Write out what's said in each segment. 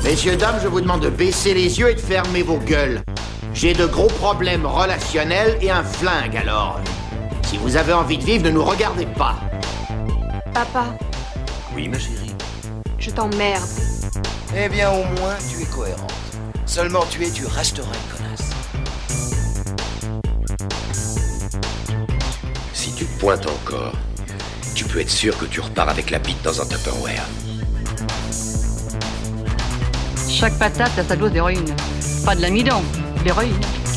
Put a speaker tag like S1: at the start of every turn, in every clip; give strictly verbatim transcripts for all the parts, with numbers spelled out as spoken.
S1: Messieurs, dames, je vous demande de baisser les yeux et de fermer vos gueules. J'ai de gros problèmes relationnels et un flingue, alors... Si vous avez envie de vivre, ne nous regardez pas.
S2: Papa.
S3: Oui, ma chérie.
S2: Je t'emmerde.
S3: Eh bien, au moins, tu es cohérente. Seulement tu es, tu resteras une connasse.
S4: Si tu pointes encore, tu peux être sûr que tu repars avec la bite dans un Tupperware.
S5: Chaque patate a sa dose d'héroïne. Pas de l'amidon, l'héroïne.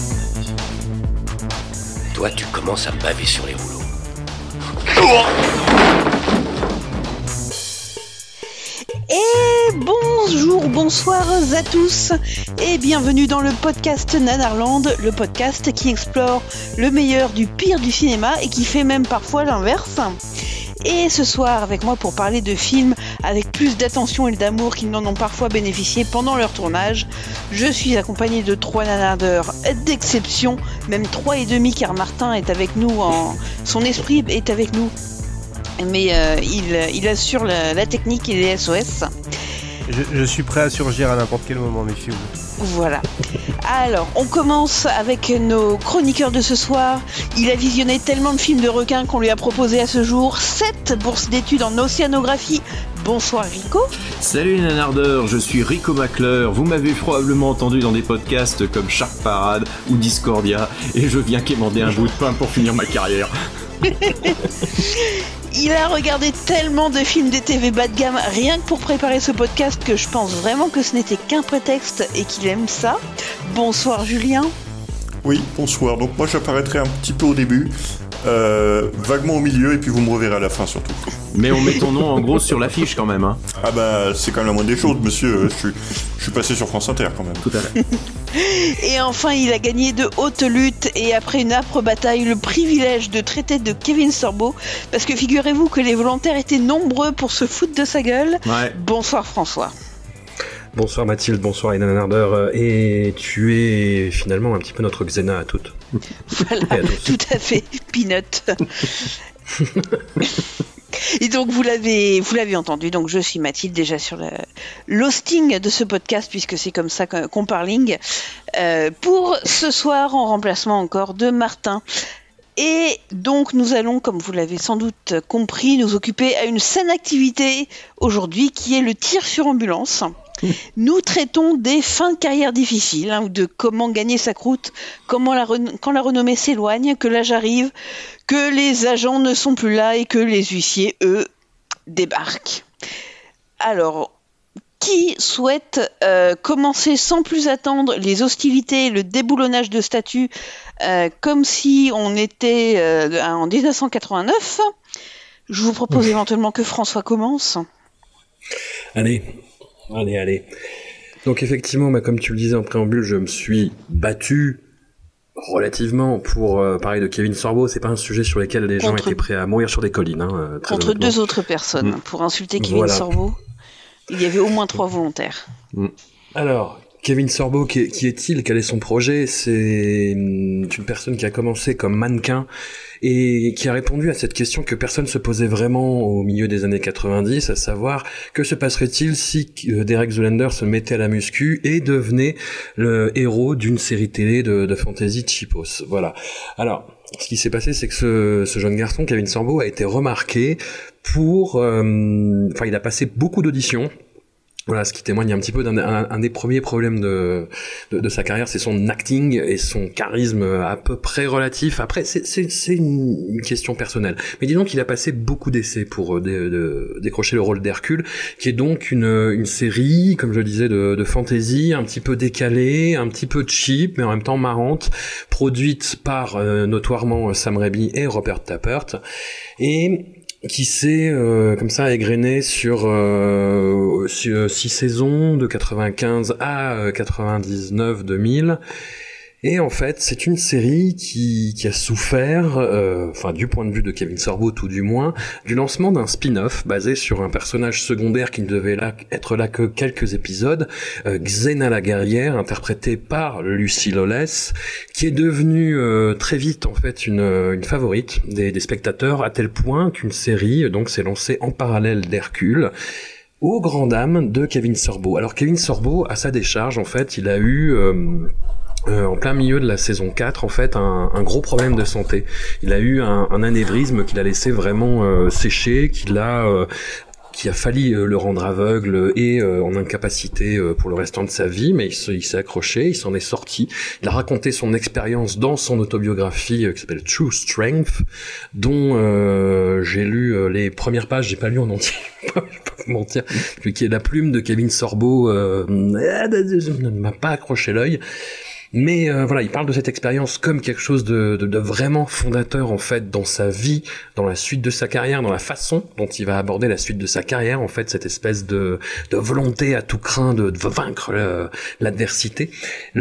S4: Toi, tu commences à me baver sur les rouleaux.
S6: Et bonjour, bonsoir à tous et bienvenue dans le podcast Nanarland, le podcast qui explore le meilleur du pire du cinéma et qui fait même parfois l'inverse. Et ce soir, avec moi pour parler de films avec plus d'attention et d'amour qu'ils n'en ont parfois bénéficié pendant leur tournage, je suis accompagnée de trois nanardeurs d'exception, même trois et demi car Martin est avec nous, en... son esprit est avec nous, mais euh, il, il assure la, la technique et les S O S.
S7: Je, je suis prêt à surgir à n'importe quel moment, méfiez-vous.
S6: Voilà. Alors, on commence avec nos chroniqueurs de ce soir. Il a visionné tellement de films de requins qu'on lui a proposé à ce jour sept bourses d'études en océanographie. Bonsoir Rico.
S8: Salut les nanardeurs, je suis Rico Macleur. Vous m'avez probablement entendu dans des podcasts comme Shark Parade ou Discordia et je viens quémander un bout de pain pour finir ma carrière.
S6: Il a regardé tellement de films des T V bas de gamme rien que pour préparer ce podcast que je pense vraiment que ce n'était qu'un prétexte et qu'il aime ça. Bonsoir Julien.
S9: Oui, bonsoir. Donc moi j'apparaîtrai un petit peu au début, euh, vaguement au milieu et puis vous me reverrez à la fin surtout.
S8: Mais on met ton nom en gros sur l'affiche quand même, hein.
S9: Ah bah c'est quand même la moindre des choses, monsieur. Je suis, je suis passé sur France Inter quand même.
S8: Tout à fait.
S6: Et enfin, il a gagné de haute lutte et après une âpre bataille, le privilège de traiter de Kevin Sorbo, parce que figurez-vous que les volontaires étaient nombreux pour se foutre de sa gueule.
S8: Ouais.
S6: Bonsoir François.
S10: Bonsoir Mathilde, bonsoir les nanardeurs, et tu es finalement un petit peu notre Xena à toutes.
S6: Voilà, à tout à fait, Peanut. Et donc vous l'avez, vous l'avez entendu, donc je suis Mathilde, déjà sur le, l'hosting de ce podcast, puisque c'est comme ça qu'on parling, euh, pour ce soir en remplacement encore de Martin. Et donc nous allons, comme vous l'avez sans doute compris, nous occuper à une saine activité aujourd'hui qui est le tir sur ambulance. Nous traitons des fins de carrière difficiles, hein, de comment gagner sa croûte, comment la ren- quand la renommée s'éloigne, que l'âge arrive, que les agents ne sont plus là et que les huissiers, eux, débarquent. Alors, qui souhaite euh, commencer sans plus attendre les hostilités et le déboulonnage de statuts euh, comme si on était euh, en dix-neuf cent quatre-vingt-neuf? Je vous propose éventuellement que François commence.
S10: Allez. Allez, allez. Donc effectivement, bah, comme tu le disais en préambule, je me suis battu relativement pour euh, parler de Kevin Sorbo. C'est pas un sujet sur lequel les gens
S6: contre...
S10: étaient prêts à mourir sur des collines. Hein, très
S6: contre deux autres personnes. Mmh. Pour insulter Kevin voilà. Sorbo, il y avait au moins trois volontaires.
S10: Mmh. Alors, Kevin Sorbo, qui, qui est-il? Quel est son projet? C'est une personne qui a commencé comme mannequin et qui a répondu à cette question que personne se posait vraiment au milieu des années quatre-vingt-dix, à savoir que se passerait-il si Derek Zoolander se mettait à la muscu et devenait le héros d'une série télé de, de fantasy cheapos. Voilà. Alors, ce qui s'est passé, c'est que ce, ce jeune garçon, Kevin Sorbo, a été remarqué pour... Euh, enfin, il a passé beaucoup d'auditions. Voilà, ce qui témoigne un petit peu d'un un, un des premiers problèmes de, de, de sa carrière, c'est son acting et son charisme à peu près relatif. Après, c'est, c'est, c'est une, une question personnelle. Mais disons qu'il a passé beaucoup d'essais pour dé, de, décrocher le rôle d'Hercule, qui est donc une, une série, comme je le disais, de, de fantasy, un petit peu décalée, un petit peu cheap, mais en même temps marrante, produite par euh, notoirement Sam Raimi et Robert Tappert. Et... qui s'est euh, comme ça égrené sur, euh, sur six saisons de quatre-vingt-quinze à quatre-vingt-dix-neuf deux mille. Et en fait, c'est une série qui, qui a souffert, euh, enfin du point de vue de Kevin Sorbo tout du moins, du lancement d'un spin-off basé sur un personnage secondaire qui ne devait là, être là que quelques épisodes, euh, Xena la guerrière, interprétée par Lucy Lawless, qui est devenue euh, très vite en fait une, une favorite des, des spectateurs, à tel point qu'une série donc s'est lancée en parallèle d'Hercule. Aux grand dames de Kevin Sorbo. Alors Kevin Sorbo, à sa décharge, en fait, il a eu... Euh, Euh, en plein milieu de la saison quatre, en fait, un, un gros problème de santé. Il a eu un, un anévrisme qui l'a laissé vraiment euh, sécher, qui l'a, euh, qui a failli euh, le rendre aveugle et euh, en incapacité euh, pour le restant de sa vie, mais il, se, il s'est accroché, il s'en est sorti. Il a raconté son expérience dans son autobiographie euh, qui s'appelle True Strength, dont euh, j'ai lu euh, les premières pages, j'ai pas lu en entier. Je vais pas vous mentir, qui est la plume de Kevin Sorbo euh, ne m'a pas accroché l'œil. Mais euh, voilà, il parle de cette expérience comme quelque chose de, de, de vraiment fondateur en fait dans sa vie, dans la suite de sa carrière, dans la façon dont il va aborder la suite de sa carrière, en fait, cette espèce de, de volonté à tout crin de, de vaincre le, l'adversité.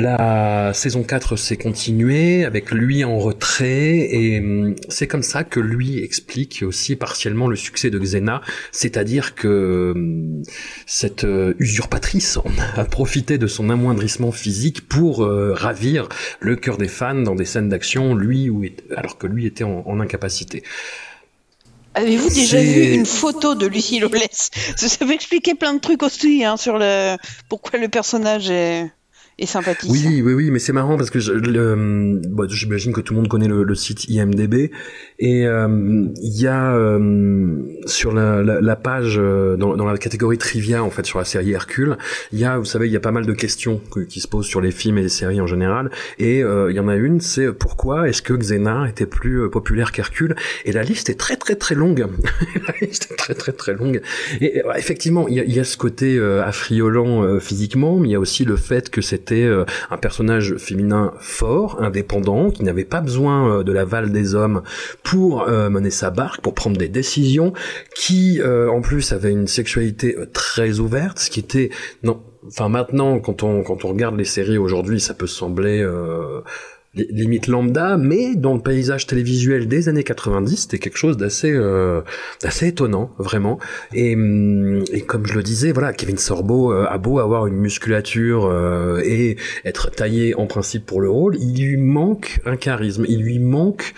S10: La saison quatre s'est continuée avec lui en retrait et hum, c'est comme ça que lui explique aussi partiellement le succès de Xena, c'est-à-dire que hum, cette euh, usurpatrice en a profité de son amoindrissement physique pour euh, ravir le cœur des fans dans des scènes d'action, lui ou alors que lui était en, en incapacité.
S6: Avez-vous déjà
S10: C'est...
S6: vu une photo de Lucy Lawless ? Ça peut expliquer plein de trucs aussi hein, sur le pourquoi le personnage est, est sympathique.
S10: Oui, oui, oui, mais c'est marrant parce que je, le, bon, j'imagine que tout le monde connaît le, le site I M D B et il euh, y a euh, sur la, la, la page euh, dans, dans la catégorie trivia en fait sur la série Hercule, il y a, vous savez, il y a pas mal de questions que, qui se posent sur les films et les séries en général et il euh, y en a une, c'est pourquoi est-ce que Xena était plus euh, populaire qu'Hercule et la liste est très très très longue. La liste est très très très longue et euh, effectivement il y a, y a ce côté euh, affriolant euh, physiquement, mais il y a aussi le fait que c'était euh, un personnage féminin fort, indépendant, qui n'avait pas besoin euh, de l'aval des hommes pour euh, mener sa barque, pour prendre des décisions, qui euh, en plus avait une sexualité euh, très ouverte, ce qui était non, enfin maintenant quand on quand on regarde les séries aujourd'hui, ça peut sembler euh, limite lambda, mais dans le paysage télévisuel des années quatre-vingt-dix, c'était quelque chose d'assez euh, d'assez étonnant, vraiment. Et, et comme je le disais, voilà, Kevin Sorbo euh, a beau avoir une musculature euh, et être taillé en principe pour le rôle, il lui manque un charisme, il lui manque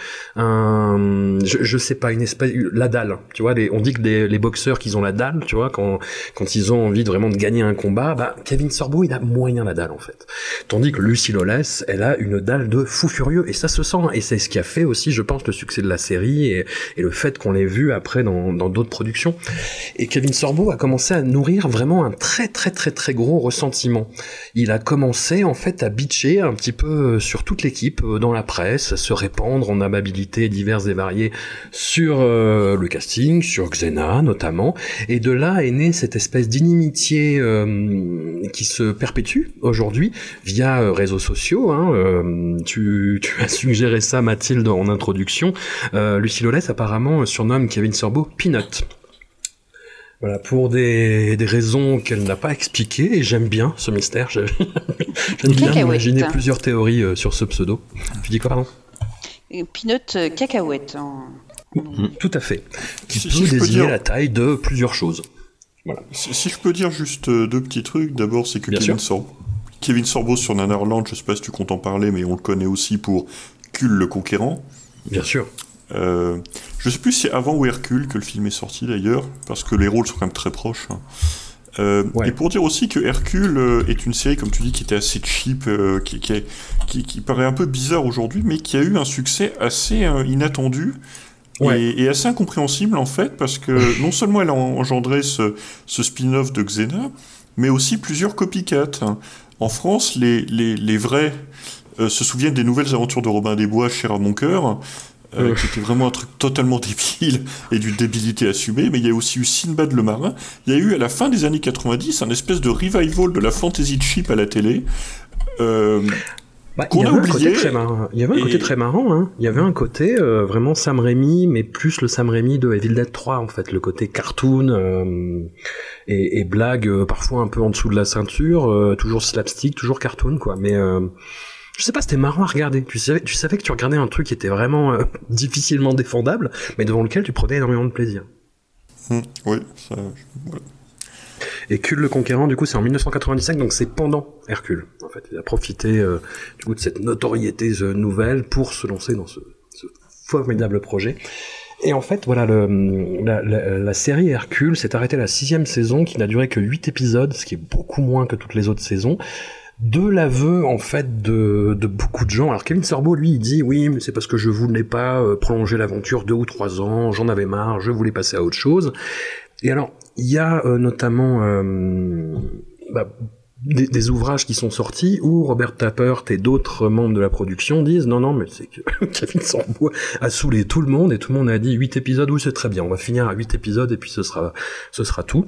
S10: un, je, je sais pas, une espèce, la dalle, tu vois, les, on dit que des, les boxeurs qu'ils ont la dalle, tu vois, quand quand ils ont envie de vraiment de gagner un combat, bah Kevin Sorbo il a moyen la dalle en fait. Tandis que Lucy Lawless, elle a une dalle de fou furieux et ça se sent et c'est ce qui a fait aussi je pense le succès de la série et, et le fait qu'on l'ait vu après dans, dans d'autres productions et Kevin Sorbo a commencé à nourrir vraiment un très très très très gros ressentiment. Il a commencé en fait à bitcher un petit peu sur toute l'équipe dans la presse, à se répandre en amabilités diverses et variées sur euh, le casting, sur Xena notamment et de là est née cette espèce d'inimitié euh, qui se perpétue aujourd'hui via euh, réseaux sociaux hein, euh, Tu, tu as suggéré ça, Mathilde, en introduction. Euh, Lucy Lawless, apparemment, surnomme Kevin Sorbo Peanut. Voilà, pour des, des raisons qu'elle n'a pas expliquées, et j'aime bien ce mystère. J'aime bien imaginer plusieurs théories euh, sur ce pseudo. Tu dis quoi, pardon ?
S6: Peanut euh, cacahuète. En...
S10: Mmh, tout à fait. Qui
S9: si,
S10: peut
S9: si
S10: désigner
S9: dire...
S10: la taille de plusieurs choses. Voilà.
S9: Si, si je peux dire juste euh, deux petits trucs. D'abord, c'est que
S10: bien
S9: Kevin
S10: sûr.
S9: Sorbo... Kevin Sorbo sur Nanarland, je sais pas si tu comptes en parler, mais on le connaît aussi pour Cul le Conquérant.
S10: Bien sûr.
S9: Euh, je sais plus si c'est avant ou Hercule que le film est sorti d'ailleurs, parce que les rôles sont quand même très proches. Hein. Euh, ouais. Et pour dire aussi que Hercule euh, est une série, comme tu dis, qui était assez cheap, euh, qui, qui, est, qui, qui paraît un peu bizarre aujourd'hui, mais qui a eu un succès assez euh, inattendu. Ouais. Et, et assez incompréhensible en fait, parce que non seulement elle a engendré ce, ce spin-off de Xena, mais aussi plusieurs copycats. Hein. En France, les, les, les vrais euh, se souviennent des nouvelles aventures de Robin des Bois, Cher à mon cœur, euh, euh. qui était vraiment un truc totalement débile et d'une débilité assumée, mais il y a aussi eu Sinbad le marin. Il y a eu, à la fin des années quatre-vingt-dix, un espèce de revival de la fantasy cheap à la télé, euh,
S10: bah, qu'on a oublié. Il y avait un et... côté très marrant, hein. Il y avait un côté euh, vraiment Sam Raimi, mais plus le Sam Raimi de Evil Dead trois, en fait, le côté cartoon... Euh... Et, et blague euh, parfois un peu en dessous de la ceinture, euh, toujours slapstick, toujours cartoon quoi. Mais euh, je sais pas, c'était marrant à regarder. Tu savais, tu savais que tu regardais un truc qui était vraiment euh, difficilement défendable, mais devant lequel tu prenais énormément de plaisir.
S9: Mmh, oui, ça. Voilà.
S10: Et Cul le Conquérant, du coup, c'est en dix-neuf cent quatre-vingt-cinq, donc c'est pendant Hercule. En fait, il a profité euh, du coup de cette notoriété euh, nouvelle pour se lancer dans ce, ce formidable projet. Et en fait, voilà, le, la, la, la série Hercule s'est arrêtée à la sixième saison, qui n'a duré que huit épisodes, ce qui est beaucoup moins que toutes les autres saisons. De l'aveu, en fait, de, de beaucoup de gens. Alors, Kevin Sorbo, lui, il dit, oui, mais c'est parce que je voulais pas euh, prolonger l'aventure deux ou trois ans, j'en avais marre, je voulais passer à autre chose. Et alors, il y a euh, notamment euh, bah, des, des ouvrages qui sont sortis où Robert Tappert et d'autres membres de la production disent, non, non, mais c'est que Kevin Sorbo a saoulé tout le monde, et tout le monde a dit, huit épisodes, oui, c'est très bien, on va finir à huit épisodes, et puis ce sera, ce sera tout.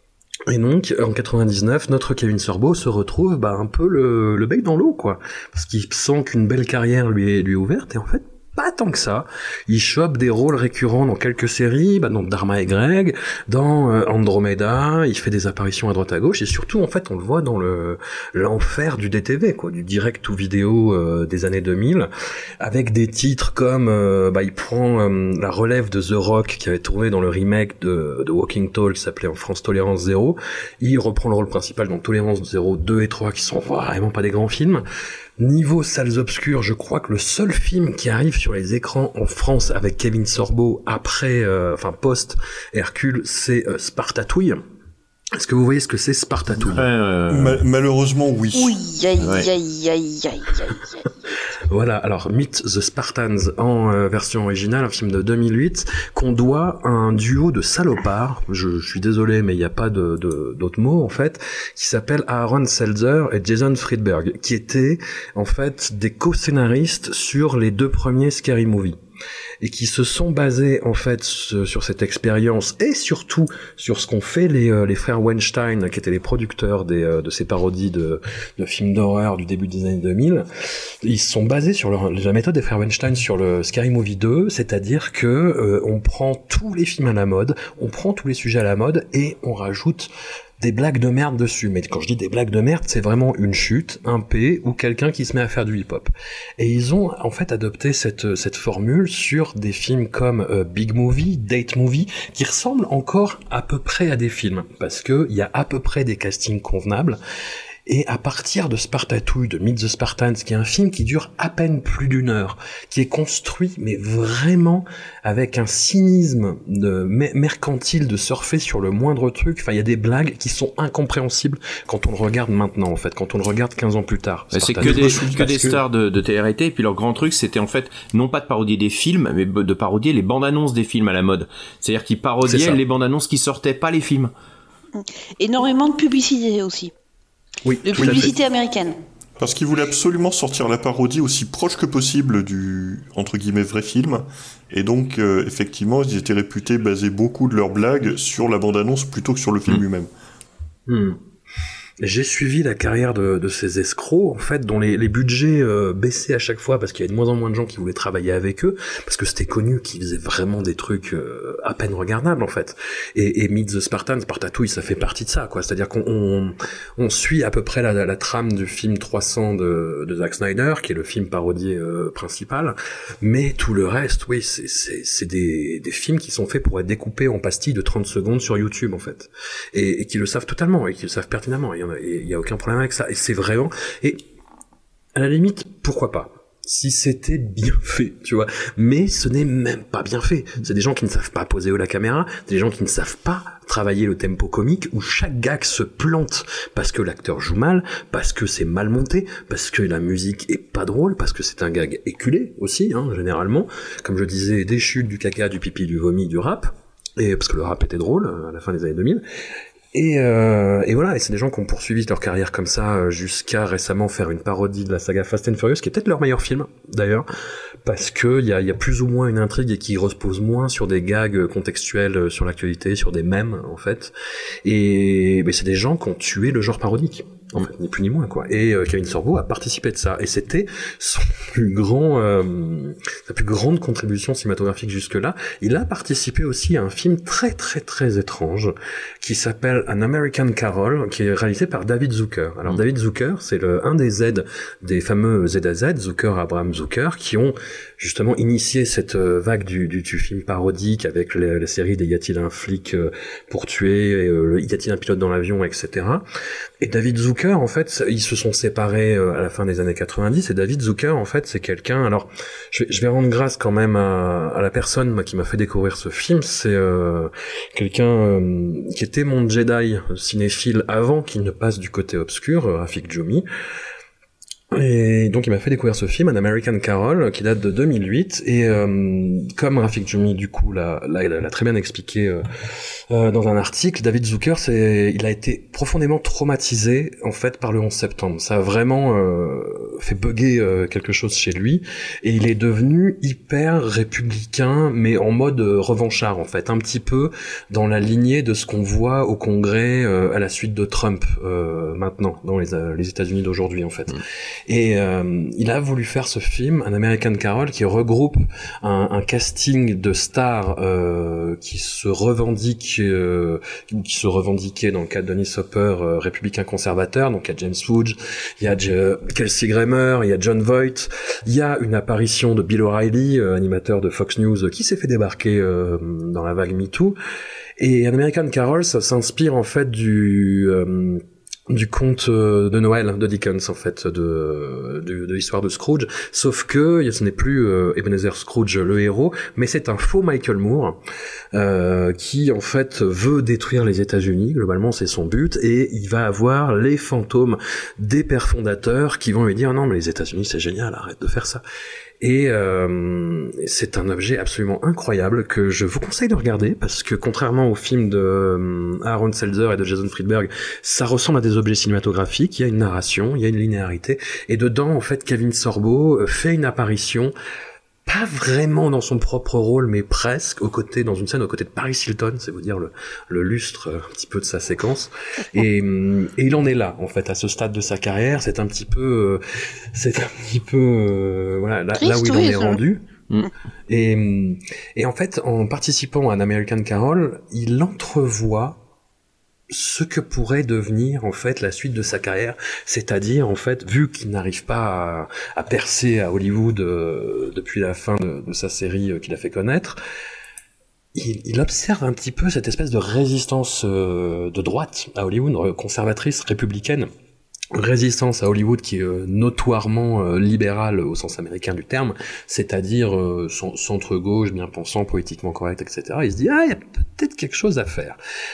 S10: Et donc, en quatre-vingt-dix-neuf, notre Kevin Sorbo se retrouve bah, un peu le, le bec dans l'eau, quoi. Parce qu'il sent qu'une belle carrière lui est, lui est ouverte, et en fait, pas tant que ça. Il chope des rôles récurrents dans quelques séries, bah, dans Dharma et Greg, dans euh, Andromeda, il fait des apparitions à droite à gauche, et surtout, en fait, on le voit dans le l'enfer du D T V, quoi, du direct to vidéo euh, des années deux mille, avec des titres comme, euh, bah, il prend euh, la relève de The Rock, qui avait tourné dans le remake de, de Walking Tall, qui s'appelait en France Tolérance Zéro. Il reprend le rôle principal dans Tolérance Zéro deux et trois, qui sont vraiment pas des grands films. Niveau salles obscures, je crois que le seul film qui arrive sur les écrans en France avec Kevin Sorbo après, euh, enfin post Hercule, c'est euh, Spartatouille. Est-ce que vous voyez ce que c'est Spartatouille ?
S9: euh... Ma- Malheureusement, oui.
S6: Oui, aïe,
S9: ouais.
S6: aïe, aïe, aïe, aïe, aïe.
S10: Voilà, alors Meet the Spartans en euh, version originale, un film de deux mille huit, qu'on doit à un duo de salopards, je, je suis désolé mais il n'y a pas de, de, d'autres mots en fait, qui s'appellent Aaron Seltzer et Jason Friedberg, qui étaient en fait des co-scénaristes sur les deux premiers Scary Movie. Et qui se sont basés en fait sur cette expérience et surtout sur ce qu'ont fait les, euh, les frères Weinstein, qui étaient les producteurs des, euh, de ces parodies de, de films d'horreur du début des années deux mille. Ils se sont basés sur leur, la méthode des frères Weinstein sur le Scary Movie deux, c'est-à-dire que euh, on prend tous les films à la mode, on prend tous les sujets à la mode et on rajoute des blagues de merde dessus. Mais quand je dis des blagues de merde, c'est vraiment une chute, un P ou quelqu'un qui se met à faire du hip-hop. Et ils ont en fait adopté cette cette formule sur des films comme euh, Big Movie, Date Movie, qui ressemblent encore à peu près à des films, parce que il y a à peu près des castings convenables. Et à partir de Spartatouille, de Meet the Spartans, qui est un film qui dure à peine plus d'une heure, qui est construit, mais vraiment avec un cynisme de mercantile de surfer sur le moindre truc. Enfin, il y a des blagues qui sont incompréhensibles quand on le regarde maintenant, en fait, quand on le regarde quinze ans plus tard.
S8: C'est que des, que des stars de, de T R T, et puis leur grand truc, c'était en fait, non pas de parodier des films, mais de parodier les bandes annonces des films à la mode. C'est-à-dire qu'ils parodiaient les bandes annonces qui sortaient, pas les films.
S6: Énormément de publicité aussi.
S10: Oui,
S6: de publicité américaine.
S9: Parce qu'ils voulaient absolument sortir la parodie aussi proche que possible du, entre guillemets, vrai film. Et donc, euh, effectivement, ils étaient réputés baser beaucoup de leurs blagues sur la bande-annonce plutôt que sur le film mmh. lui-même.
S10: Mmh. J'ai suivi la carrière de, de ces escrocs, en fait, dont les, les budgets euh, baissaient à chaque fois parce qu'il y avait de moins en moins de gens qui voulaient travailler avec eux, parce que c'était connu qu'ils faisaient vraiment des trucs euh, à peine regardables, en fait. Et, et Meet the Spartans, Spartatouille, ça fait partie de ça, quoi. C'est-à-dire qu'on on, on suit à peu près la, la, la trame du film trois cents de, de Zack Snyder, qui est le film parodié euh, principal, mais tout le reste, oui, c'est, c'est, c'est des, des films qui sont faits pour être découpés en pastilles de trente secondes sur YouTube, en fait. Et, et qui le savent totalement, et qui le savent pertinemment. Il y en a, il y a aucun problème avec ça. Et c'est vraiment, et à la limite, pourquoi pas? Si c'était bien fait, tu vois. Mais ce n'est même pas bien fait. C'est des gens qui ne savent pas poser la caméra, des gens qui ne savent pas travailler le tempo comique, où chaque gag se plante parce que l'acteur joue mal, parce que c'est mal monté, parce que la musique est pas drôle, parce que c'est un gag éculé aussi, hein, généralement. Comme je disais, des chutes, du caca, du pipi, du vomi, du rap. Et parce que le rap était drôle à la fin des années deux mille. Et, euh, et voilà, et c'est des gens qui ont poursuivi leur carrière comme ça jusqu'à récemment faire une parodie de la saga Fast and Furious, qui est peut-être leur meilleur film d'ailleurs, parce que il y a, y a plus ou moins une intrigue et qui repose moins sur des gags contextuels sur l'actualité, sur des mèmes en fait. Et mais c'est des gens qui ont tué le genre parodique, en fait, ni plus ni moins quoi. Et euh, Kevin Sorbo a participé de ça, et c'était son plus grand, euh, sa plus grande contribution cinématographique jusque-là. Il a participé aussi à un film très très très étrange qui s'appelle An American Carol, qui est réalisé par David Zucker. Alors mmh. David Zucker, c'est le un des Z des fameux Z A Z, Zucker, Abraham Zucker, qui ont justement initié cette vague du, du, du film parodique avec la, la série des Y a-t-il un flic pour tuer, et, euh, Y a-t-il un pilote dans l'avion, et cetera. Et David Zucker, en fait, ils se sont séparés à la fin des années quatre-vingt-dix, et David Zucker, en fait, c'est quelqu'un... Alors, je vais, je vais rendre grâce quand même à, à la personne moi, qui m'a fait découvrir ce film. C'est euh, quelqu'un euh, qui était mon Jedi cinéphile avant qu'il ne passe du côté obscur, Rafik Djoumi. Et donc il m'a fait découvrir ce film, An American Carol, qui date de deux mille huit, et euh, comme Rafik Djoumi du coup l'a, l'a, l'a très bien expliqué euh, euh, dans un article, David Zucker, c'est, il a été profondément traumatisé en fait par le onze septembre. Ça a vraiment euh, fait bugger euh, quelque chose chez lui, et il est devenu hyper républicain, mais en mode euh, revanchard en fait, un petit peu dans la lignée de ce qu'on voit au Congrès euh, à la suite de Trump euh, maintenant dans les, euh, les États-Unis d'aujourd'hui en fait. Mmh. Et euh, il a voulu faire ce film, An American Carol, qui regroupe un, un casting de stars euh, qui se revendiquent, euh, qui se revendiquaient dans le cas de Dennis Hopper, euh, républicain conservateur. Donc il y a James Woods, il y a J- Kelsey Grammer, il y a John Voight, il y a une apparition de Bill O'Reilly, euh, animateur de Fox News, euh, qui s'est fait débarquer euh, dans la vague MeToo. Et An American Carol, ça s'inspire en fait du... Euh, du conte de Noël de Dickens en fait, de, de, de l'histoire de Scrooge, sauf que ce n'est plus euh, Ebenezer Scrooge le héros, mais c'est un faux Michael Moore euh, qui en fait veut détruire les États-Unis, globalement c'est son but, et il va avoir les fantômes des pères fondateurs qui vont lui dire non mais les États-Unis c'est génial, arrête de faire ça. Et euh, c'est un objet absolument incroyable que je vous conseille de regarder parce que contrairement au film de euh, Aaron Seltzer et de Jason Friedberg, ça ressemble à des objets cinématographiques, il y a une narration, il y a une linéarité, et dedans en fait Kevin Sorbo fait une apparition, pas vraiment dans son propre rôle, mais presque, aux côtés, dans une scène aux côtés de Paris Hilton, c'est vous dire le, le lustre un petit peu de sa séquence. Et, et il en est là, en fait, à ce stade de sa carrière. C'est un petit peu, euh, c'est un petit peu, euh, voilà, là, là où il en est rendu. Mm. Et, et en fait, en participant à An American Carol, il entrevoit ce que pourrait devenir en fait la suite de sa carrière, c'est-à-dire en fait vu qu'il n'arrive pas à, à percer à Hollywood euh, depuis la fin de, de sa série euh, qu'il a fait connaître, il, il observe un petit peu cette espèce de résistance euh, de droite à Hollywood, conservatrice, républicaine, résistance à Hollywood qui est euh, notoirement euh, libérale au sens américain du terme, c'est-à-dire euh, centre-gauche, bien pensant, politiquement correct, et cetera. Il se dit ah il y a peut-être quelque chose à faire.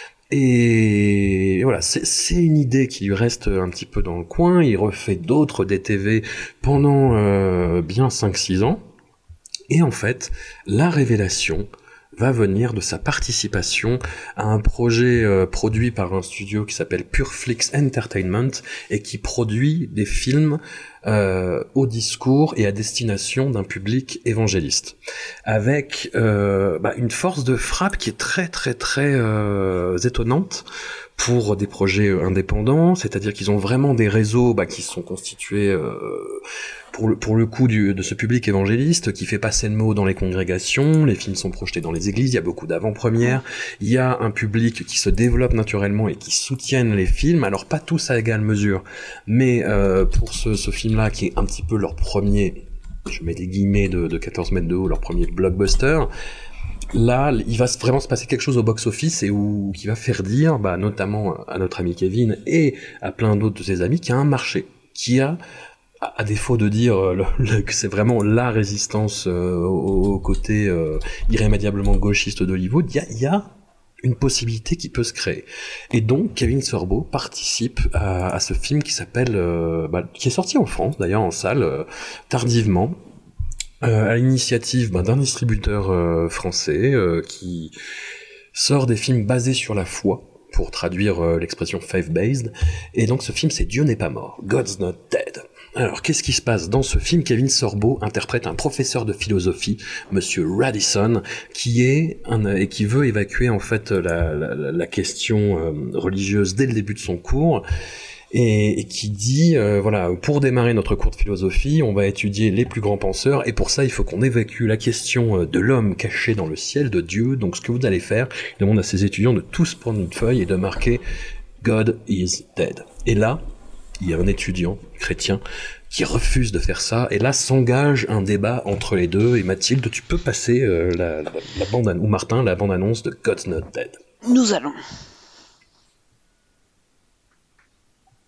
S10: Et voilà, c'est, c'est une idée qui lui reste un petit peu dans le coin. Il refait d'autres D T V pendant euh, bien cinq six ans. Et en fait, la révélation va venir de sa participation à un projet euh, produit par un studio qui s'appelle Pureflix Entertainment et qui produit des films euh, au discours et à destination d'un public évangéliste, avec euh, bah, une force de frappe qui est très très très euh, étonnante pour des projets indépendants, c'est-à-dire qu'ils ont vraiment des réseaux bah, qui sont constitués euh, pour le, pour le coup du, de ce public évangéliste qui fait passer le mot dans les congrégations, les films sont projetés dans les églises, il y a beaucoup d'avant-premières, il y a un public qui se développe naturellement et qui soutiennent les films, alors pas tous à égale mesure, mais euh, pour ce, ce film-là qui est un petit peu leur premier, je mets des guillemets de, de quatorze mètres de haut, leur premier blockbuster, là, il va vraiment se passer quelque chose au box-office et où, qui va faire dire, bah, notamment à notre ami Kevin et à plein d'autres de ses amis, qu'il y a un marché, qui a, à défaut de dire euh, le, le, que c'est vraiment la résistance euh, au, au côté euh, irrémédiablement gauchiste d'Hollywood, il y a, y a une possibilité qui peut se créer. Et donc, Kevin Sorbo participe à, à ce film qui s'appelle, euh, bah, qui est sorti en France, d'ailleurs, en salle, euh, tardivement, Euh, à l'initiative ben, d'un distributeur euh, français euh, qui sort des films basés sur la foi, pour traduire euh, l'expression faith-based, et donc ce film c'est Dieu n'est pas mort, God's not dead. Alors qu'est-ce qui se passe dans ce film? Kevin Sorbo interprète un professeur de philosophie, Monsieur Radisson, qui est un, et qui veut évacuer en fait la, la, la question euh, religieuse dès le début de son cours, Et, et qui dit, euh, voilà, pour démarrer notre cours de philosophie, on va étudier les plus grands penseurs, et pour ça, il faut qu'on évacue la question de l'homme caché dans le ciel, de Dieu. Donc, ce que vous allez faire, il demande à ses étudiants de tous prendre une feuille et de marquer « God is dead ». Et là, il y a un étudiant chrétien qui refuse de faire ça, et là s'engage un débat entre les deux, et Mathilde, tu peux passer euh, la, la, la bande, ou Martin, la bande-annonce de God's not dead.
S6: Nous allons.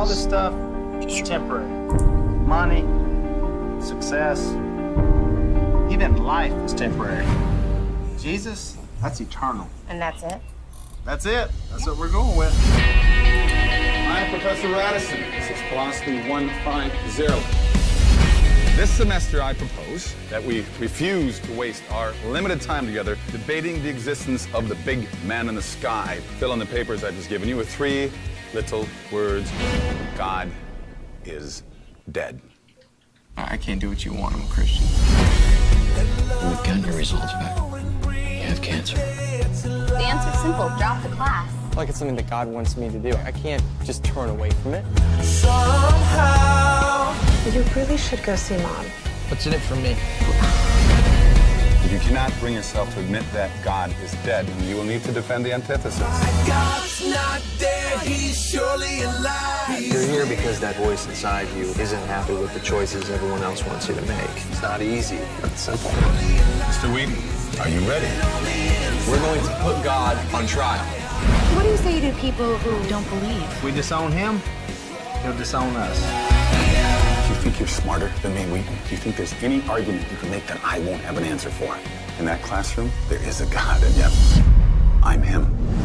S11: this stuff is temporary. Money, success, even life is temporary. Jesus, that's eternal.
S12: And that's it?
S11: That's it. That's what we're going with. I am Professor Radisson. This is Philosophy one five zero. This semester I propose that we refuse to waste our limited time together debating the existence of the big man in the sky. Fill in the papers I've just given you with three little words. God is dead.
S13: I can't do what you want. I'm a Christian.
S14: We've gotten your results back. You have cancer.
S12: The answer's simple. Drop the class.
S13: Like it's something that God wants me to do. I can't just turn away from it.
S15: Somehow. You really should go see Mom.
S13: What's in it for me?
S11: If you cannot bring yourself to admit that God is dead, then you will need to defend the antithesis.
S15: God's not dead, he's surely alive.
S13: You're here because that voice inside you isn't happy with the choices everyone else wants you to make. It's not easy, but it's simple.
S11: Mister Wheaton, are you ready?
S13: We're going to put God on trial.
S12: What do you say to people who don't believe?
S11: If we disown him, he'll disown us. Do you think you're smarter than me, Wheaton? Do you think there's any argument you can make that I won't have an answer for? In that classroom, there is a God, and yet, I'm him.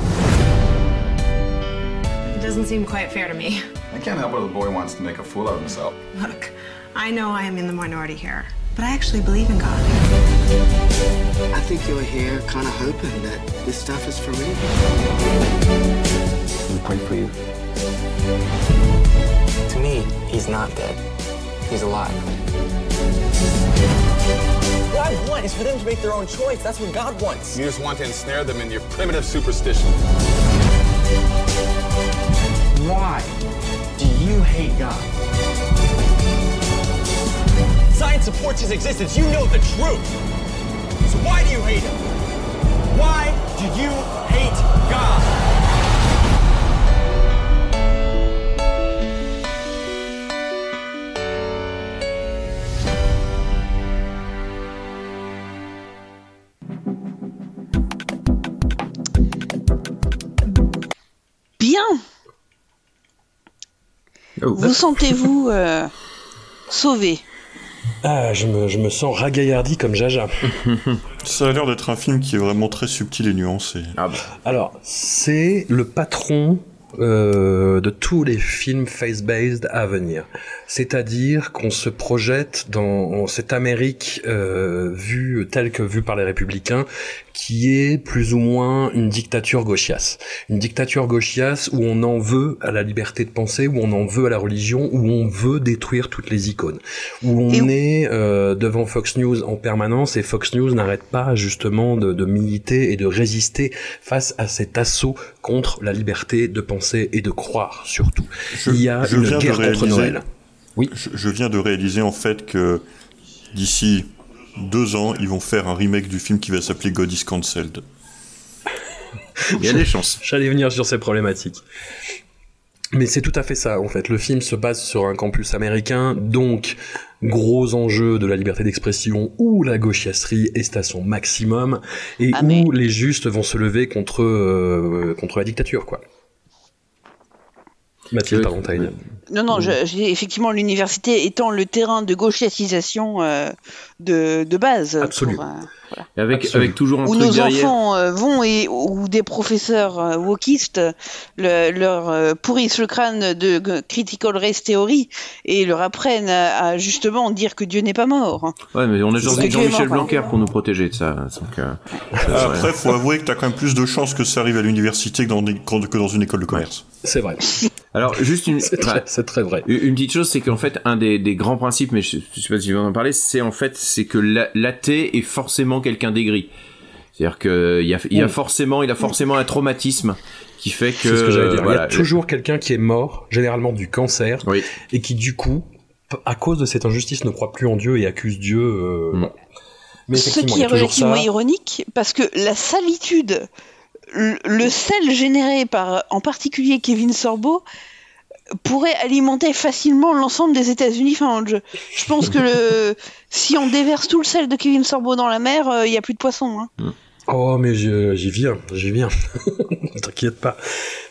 S16: It doesn't seem quite fair to me.
S11: I can't help it if the boy wants to make a fool of himself.
S16: Look, I know I am in the minority here, but I actually believe in God.
S17: I think you're here kind of hoping that this stuff is for real.
S11: We pray for you.
S13: To me, he's not dead. He's alive. What I want is for them to make their own choice. That's what God wants.
S11: You just want to ensnare them in your primitive superstition.
S13: Why do you hate God? Science supports his existence. You know the truth. So why do you hate him? Why do you hate God?
S6: Bien. Oh. Vous sentez-vous euh, sauvé?
S10: Ah, je me, je me sens ragaillardi comme Jaja.
S9: Ça a l'air d'être un film qui est vraiment très subtil et nuancé.
S10: Ah bah. Alors, c'est le patron euh, de tous les films face-based à venir. C'est-à-dire qu'on se projette dans cette Amérique euh, vue telle que vue par les républicains, qui est plus ou moins une dictature gauchiasse. Une dictature gauchiasse où on en veut à la liberté de penser, où on en veut à la religion, où on veut détruire toutes les icônes. Où on et est euh, devant Fox News en permanence, et Fox News n'arrête pas justement de, de militer et de résister face à cet assaut contre la liberté de penser et de croire, surtout. Je, Il y a une guerre contre Noël.
S9: Oui. Je, je viens de réaliser en fait que d'ici deux ans, ils vont faire un remake du film qui va s'appeler God is Cancelled.
S10: Il y a des chances. J'allais venir sur ces problématiques. Mais c'est tout à fait ça, en fait. Le film se base sur un campus américain, donc gros enjeu de la liberté d'expression où la gauchiasserie est à son maximum et ah, où mais... les justes vont se lever contre, euh, contre la dictature, quoi. Mathilde, pardon, t'as une...
S6: Non, non, je, je, effectivement, l'université étant le terrain de gauchiatisation euh, de, de base.
S10: Absolument.
S6: Pour, euh, voilà.
S8: Et avec, Absolument. avec toujours un
S6: où
S8: truc
S6: nos
S8: derrière.
S6: enfants euh, vont et où des professeurs euh, wokistes le, leur euh, pourrissent le crâne de euh, critical race theory et leur apprennent à, à justement dire que Dieu n'est pas mort.
S8: Ouais, mais on a Jean- Jean-Michel Blanquer pour nous protéger de ça. Donc, euh,
S9: Après, il faut avouer que t'as quand même plus de chances que ça arrive à l'université que dans, des, que dans une école de commerce.
S10: C'est vrai.
S8: Alors, juste une...
S10: c'est, très, c'est très vrai.
S8: Une petite chose, c'est qu'en fait, un des, des grands principes, mais je, je sais pas si je vais en parler, c'est en fait, c'est que la, l'athée est forcément quelqu'un d'aigri. C'est-à-dire qu'il y a, il y a forcément, il a forcément un traumatisme qui fait que...
S10: C'est ce que j'allais dire.
S8: Voilà.
S10: Il y a toujours quelqu'un qui est mort, généralement du cancer,
S8: oui.
S10: et qui du coup, à cause de cette injustice, ne croit plus en Dieu et accuse Dieu... Euh, mm.
S6: Mais ce qui est relativement ça... ironique, parce que la salitude... Le sel généré par, en particulier, Kevin Sorbo pourrait alimenter facilement l'ensemble des États-Unis. Enfin, je, je pense que le, si on déverse tout le sel de Kevin Sorbo dans la mer, il euh, n'y a plus de poissons. Hein.
S10: Oh, mais j'y, j'y viens, j'y viens. Ne t'inquiète pas.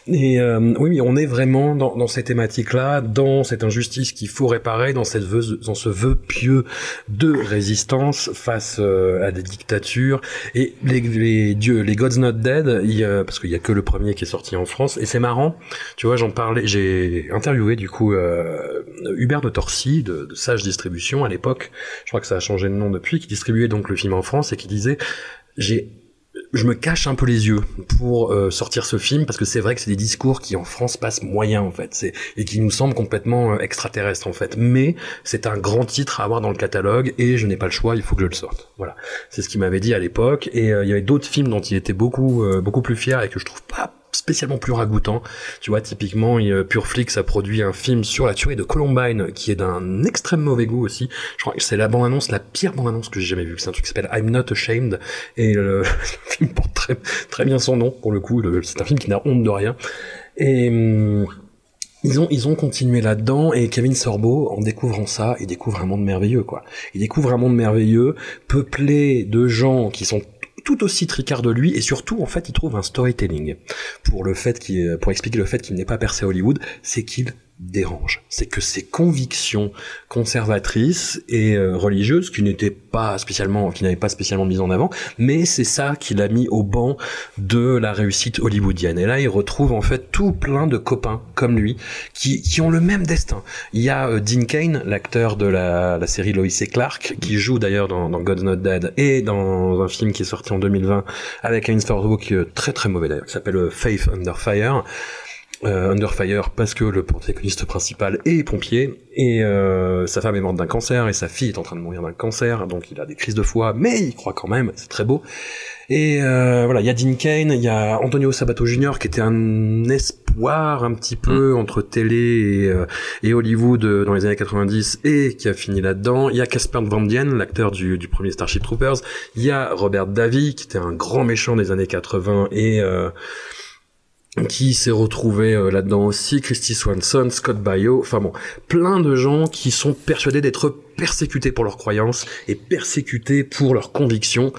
S10: Et euh, oui, on est vraiment dans, dans ces thématiques-là, dans cette injustice qu'il faut réparer, dans cette vœu, dans ce vœu pieux de résistance face euh, à des dictatures. Et les, les dieux, les God's Not Dead, il y a, parce qu'il y a que le premier qui est sorti en France, et c'est marrant. Tu vois, j'en parlais, j'ai interviewé du coup euh, Hubert de Torcy de, de Sage Distribution à l'époque. Je crois que ça a changé de nom depuis, qui distribuait donc le film en France et qui disait, j'ai je me cache un peu les yeux pour euh, sortir ce film parce que c'est vrai que c'est des discours qui en France passent moyen en fait, c'est et qui nous semblent complètement euh, extraterrestres en fait, mais c'est un grand titre à avoir dans le catalogue et je n'ai pas le choix, il faut que je le sorte. Voilà, c'est ce qu'il m'avait dit à l'époque. Et euh, il y avait d'autres films dont il était beaucoup euh, beaucoup plus fier et que je trouve pas spécialement plus ragoûtant. Tu vois, typiquement, il, Pureflix a produit un film sur la tuerie de Columbine qui est d'un extrême mauvais goût aussi. Je crois que c'est la bande-annonce, la pire bande-annonce que j'ai jamais vue. C'est un truc qui s'appelle I'm Not Ashamed et le, le film porte très, très bien son nom pour le coup. Le, c'est un film qui n'a honte de rien. Et hum, ils ont ils ont continué là-dedans et Kevin Sorbo, en découvrant ça, il découvre un monde merveilleux quoi. Il découvre un monde merveilleux peuplé de gens qui sont tout aussi tricard de lui, et surtout en fait il trouve un storytelling pour le fait qu'il, pour expliquer le fait qu'il n'est pas percé à Hollywood, c'est qu'il dérange, c'est que ses convictions conservatrices et euh, religieuses qui n'étaient pas spécialement, qui n'avaient pas spécialement mis en avant, mais c'est ça qui l'a mis au banc de la réussite hollywoodienne. Et là il retrouve en fait tout plein de copains comme lui qui qui ont le même destin. Il y a euh, Dean Cain, l'acteur de la, la série Lois et Clark, qui joue d'ailleurs dans, dans God's Not Dead et dans un film qui est sorti en deux mille vingt avec Kevin Sorbo qui est très très mauvais d'ailleurs, qui s'appelle Faith Under Fire. Euh, Under Fire parce que le protagoniste principal est pompier et euh, sa femme est morte d'un cancer et sa fille est en train de mourir d'un cancer, donc il a des crises de foi mais il croit quand même, c'est très beau. Et euh, voilà, il y a Dean Cain, il y a Antonio Sabato junior qui était un espoir un petit peu mmh. entre télé et, euh, et Hollywood euh, dans les années quatre-vingt-dix et qui a fini là-dedans. Il y a Casper Van Dien, l'acteur du, du premier Starship Troopers. Il y a Robert Davi qui était un grand méchant des années quatre-vingts et euh, qui s'est retrouvé euh, là-dedans aussi, Christy Swanson, Scott Baio, enfin bon, plein de gens qui sont persuadés d'être persécutés pour leurs croyances et persécutés pour leurs convictions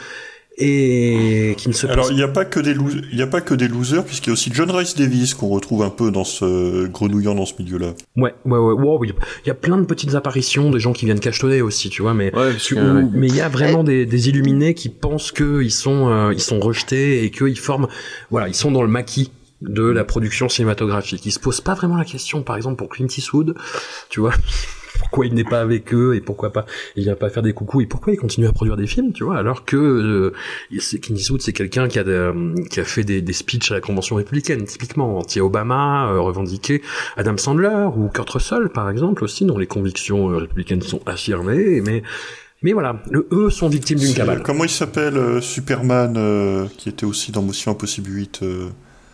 S10: et qui ne se
S9: Alors il n'y a pas que des lo- il y a pas que des losers puisqu'il y a aussi John Rhys Davies qu'on retrouve un peu dans ce grenouillant dans ce milieu-là.
S10: Ouais, ouais, ouais, ouais, il y a plein de petites apparitions, des gens qui viennent cachetonner aussi, tu vois, mais
S8: ouais,
S10: tu,
S8: que, ouais.
S10: mais il y a vraiment des, des illuminés qui pensent que ils sont euh, ils sont rejetés et qu'ils forment, voilà, ils sont dans le maquis de la production cinématographique. Ils se posent pas vraiment la question, par exemple, pour Clint Eastwood, tu vois, pourquoi il n'est pas avec eux et pourquoi pas il vient pas faire des coucous et pourquoi il continue à produire des films, tu vois, alors que euh, c'est, Clint Eastwood c'est quelqu'un qui a euh, qui a fait des, des speeches à la convention républicaine, typiquement anti-Obama, euh, revendiqué, Adam Sandler ou Kurt Russell par exemple aussi, dont les convictions euh, républicaines sont affirmées, mais mais voilà, le, eux sont victimes d'une cabale.
S9: Comment il s'appelle euh, Superman euh, qui était aussi dans Mission Impossible huit euh...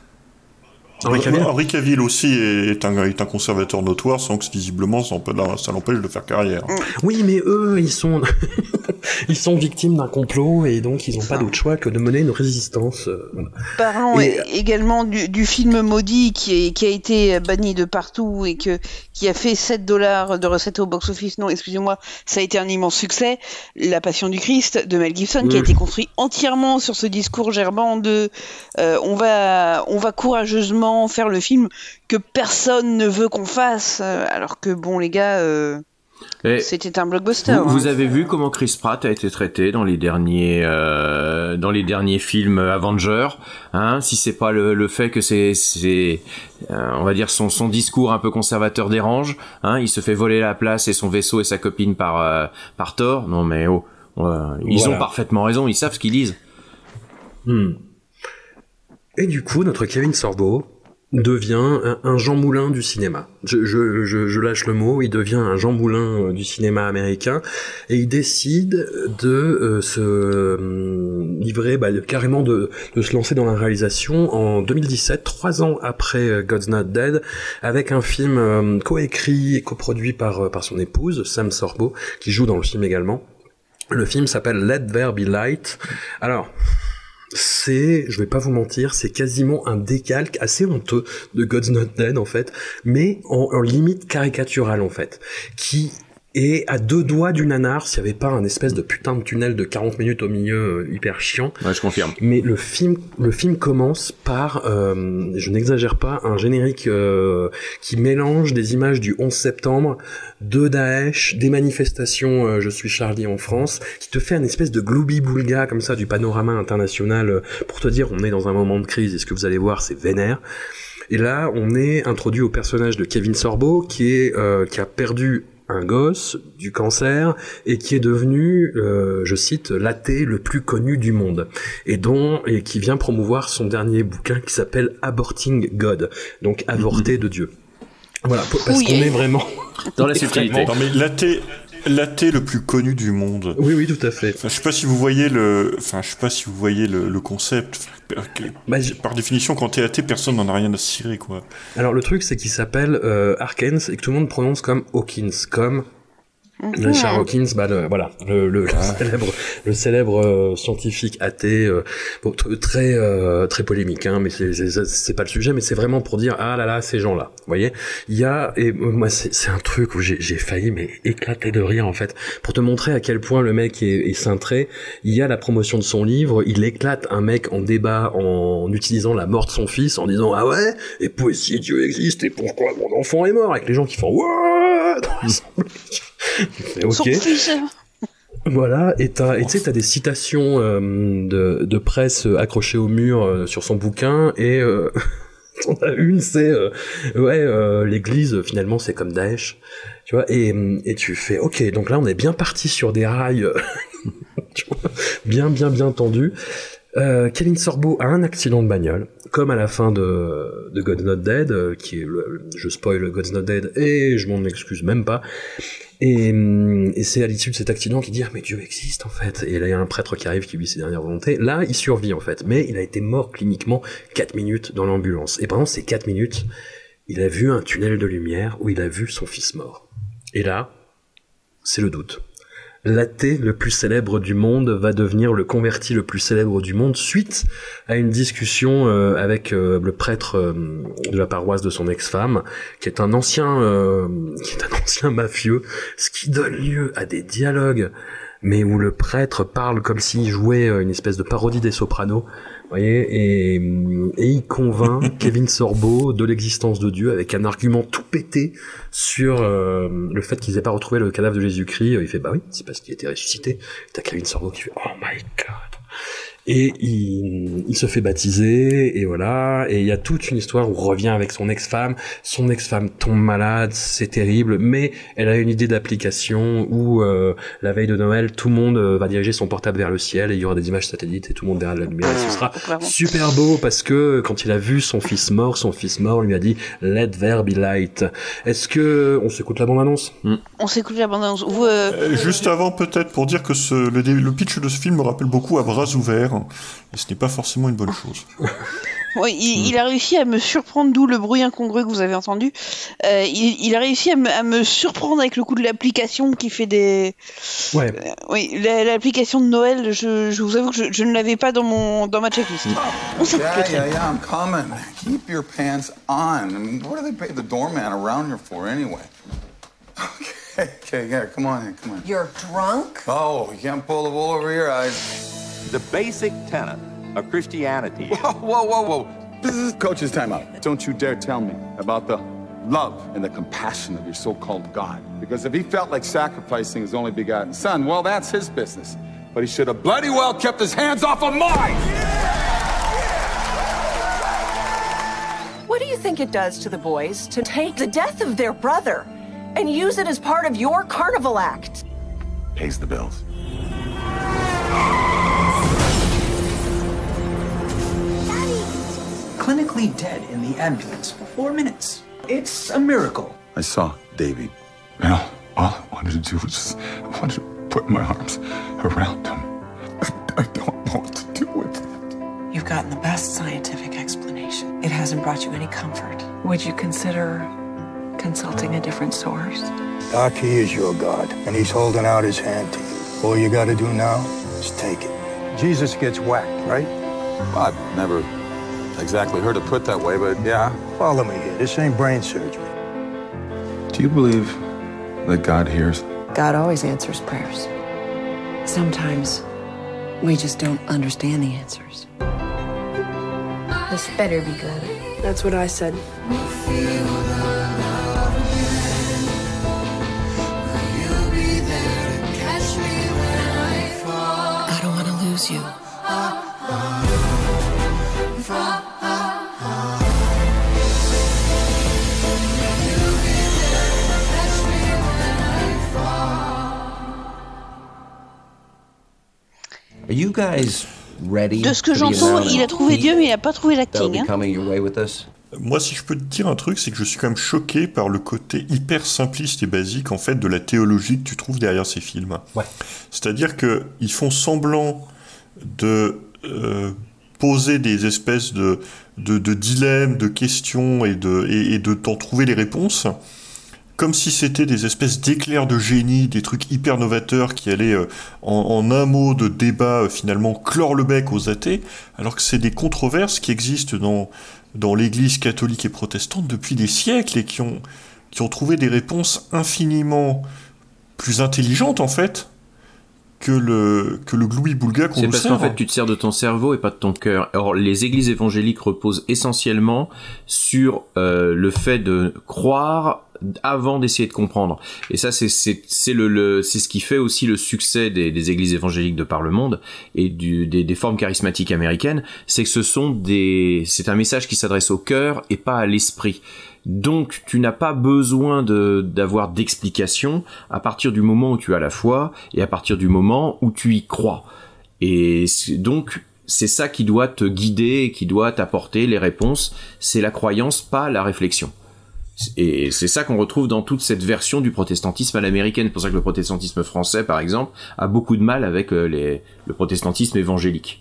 S10: Henry Cavill.
S9: Henry Cavill aussi est un, est un conservateur notoire, sans que visiblement ça l'empêche de faire carrière.
S10: Oui, mais eux, ils sont, ils sont victimes d'un complot et donc ils n'ont pas d'autre choix que de mener une résistance. Euh, voilà.
S6: Parent
S10: et...
S6: également du, du film maudit qui, est, qui a été banni de partout et que, qui a fait sept dollars de recettes au box-office. Non, excusez-moi, ça a été un immense succès. La Passion du Christ de Mel Gibson, mmh. qui a été construit entièrement sur ce discours gerbant de euh, on va, on va courageusement faire le film que personne ne veut qu'on fasse, alors que bon les gars, euh, c'était un blockbuster.
S8: Vous,
S6: hein.
S8: vous avez vu comment Chris Pratt a été traité dans les derniers, euh, dans les derniers films Avengers, hein, si c'est pas le, le fait que c'est, c'est euh, on va dire son, son discours un peu conservateur dérange, hein, il se fait voler la place et son vaisseau et sa copine par, euh, par Thor. Non mais oh, euh, ils voilà. ont parfaitement raison, ils savent ce qu'ils disent.
S10: Hmm. Et du coup, notre Kevin Sorbo devient un, un Jean Moulin du cinéma. Je, je, je, je lâche le mot, il devient un Jean Moulin du cinéma américain et il décide de euh, se euh, livrer, bah, carrément de, de se lancer dans la réalisation en deux mille dix-sept, trois ans après euh, God's Not Dead, avec un film euh, coécrit et coproduit par, euh, par son épouse, Sam Sorbo, qui joue dans le film également. Le film s'appelle Let There Be Light. Alors... c'est, je vais pas vous mentir, c'est quasiment un décalque assez honteux de God's Not Dead en fait, mais en, en limite caricaturale en fait, qui Et à deux doigts du nanar, s'il n'y avait pas un espèce de putain de tunnel de quarante minutes au milieu euh, hyper chiant.
S8: Ouais, je confirme.
S10: Mais le film, le film commence par, euh, je n'exagère pas, un générique euh, qui mélange des images du onze septembre, de Daesh, des manifestations euh, Je suis Charlie en France, qui te fait un espèce de gloubi-boulga comme ça du panorama international euh, pour te dire on est dans un moment de crise et ce que vous allez voir c'est vénère. Et là, on est introduit au personnage de Kevin Sorbo qui est euh, qui a perdu un gosse, du cancer, et qui est devenu, euh, je cite, l'athée le plus connu du monde, et dont et qui vient promouvoir son dernier bouquin qui s'appelle Aborting God, donc avorter de Dieu. Voilà, parce oui. qu'on est vraiment
S8: dans la subtilité.
S9: Non mais l'athée, l'athée le plus connu du monde.
S10: Oui, oui, tout à fait.
S9: Enfin, je sais pas si vous voyez le, enfin, je sais pas si vous voyez le, le concept. Bah, je... Par définition, quand t'es athée, personne n'en a rien à cirer, quoi.
S10: Alors le truc, c'est qu'il s'appelle euh, Harkens et que tout le monde prononce comme Hawkins, comme Mm-hmm. Richard Hawkins, bah le, voilà, le, le, ah. le célèbre, le célèbre euh, scientifique athée, euh, bon, t- très euh, très polémique, hein, mais c'est, c'est c'est pas le sujet, mais c'est vraiment pour dire ah là là ces gens-là, vous voyez, il y a et moi c'est c'est un truc où j'ai j'ai failli mais éclater de rire en fait, pour te montrer à quel point le mec est, est cintré. Il y a la promotion de son livre, il éclate un mec en débat en utilisant la mort de son fils, en disant ah ouais, et puis si Dieu existe et pourquoi mon enfant est mort, avec les gens qui font ouais dans l'assemblée. Ok. Voilà, et t'as, et tu sais, t'as des citations euh, de, de presse accrochées au mur euh, sur son bouquin, et euh, t'en as une, c'est euh, ouais, euh, l'Église finalement c'est comme Daesh, tu vois, et et tu fais ok, donc là on est bien parti sur des rails, tu vois, bien bien bien tendus. Euh, Kevin Sorbo a un accident de bagnole, comme à la fin de, de God's Not Dead, euh, qui est, le, je spoil God's Not Dead et je m'en excuse même pas. Et, et c'est à l'issue de cet accident qu'il dit ah mais Dieu existe en fait. Et là il y a un prêtre qui arrive qui lui dit ses dernières volontés. Là il survit en fait, mais il a été mort cliniquement quatre minutes dans l'ambulance. Et pendant ces quatre minutes, il a vu un tunnel de lumière où il a vu son fils mort. Et là, c'est le doute. L'athée le plus célèbre du monde va devenir le converti le plus célèbre du monde suite à une discussion euh, avec euh, le prêtre euh, de la paroisse de son ex-femme, qui est un ancien, euh, qui est un ancien mafieux, ce qui donne lieu à des dialogues, mais où le prêtre parle comme s'il jouait une espèce de parodie des Sopranos. Vous voyez, et, et il convainc Kevin Sorbo de l'existence de Dieu avec un argument tout pété sur euh, le fait qu'ils aient pas retrouvé le cadavre de Jésus-Christ. Il fait bah oui, c'est parce qu'il était ressuscité. T'as Kevin Sorbo qui fait oh my god. Et il, il se fait baptiser, et voilà, et il y a toute une histoire où il revient avec son ex-femme, son ex-femme tombe malade, c'est terrible, mais elle a une idée d'application où euh, la veille de Noël, tout le monde euh, va diriger son portable vers le ciel, et il y aura des images satellites, et tout le monde verra de la lumière, et ce sera super beau, parce que quand il a vu son fils mort, son fils mort lui a dit « Let there be light ». Est-ce que on s'écoute la bande-annonce ?
S6: mm. On s'écoute la bande-annonce. Vous, euh...
S9: Euh, juste avant, peut-être, pour dire que ce, le, le pitch de ce film me rappelle beaucoup à Bras ouverts, et ce n'est pas forcément une bonne chose.
S6: Oui, il, mm. il a réussi à me surprendre, d'où le bruit incongru que vous avez entendu. Euh, il, il a réussi à me, à me surprendre avec le coup de l'application qui fait des...
S10: Ouais.
S6: Euh, oui, la, l'application de Noël, je, je vous avoue que je, je ne l'avais pas dans, mon, dans ma checklist. Mm. On s'écoute
S11: yeah, yeah, yeah, I'm coming. Keep your pants on. I mean, what do they pay the doorman around here for anyway? Okay, okay, yeah, come on in, come on.
S18: You're drunk?
S11: Oh, you can't pull the wool over your eyes.
S19: The basic tenet of Christianity.
S11: Whoa, whoa, whoa, whoa. This is Coach's timeout. Don't you dare tell me about the love and the compassion of your so-called God. Because if he felt like sacrificing his only begotten son, well, that's his business. But he should have bloody well kept his hands off of mine!
S18: What do you think it does to the boys to take the death of their brother and use it as part of your carnival act?
S11: Pays the bills.
S20: Clinically dead in the ambulance for four minutes. It's a miracle.
S11: I saw Davey. And all, all I wanted to do was just, I wanted to put my arms around him. I, I don't know what to do with it.
S21: You've gotten the best scientific explanation. It hasn't brought you any comfort. Would you consider consulting a different source?
S22: Doc, he is your God, and he's holding out his hand to you. All you gotta do now is take it. Jesus gets whacked, right?
S11: Well, I've never exactly heard it put that way, but yeah.
S22: Follow me here. This ain't brain surgery.
S11: Do you believe that God hears
S21: God always answers prayers. Sometimes we just don't understand the answers.
S12: This better be good.
S21: That's what I said.
S12: I don't want to lose you.
S1: Are you guys ready?
S6: De ce que j'entends, il a trouvé Dieu, mais il n'a pas trouvé l'acting. Hein.
S9: Moi, si je peux te dire un truc, c'est que je suis quand même choqué par le côté hyper simpliste et basique, en fait, de la théologie que tu trouves derrière ces films.
S10: Ouais.
S9: C'est-à-dire qu'ils font semblant de euh, poser des espèces de, de, de dilemmes, de questions et de, et, et de t'en trouver les réponses, comme si c'était des espèces d'éclairs de génie, des trucs hyper novateurs qui allaient, euh, en, en un mot de débat, euh, finalement, clore le bec aux athées, alors que c'est des controverses qui existent dans, dans l'Église catholique et protestante depuis des siècles et qui ont, qui ont trouvé des réponses infiniment plus intelligentes, en fait, que le, que le gloubi-boulga qu'on nous sert.
S8: C'est parce qu'en fait, tu te sers de ton cerveau et pas de ton cœur. Or, les églises évangéliques reposent essentiellement sur euh, le fait de croire avant d'essayer de comprendre. Et ça, c'est c'est c'est le, le c'est ce qui fait aussi le succès des, des églises évangéliques de par le monde et du des, des formes charismatiques américaines, c'est que ce sont des c'est un message qui s'adresse au cœur et pas à l'esprit. Donc, tu n'as pas besoin de d'avoir d'explications à partir du moment où tu as la foi et à partir du moment où tu y crois. Et donc, c'est ça qui doit te guider et qui doit t'apporter les réponses. C'est la croyance, pas la réflexion. Et c'est ça qu'on retrouve dans toute cette version du protestantisme à l'américaine. C'est pour ça que le protestantisme français, par exemple, a beaucoup de mal avec les, le protestantisme évangélique.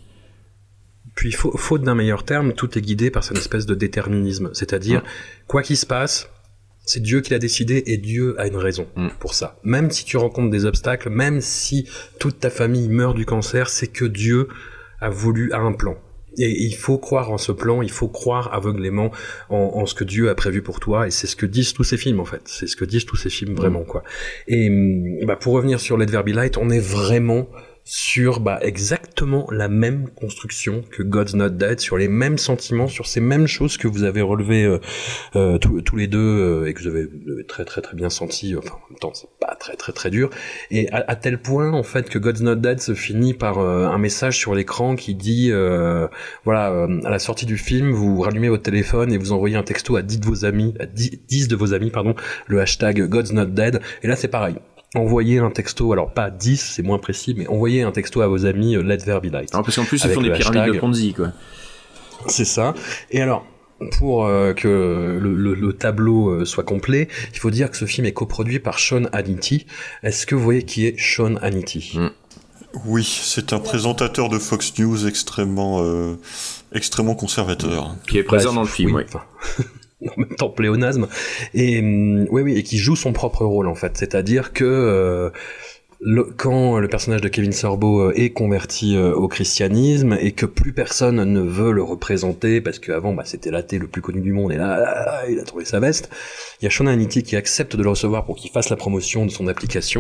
S10: Puis, faute d'un meilleur terme, tout est guidé par cette espèce de déterminisme. C'est-à-dire, mmh. quoi qu'il se passe, c'est Dieu qui l'a décidé et Dieu a une raison mmh. pour ça. Même si tu rencontres des obstacles, même si toute ta famille meurt du cancer, c'est que Dieu a voulu, a un plan. Et il faut croire en ce plan, il faut croire aveuglément en, en ce que Dieu a prévu pour toi, et c'est ce que disent tous ces films en fait, c'est ce que disent tous ces films vraiment quoi. Et bah, pour revenir sur Let There Be Light, on est vraiment sur bah, exactement la même construction que God's Not Dead, sur les mêmes sentiments, sur ces mêmes choses que vous avez relevées euh, euh, tous, tous les deux euh, et que vous avez, vous avez très très très bien senti. Enfin, en même temps, c'est pas très très très dur. Et à, à tel point en fait que God's Not Dead se finit par euh, un message sur l'écran qui dit euh, voilà, euh, à la sortie du film, vous rallumez votre téléphone et vous envoyez un texto à dix de vos amis, à dix de vos amis, pardon, le hashtag God's Not Dead. Et là, c'est pareil. Envoyez un texto, alors pas dix, c'est moins précis, mais envoyez un texto à vos amis, euh, Let There Be Light.
S8: Alors, parce qu'en plus, ils font des pyramides de Ponzi, quoi.
S10: C'est ça. Et alors, pour euh, que le, le, le tableau euh, soit complet, il faut dire que ce film est coproduit par Sean Hannity. Est-ce que vous voyez qui est Sean Hannity ?
S9: mm. Oui, c'est un présentateur de Fox News extrêmement, euh, extrêmement conservateur.
S8: Qui est présent bah, dans le film, oui.
S10: oui. En même temps pléonasme, et euh, oui oui et qui joue son propre rôle en fait, c'est-à-dire que euh, le, quand le personnage de Kevin Sorbo est converti euh, au christianisme et que plus personne ne veut le représenter parce qu'avant bah, c'était l'athée le plus connu du monde et là, là il a trouvé sa veste, il y a Sean Hannity qui accepte de le recevoir pour qu'il fasse la promotion de son application.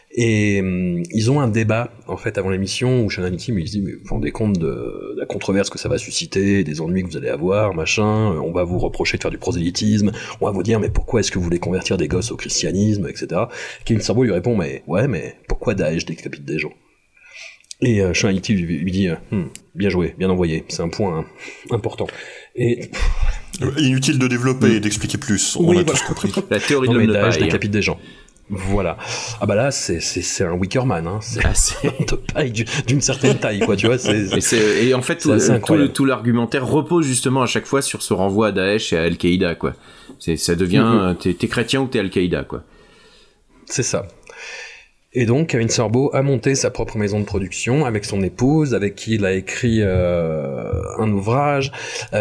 S10: Et euh, ils ont un débat en fait avant l'émission où Sean Hannity me dit mais vous vous rendez compte de, de la controverse que ça va susciter, des ennuis que vous allez avoir, machin, on va vous reprocher de faire du prosélytisme, on va vous dire mais pourquoi est-ce que vous voulez convertir des gosses au christianisme, et cetera. Kevin Sorbo lui répond mais ouais mais pourquoi Daesh décapite des gens? Et euh, Sean Hannity lui, lui dit hm, bien joué, bien envoyé, c'est un point hein, important. Et
S9: inutile de développer mmh. et d'expliquer plus, on
S10: oui,
S9: a
S10: voilà.
S9: tous compris.
S8: La théorie
S10: non,
S8: de l'homme de
S10: Daesh
S8: paille.
S10: décapite des gens. Voilà. Ah bah là, c'est c'est c'est un Wickerman, hein. C'est
S8: ah, c'est
S10: de paille d'une certaine taille, quoi. Tu vois. C'est,
S8: et, c'est, et en fait, tout, tout, le, tout l'argumentaire repose justement à chaque fois sur ce renvoi à Daesh et à Al-Qaïda, quoi. C'est ça devient, mm-hmm. t'es, t'es chrétien ou t'es Al-Qaïda, quoi.
S10: C'est ça. Et donc, Kevin Sorbo a monté sa propre maison de production avec son épouse, avec qui il a écrit euh, un ouvrage.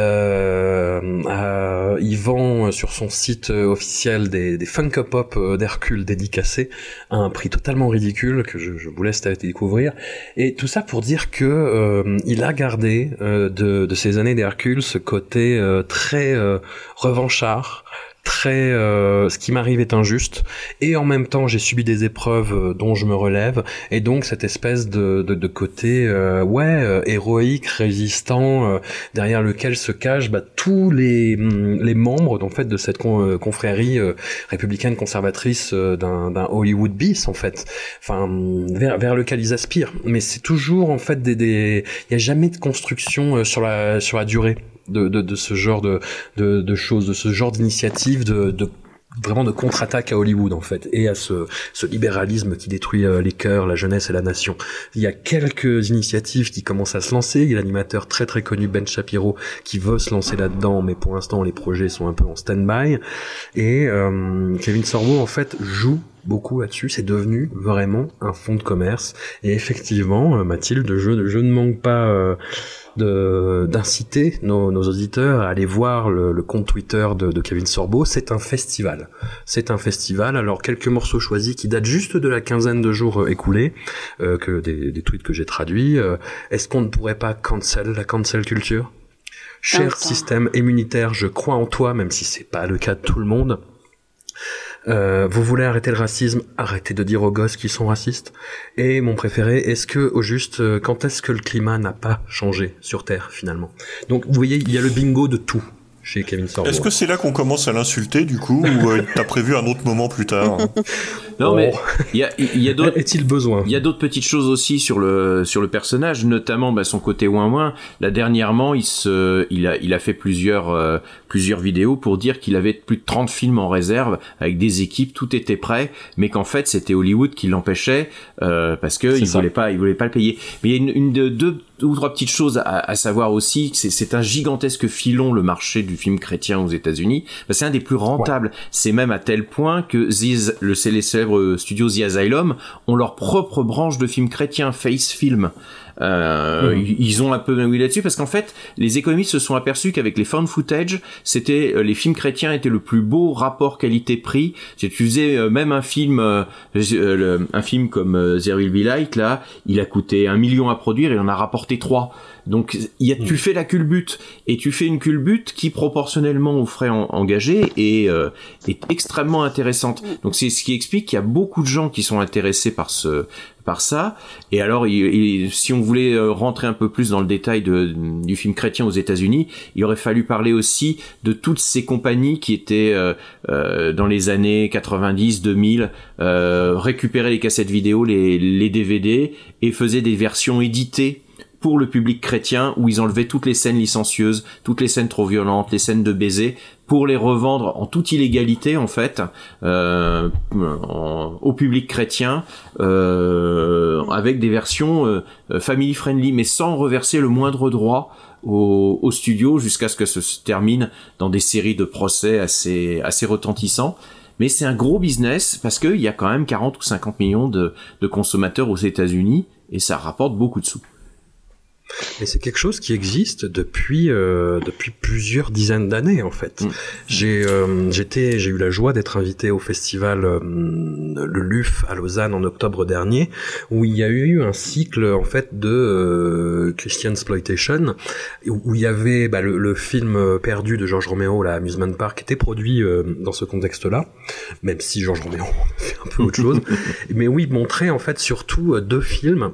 S10: Euh, euh, il vend sur son site officiel des, des Funko Pop d'Hercule dédicacés à un prix totalement ridicule que je, je vous laisse découvrir. Et tout ça pour dire que euh, il a gardé euh, de, de ces années d'Hercule ce côté euh, très euh, revanchard, très euh, ce qui m'arrive est injuste, et en même temps j'ai subi des épreuves euh, dont je me relève, et donc cette espèce de, de, de côté euh, ouais euh, héroïque, résistant, euh, derrière lequel se cachent bah, tous les les membres en fait de cette con, euh, confrérie euh, républicaine conservatrice euh, d'un, d'un Hollywood bis en fait, enfin vers vers lequel ils aspirent, mais c'est toujours en fait des des il y a jamais de construction euh, sur la sur la durée. De, de, de ce genre de, de, de choses, de ce genre d'initiative, de, de vraiment de contre-attaque à Hollywood en fait, et à ce, ce libéralisme qui détruit euh, les cœurs, la jeunesse et la nation. Il y a quelques initiatives qui commencent à se lancer. Il y a l'animateur très très connu Ben Shapiro qui veut se lancer là-dedans, mais pour l'instant les projets sont un peu en stand-by. Et euh, Kevin Sorbo en fait joue beaucoup là-dessus, c'est devenu vraiment un fonds de commerce. Et effectivement, euh, Mathilde, je, je ne manque pas euh, de, d'inciter nos, nos auditeurs à aller voir le, le compte Twitter de, de Kevin Sorbo. C'est un festival. C'est un festival. Alors, quelques morceaux choisis qui datent juste de la quinzaine de jours euh, écoulés, euh, que des, des tweets que j'ai traduits. Euh, est-ce qu'on ne pourrait pas cancel la cancel culture ? Cher système immunitaire, je crois en toi, même si c'est pas le cas de tout le monde. Euh, vous voulez arrêter le racisme, arrêtez de dire aux gosses qu'ils sont racistes. Et mon préféré, est-ce que, au juste, euh, quand est-ce que le climat n'a pas changé sur Terre, finalement ? Donc, vous voyez, il y a le bingo de tout chez Kevin Sorbo.
S9: Est-ce que c'est là qu'on commence à l'insulter, du coup, ou euh, t'as prévu un autre moment plus tard ?
S8: Non,
S10: oh.
S8: mais il y a, il y a d'autres.
S10: Est-il besoin ?
S8: Il y a d'autres petites choses aussi sur le sur le personnage, notamment bah, son côté ouin ouin. Là dernièrement, il se, il a, il a fait plusieurs euh, plusieurs vidéos pour dire qu'il avait plus de trente films en réserve avec des équipes, tout était prêt, mais qu'en fait c'était Hollywood qui l'empêchait euh, parce que c'est il ça. voulait pas, il voulait pas le payer. Mais il y a une, une de deux ou trois petites choses à, à savoir aussi, c'est, c'est un gigantesque filon le marché du film chrétien aux États-Unis. Bah, c'est un des plus rentables. Ouais. C'est même à tel point que Ziz, le célèbre studio The Asylum, ont leur propre branche de films chrétiens, Face Film. Euh, mmh. Ils ont un peu oui là-dessus parce qu'en fait, les économistes se sont aperçus qu'avec les found footage, c'était les films chrétiens étaient le plus beau rapport qualité-prix. Si tu faisais euh, même un film, euh, le, un film comme euh, There Will Be Light, là, il a coûté un million à produire et il en a rapporté trois. Donc, il y a, tu fais la culbute et tu fais une culbute qui proportionnellement aux frais en, engagés est, euh, est extrêmement intéressante. Donc, c'est ce qui explique qu'il y a beaucoup de gens qui sont intéressés par ce par ça. Et alors, il, il, si on voulait rentrer un peu plus dans le détail de, du film chrétien aux États-Unis, il aurait fallu parler aussi de toutes ces compagnies qui étaient euh, euh, dans les années quatre-vingt-dix, deux mille, euh, récupéraient les cassettes vidéo, les, les D V D et faisaient des versions éditées pour le public chrétien où ils enlevaient toutes les scènes licencieuses, toutes les scènes trop violentes, les scènes de baisers, pour les revendre en toute illégalité en fait euh, en, au public chrétien euh, avec des versions euh, family friendly mais sans reverser le moindre droit au, au studio jusqu'à ce que ça se termine dans des séries de procès assez assez retentissants. Mais c'est un gros business parce qu'il y a quand même quarante ou cinquante millions de, de consommateurs aux États-Unis et ça rapporte beaucoup de sous.
S10: Mais c'est quelque chose qui existe depuis euh, depuis plusieurs dizaines d'années en fait. Mmh. J'ai euh, j'étais j'ai eu la joie d'être invité au festival euh, le L U F à Lausanne en octobre dernier où il y a eu un cycle en fait de euh, Christian Exploitation où, où il y avait bah, le, le film perdu de George Romero, la Amusement Park, était produit euh, dans ce contexte-là, même si George Romero fait un peu autre chose. Mais oui, montrait en fait surtout euh, deux films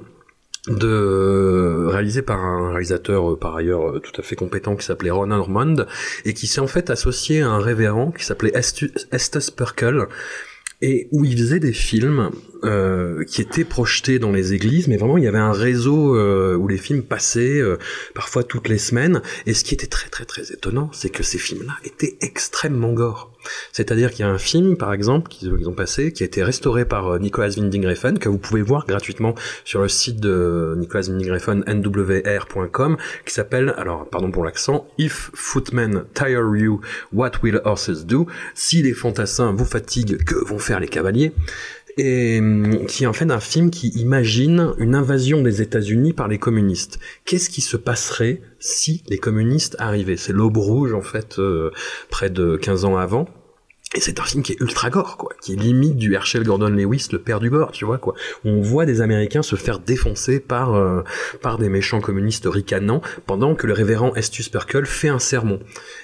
S10: de réalisé par un réalisateur euh, par ailleurs euh, tout à fait compétent qui s'appelait Ron Ormond et qui s'est en fait associé à un révérend qui s'appelait Estes Perkel et où il faisait des films euh, qui étaient projetés dans les églises, mais vraiment il y avait un réseau euh, où les films passaient euh, parfois toutes les semaines, et ce qui était très très très étonnant, c'est que ces films-là étaient extrêmement gore. C'est-à-dire qu'il y a un film, par exemple, qu'ils ont passé, qui a été restauré par euh, Nicolas Winding Refn, que vous pouvez voir gratuitement sur le site de Nicolas Winding Refn, N W R point com, qui s'appelle, alors pardon pour l'accent, If Footmen Tire You, What Will Horses Do? Si les fantassins vous fatiguent, que vont faire les cavaliers? Et qui est en fait un film qui imagine une invasion des États-Unis par les communistes. Qu'est-ce qui se passerait si les communistes arrivaient? C'est l'Aube rouge en fait, euh, près de quinze ans avant. Et c'est un film qui est ultra gore, quoi, qui est limite du Herschel Gordon Lewis, le père du gore, tu vois, quoi. On voit des Américains se faire défoncer par euh, par des méchants communistes ricanants, pendant que le révérend Estus Perkel fait un sermon.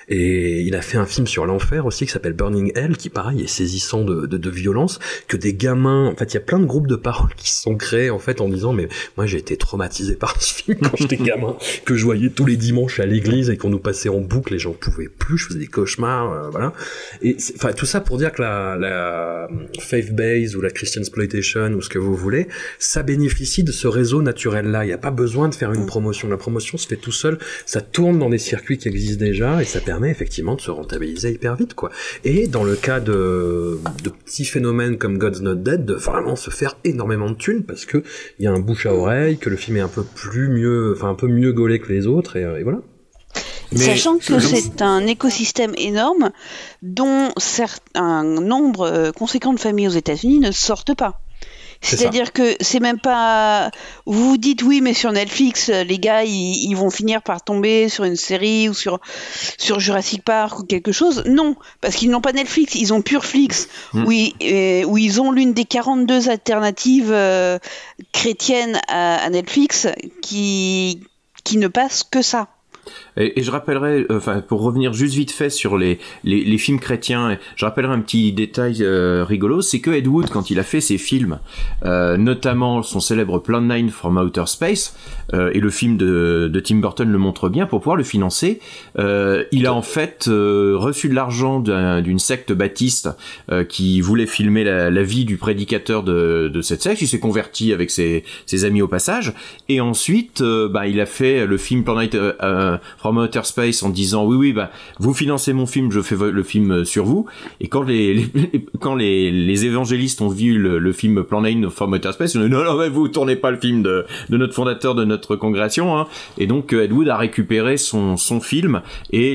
S10: Et il a fait un film sur l'enfer aussi qui s'appelle Burning Hell, qui pareil est saisissant de, de, de violence, que des gamins, en fait il y a plein de groupes de paroles qui se sont créés en fait en disant mais moi j'ai été traumatisé par ce film quand j'étais gamin, que je voyais tous les dimanches à l'église et qu'on nous passait en boucle et j'en pouvais plus, je faisais des cauchemars, euh, voilà. Et enfin tout ça pour dire que la, la faith base ou la Christian exploitation ou ce que vous voulez, ça bénéficie de ce réseau naturel là. Il n'y a pas besoin de faire une promotion. La promotion se fait tout seul, ça tourne dans des circuits qui existent déjà et ça permet effectivement de se rentabiliser hyper vite, quoi. Et dans le cas de, de petits phénomènes comme God's Not Dead, de vraiment se faire énormément de thunes parce que il y a un bouche à oreille, que le film est un peu plus mieux, enfin un peu mieux gaulé que les autres et, et voilà.
S6: Mais sachant que c'est un écosystème énorme dont certes, un nombre conséquent de familles aux États-Unis ne sortent pas. C'est-à-dire que c'est même pas... Vous vous dites oui, mais sur Netflix, les gars, ils, ils vont finir par tomber sur une série ou sur, sur Jurassic Park ou quelque chose. Non, parce qu'ils n'ont pas Netflix, ils ont Pureflix, mmh. où, ils, euh, où ils ont l'une des quarante-deux alternatives euh, chrétiennes à, à Netflix qui, qui ne passe que ça.
S8: Et, et je rappellerai, enfin euh, pour revenir juste vite fait sur les les, les films chrétiens, je rappellerai un petit détail euh, rigolo, c'est que Ed Wood, quand il a fait ses films, euh, notamment son célèbre Plan nine from Outer Space, euh, et le film de, de Tim Burton le montre bien, pour pouvoir le financer, euh, il a en fait euh, reçu de l'argent d'un, d'une secte baptiste euh, qui voulait filmer la, la vie du prédicateur de, de cette secte. Il s'est converti avec ses, ses amis au passage, et ensuite, euh, bah, il a fait le film Plan nine euh, euh, from Outer Space en disant oui oui bah vous financez mon film, je fais le film sur vous. Et quand les, les quand les, les évangélistes ont vu le, le film Plan nine from Outer Space, ils ont dit non non mais vous tournez pas le film de, de notre fondateur de notre congrégation, hein. Et donc Ed Wood a récupéré son son film et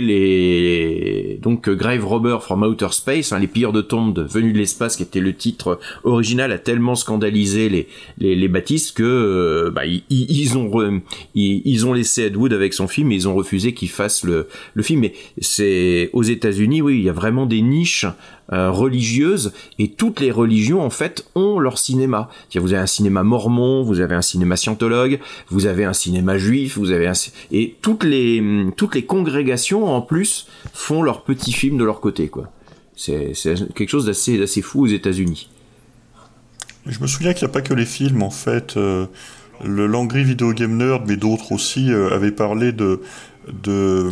S8: les donc Grave Robber from Outer Space, hein, les pilleurs de tombes venus de l'espace, qui était le titre original, a tellement scandalisé les les, les baptistes que euh, bah ils, ils ont re, ils, ils ont laissé Ed Wood avec son film et ils ont refusé qu'il fasse le, le film. Mais c'est aux États-Unis, oui, il y a vraiment des niches euh, religieuses, et toutes les religions en fait ont leur cinéma. C'est-à-dire, vous avez un cinéma mormon, vous avez un cinéma scientologue, vous avez un cinéma juif, vous avez un et toutes les toutes les congrégations en plus font leurs petits films de leur côté, quoi. C'est c'est quelque chose d'assez d'assez fou aux États-Unis.
S9: Je me souviens qu'il n'y a pas que les films en fait. Euh... Le Langry Video Game Nerd, mais d'autres aussi, euh, avaient parlé de, de,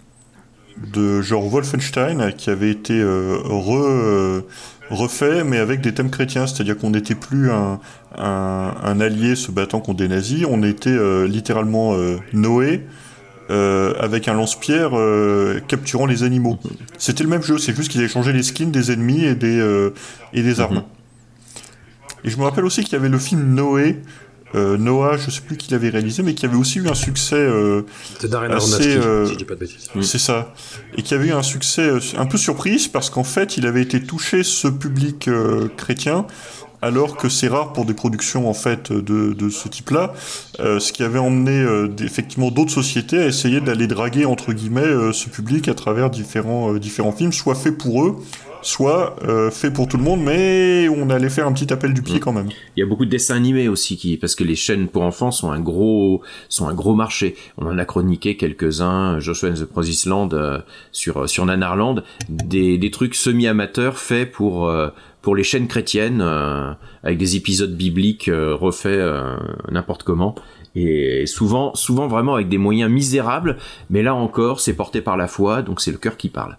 S9: de genre Wolfenstein, qui avait été euh, re, euh, refait, mais avec des thèmes chrétiens. C'est-à-dire qu'on n'était plus un, un, un allié se battant contre des nazis, on était euh, littéralement euh, Noé, euh, avec un lance-pierre euh, capturant les animaux. C'était le même jeu, c'est juste qu'ils avaient changé les skins des ennemis et des, euh, et des armes. Mm-hmm. Et je me rappelle aussi qu'il y avait le film Noé, Euh, Noah, je sais plus qui l'avait réalisé, mais qui avait aussi eu un succès euh, assez, euh, si je dis pas de bêtises. C'est ça, et qui avait eu un succès euh, un peu surprise parce qu'en fait, il avait été touché ce public euh, chrétien, alors que c'est rare pour des productions en fait de, de ce type-là, euh, ce qui avait emmené euh, effectivement d'autres sociétés à essayer d'aller draguer entre guillemets euh, ce public à travers différents euh, différents films, soit faits pour eux, soit euh, fait pour tout le monde, mais on allait faire un petit appel du pied quand même.
S8: Il y a beaucoup de dessins animés aussi, qui, parce que les chaînes pour enfants sont un gros, sont un gros marché. On en a chroniqué quelques-uns, Joshua and the Promised Land euh, sur sur Nanarland, des des trucs semi-amateurs faits pour euh, pour les chaînes chrétiennes, euh, avec des épisodes bibliques euh, refaits euh, n'importe comment. Et souvent, souvent vraiment avec des moyens misérables, mais là encore, c'est porté par la foi, donc c'est le cœur qui parle.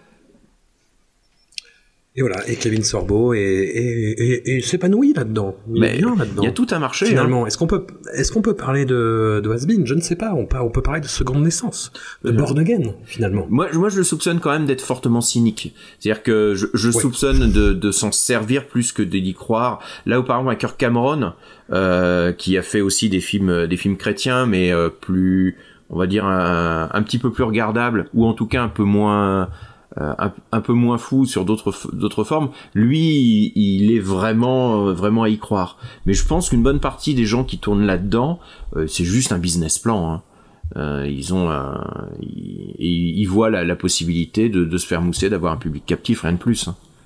S10: Et voilà, et Kevin Sorbo est, est, est, est s'épanouit là-dedans. Il
S8: Mais
S10: est bien là-dedans.
S8: Il y a tout un marché.
S10: Finalement,
S8: hein.
S10: est-ce qu'on peut, est-ce qu'on peut parler de, de Has-Been ? Je ne sais pas. On peut, on peut parler de seconde naissance, de Born Again, finalement.
S8: Moi, moi, je le soupçonne quand même d'être fortement cynique. C'est-à-dire que je, je ouais. soupçonne de, de s'en servir plus que d'y croire. Là où, par exemple, Kirk Cameron, euh, qui a fait aussi des films, des films chrétiens, mais euh, plus, on va dire, un, un petit peu plus regardables, ou en tout cas un peu moins... Euh, un, un peu moins fou sur d'autres d'autres formes. Lui, il, il est vraiment euh, vraiment à y croire. Mais je pense qu'une bonne partie des gens qui tournent là-dedans, euh, c'est juste un business plan. Hein. Euh, ils ont, un, ils, ils voient la, la possibilité de, de se faire mousser, d'avoir un public captif, rien de plus. Hein.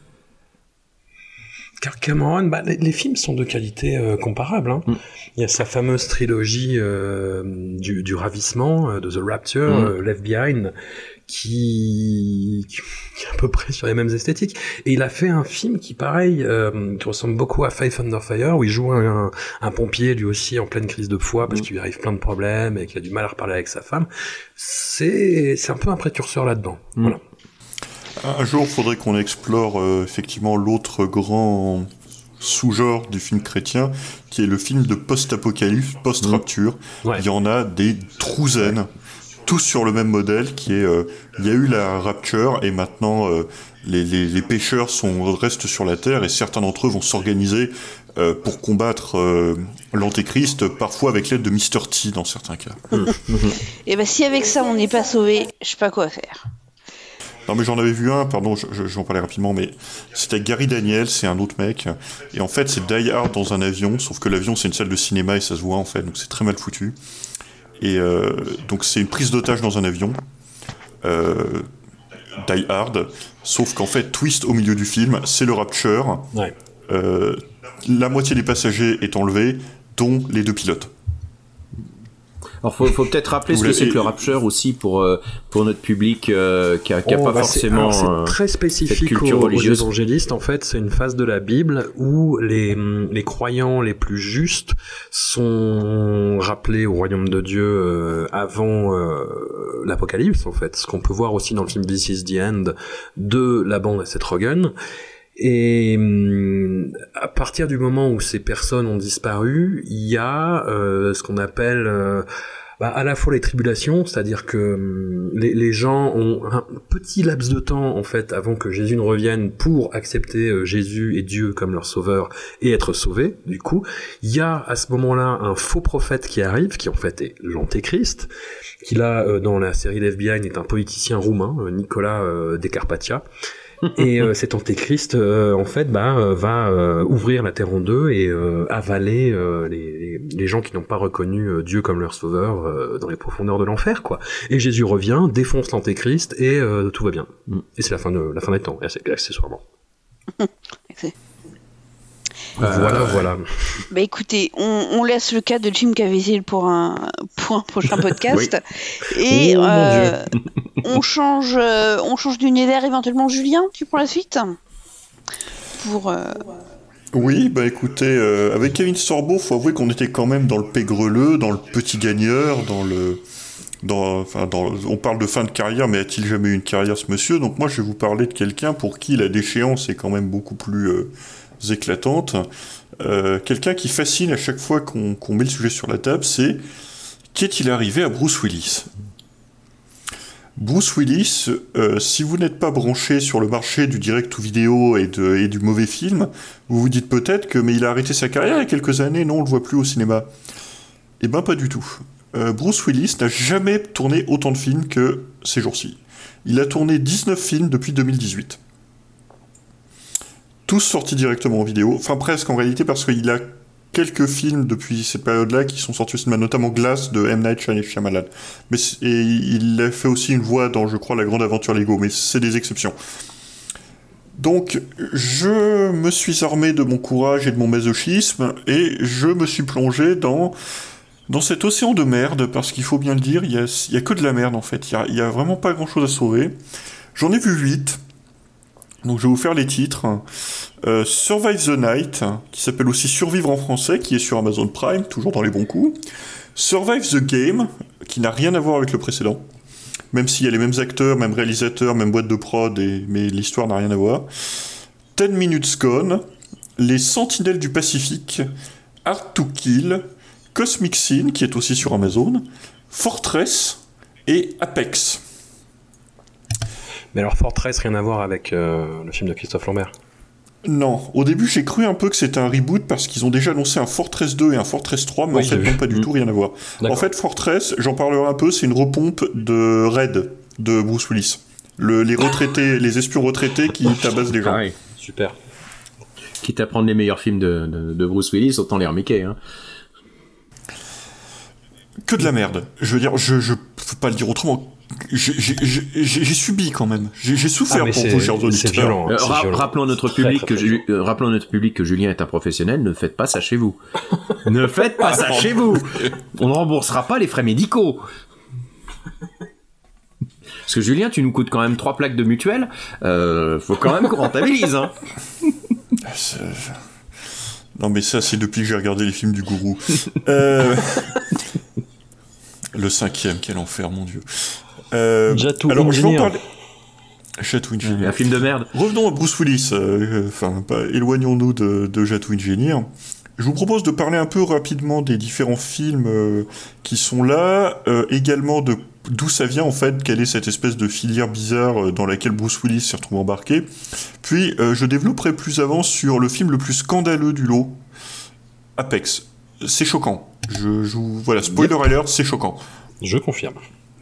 S10: Car Cameron, bah, les, les films sont de qualité euh, comparable. Hein. Mm. Il y a sa fameuse trilogie euh, du, du ravissement, euh, de The Rapture, mm. euh, Left Behind, qui, qui est à peu près sur les mêmes esthétiques. Et il a fait un film qui, pareil, euh, qui ressemble beaucoup à Faith Under Fire, où il joue un, un pompier, lui aussi, en pleine crise de foi, parce mm. qu'il lui arrive plein de problèmes et qu'il a du mal à reparler avec sa femme. C'est, c'est un peu un précurseur là-dedans. Mm. Voilà.
S9: Un jour, il faudrait qu'on explore euh, effectivement l'autre grand sous-genre du film chrétien, qui est le film de post-apocalypse, post-rapture. Mmh. Ouais. Il y en a des trouzaines, tous sur le même modèle, qui est, euh, il y a eu la rapture, et maintenant euh, les, les, les pécheurs sont, restent sur la terre, et certains d'entre eux vont s'organiser euh, pour combattre euh, l'antéchrist, parfois avec l'aide de mister T dans certains cas. Mmh.
S6: Et ben si avec ça on n'est pas sauvé, je sais pas quoi faire.
S9: Non mais j'en avais vu un, pardon, je, je, j'en parlais rapidement, mais c'était Gary Daniels, c'est un autre mec, et en fait c'est Die Hard dans un avion, sauf que l'avion c'est une salle de cinéma et ça se voit en fait, donc c'est très mal foutu. Et euh, donc c'est une prise d'otage dans un avion, euh, Die Hard, sauf qu'en fait, twist au milieu du film, c'est le Rapture, ouais. euh, la moitié des passagers est enlevée, dont les deux pilotes.
S8: Alors faut, faut peut-être rappeler ce que c'est que le Rapture aussi pour euh, pour notre public euh, qui a, qui a oh, pas bah forcément.
S10: C'est, alors, c'est très spécifique aux, aux évangélistes. En fait, c'est une phase de la Bible où les les croyants les plus justes sont rappelés au royaume de Dieu euh, avant euh, l'Apocalypse. En fait, ce qu'on peut voir aussi dans le film This Is the End de la bande à Seth Rogen. Et à partir du moment où ces personnes ont disparu, il y a euh, ce qu'on appelle euh, bah, à la fois les tribulations, c'est-à-dire que euh, les, les gens ont un petit laps de temps en fait avant que Jésus ne revienne pour accepter euh, Jésus et Dieu comme leur sauveur et être sauvés. Du coup, il y a à ce moment-là un faux prophète qui arrive, qui en fait est l'Antéchrist, qui là euh, dans la série Left Behind est un politicien roumain, euh, Nicolas euh, De Carpathia. Et euh, cet antéchrist, euh, en fait, bah, euh, va euh, ouvrir la terre en deux et euh, avaler euh, les, les, les gens qui n'ont pas reconnu euh, Dieu comme leur sauveur euh, dans les profondeurs de l'enfer, quoi. Et Jésus revient, défonce l'antéchrist et euh, tout va bien. Mm. Et c'est la fin de la fin des temps, accessoirement. Euh, voilà, voilà.
S6: Bah écoutez, on, on laisse le cas de Jim Caviezel pour un pour un prochain podcast. Oui. Et oh, euh, on change, euh, on change d'univers éventuellement. Julien, tu prends la suite pour. Euh...
S9: Oui, bah écoutez, euh, avec Kevin Sorbo, faut avouer qu'on était quand même dans le pégreleux, dans le petit gagneur, dans le. Dans, enfin, dans, on parle de fin de carrière, mais a-t-il jamais eu une carrière, ce monsieur ? Donc moi, je vais vous parler de quelqu'un pour qui la déchéance est quand même beaucoup plus euh, éclatante. Euh, quelqu'un qui fascine à chaque fois qu'on, qu'on met le sujet sur la table, c'est qu'est-il arrivé à Bruce Willis ? Bruce Willis, euh, si vous n'êtes pas branché sur le marché du direct-to-vidéo et, de, et du mauvais film, vous vous dites peut-être que mais il a arrêté sa carrière il y a quelques années, non, on le voit plus au cinéma. Eh ben pas du tout. Euh, Bruce Willis n'a jamais tourné autant de films que ces jours-ci. Il a tourné dix-neuf films depuis deux mille dix-huit. Tous sortis directement en vidéo, enfin presque en réalité parce qu'il a quelques films depuis cette période-là qui sont sortis au cinéma, notamment Glass de M. Night Shyamalan. Mais et il a fait aussi une voix dans, je crois, La Grande Aventure Lego, mais c'est des exceptions. Donc, je me suis armé de mon courage et de mon masochisme, et je me suis plongé dans, dans cet océan de merde, parce qu'il faut bien le dire, il y a, il y a que de la merde en fait, il y a, il y a vraiment pas grand-chose à sauver. J'en ai vu huit. Donc je vais vous faire les titres. Euh, Survive the Night, qui s'appelle aussi Survivre en français, qui est sur Amazon Prime, toujours dans les bons coups. Survive the Game, qui n'a rien à voir avec le précédent, même s'il y a les mêmes acteurs, même réalisateurs, même boîte de prod, et... mais l'histoire n'a rien à voir. Ten Minutes Gone, Les Sentinelles du Pacifique, Hard to Kill, Cosmic Sin, qui est aussi sur Amazon, Fortress et Apex.
S10: Mais alors Fortress, rien à voir avec euh, le film de Christophe Lambert ?
S9: Non, au début j'ai cru un peu que c'était un reboot parce qu'ils ont déjà annoncé un Fortress deux et un Fortress trois, mais oui, en fait non, pas du mmh. tout, rien à voir. D'accord. En fait Fortress, j'en parlerai un peu, c'est une repompe de Raid de Bruce Willis. Le, les retraités, les espions retraités qui tabassent des gens.
S8: Ah oui, super. Quitte à prendre les meilleurs films de, de, de Bruce Willis, autant les remaker, hein.
S9: Que de la merde. Je veux dire, je, je peux pas le dire autrement. j'ai, j'ai, j'ai, j'ai subi quand même. J'ai, j'ai souffert
S10: ah,
S9: pour vous, chers auditeurs.
S10: C'est violent.
S8: Euh,
S10: c'est
S8: ra-
S10: violent.
S8: rappelons notre
S10: Très,
S8: public
S10: très,
S8: que
S10: très
S8: Ju- euh, rappelons notre public que Julien est un professionnel. Ne faites pas ça chez vous. Ne faites pas ça chez vous. On ne remboursera pas les frais médicaux. Parce que Julien, tu nous coûtes quand même trois plaques de mutuelle. Euh, faut quand même qu'on rentabilise. Hein.
S9: C'est... Non mais ça, c'est depuis que j'ai regardé les films du gourou. Euh... Le cinquième, quel enfer, mon Dieu. Euh...
S10: Jatou
S9: Alors, je vais en
S10: Engineer.
S9: parler. Jatou Engineer.
S8: Un film de merde.
S9: Revenons à Bruce Willis. Enfin, euh, éloignons-nous de, de Jatou Engineer. Je vous propose de parler un peu rapidement des différents films euh, qui sont là, euh, également de d'où ça vient en fait, quelle est cette espèce de filière bizarre euh, dans laquelle Bruce Willis s'est retrouvé embarqué. Puis euh, je développerai plus avant sur le film le plus scandaleux du lot, Apex. C'est choquant. Je, je vous... Voilà, spoiler alert, c'est choquant.
S10: Je confirme.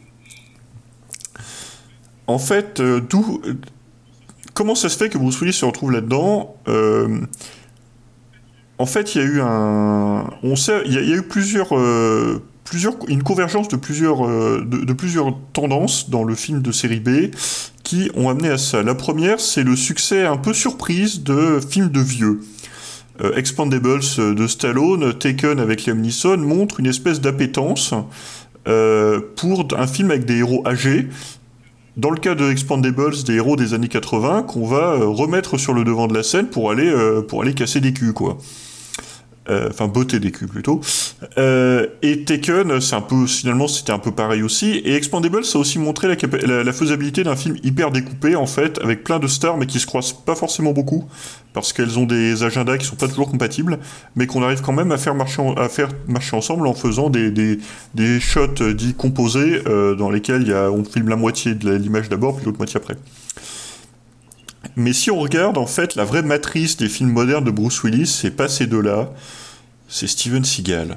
S9: En fait, euh, d'où... Comment ça se fait que Bruce Willis se retrouve là-dedans euh... En fait, il y a eu un... On sait, il y a, il y a eu plusieurs... Euh... Plusieurs, une convergence de plusieurs, euh, de, de plusieurs tendances dans le film de série B qui ont amené à ça. La première, c'est le succès un peu surprise de films de vieux. Euh, Expendables de Stallone, Taken avec Liam Neeson montre une espèce d'appétence euh, pour un film avec des héros âgés. Dans le cas de Expendables, des héros des années quatre-vingts qu'on va euh, remettre sur le devant de la scène pour aller, euh, pour aller casser des culs, quoi. Enfin, euh, botter des culs plutôt. Euh, et Taken, c'est un peu, finalement, c'était un peu pareil aussi. Et Expendables, ça a aussi montré la, capa- la, la faisabilité d'un film hyper découpé, en fait, avec plein de stars, mais qui se croisent pas forcément beaucoup, parce qu'elles ont des agendas qui sont pas toujours compatibles, mais qu'on arrive quand même à faire marcher, en, à faire marcher ensemble en faisant des, des, des shots dits composés, euh, dans lesquels il y a, on filme la moitié de l'image d'abord, puis l'autre moitié après. Mais si on regarde, en fait, la vraie matrice des films modernes de Bruce Willis, c'est pas ces deux-là, c'est Steven Seagal.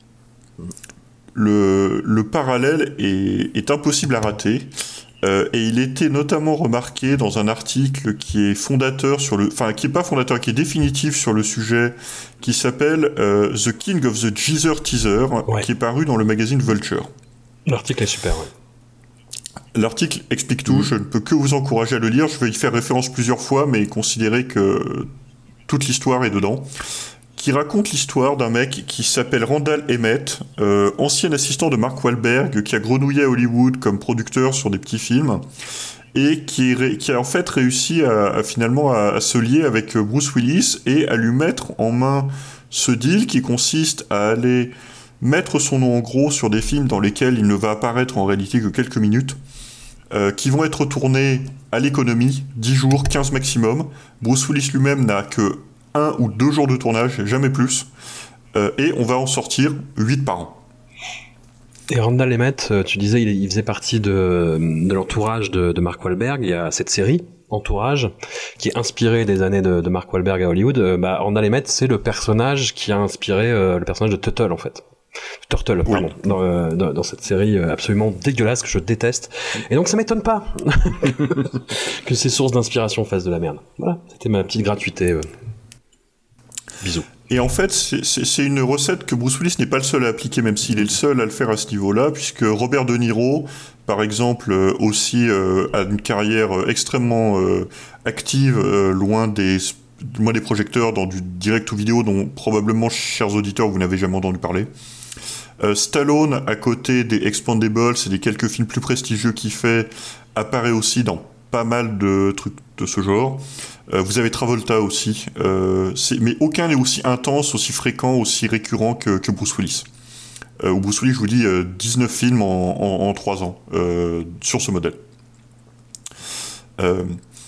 S9: Le, le parallèle est, est impossible à rater, euh, et il était notamment remarqué dans un article qui est fondateur sur le, enfin, qui est pas fondateur, qui est définitif sur le sujet, qui s'appelle euh, The King of the Geezer Teaser, ouais. qui est paru dans le magazine Vulture.
S10: L'article est super, ouais.
S9: L'article explique tout, mmh. je ne peux que vous encourager à le lire, je vais y faire référence plusieurs fois, mais considérez que toute l'histoire est dedans, qui raconte l'histoire d'un mec qui s'appelle Randall Emmett, euh, ancien assistant de Mark Wahlberg, qui a grenouillé à Hollywood comme producteur sur des petits films, et qui, ré- qui a en fait réussi à, à finalement à, à se lier avec Bruce Willis et à lui mettre en main ce deal qui consiste à aller mettre son nom en gros sur des films dans lesquels il ne va apparaître en réalité que quelques minutes, euh, qui vont être tournés à l'économie, dix jours, quinze maximum. Bruce Willis lui-même n'a que un ou deux jours de tournage, jamais plus, euh, et on va en sortir huit par an.
S10: Et Randall Emmett, tu disais, il, il faisait partie de, de l'entourage de, de Mark Wahlberg. Il y a cette série, Entourage, qui est inspirée des années de, de Mark Wahlberg à Hollywood. Euh, bah, Randall Emmett, c'est le personnage qui a inspiré euh, le personnage de Tuttle, en fait. Turtle, pardon, oui. dans, euh, dans, dans cette série absolument dégueulasse que je déteste. Et donc ça m'étonne pas que ces sources d'inspiration fassent de la merde. Voilà, c'était ma petite gratuité. Euh. Bisous.
S9: Et en fait, c'est, c'est, c'est une recette que Bruce Willis n'est pas le seul à appliquer, même s'il est le seul à le faire à ce niveau-là, puisque Robert De Niro, par exemple, euh, aussi euh, a une carrière euh, extrêmement euh, active, euh, loin des loin des projecteurs, dans du direct ou vidéo, dont probablement, chers auditeurs, vous n'avez jamais entendu parler. Euh, Stallone, à côté des Expendables et des quelques films plus prestigieux qu'il fait, apparaît aussi dans pas mal de trucs de ce genre. Euh, vous avez Travolta aussi, euh, c'est, mais aucun n'est aussi intense, aussi fréquent, aussi récurrent que, que Bruce Willis. Euh, ou Bruce Willis, je vous dis, euh, dix-neuf films en, en, en trois ans euh, sur ce modèle. Euh,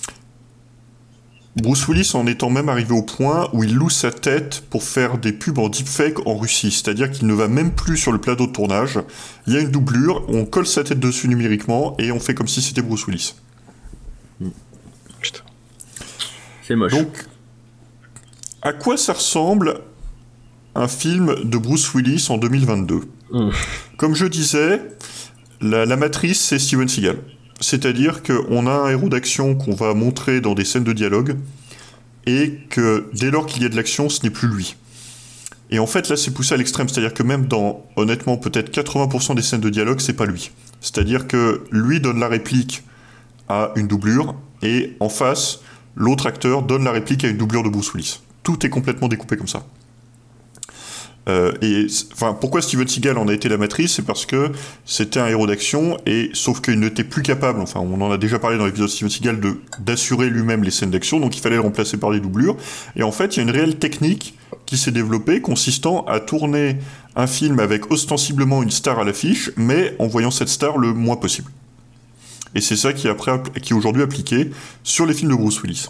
S9: Bruce Willis en étant même arrivé au point où il loue sa tête pour faire des pubs en deepfake en Russie, c'est-à-dire qu'il ne va même plus sur le plateau de tournage, il y a une doublure, on colle sa tête dessus numériquement et on fait comme si c'était Bruce Willis.
S8: Putain. C'est moche.
S9: Donc, à quoi ça ressemble un film de Bruce Willis en deux mille vingt-deux ? mmh. Comme je disais, la, la matrice, c'est Steven Seagal. C'est-à-dire qu'on a un héros d'action qu'on va montrer dans des scènes de dialogue, et que dès lors qu'il y a de l'action, ce n'est plus lui. Et en fait, là, c'est poussé à l'extrême. C'est-à-dire que même dans, honnêtement, peut-être quatre-vingts pour cent des scènes de dialogue, c'est pas lui. C'est-à-dire que lui donne la réplique à une doublure, et en face, l'autre acteur donne la réplique à une doublure de Bruce Willis. Tout est complètement découpé comme ça. Euh, et enfin, pourquoi Steven Seagal en a été la matrice, c'est parce que c'était un héros d'action, et sauf qu'il n'était plus capable, enfin on en a déjà parlé dans l'épisode de Steven Seagal, de, d'assurer lui-même les scènes d'action, donc il fallait le remplacer par des doublures. Et en fait, il y a une réelle technique qui s'est développée, consistant à tourner un film avec ostensiblement une star à l'affiche, mais en voyant cette star le moins possible. Et c'est ça qui est, après, qui est aujourd'hui appliqué sur les films de Bruce Willis.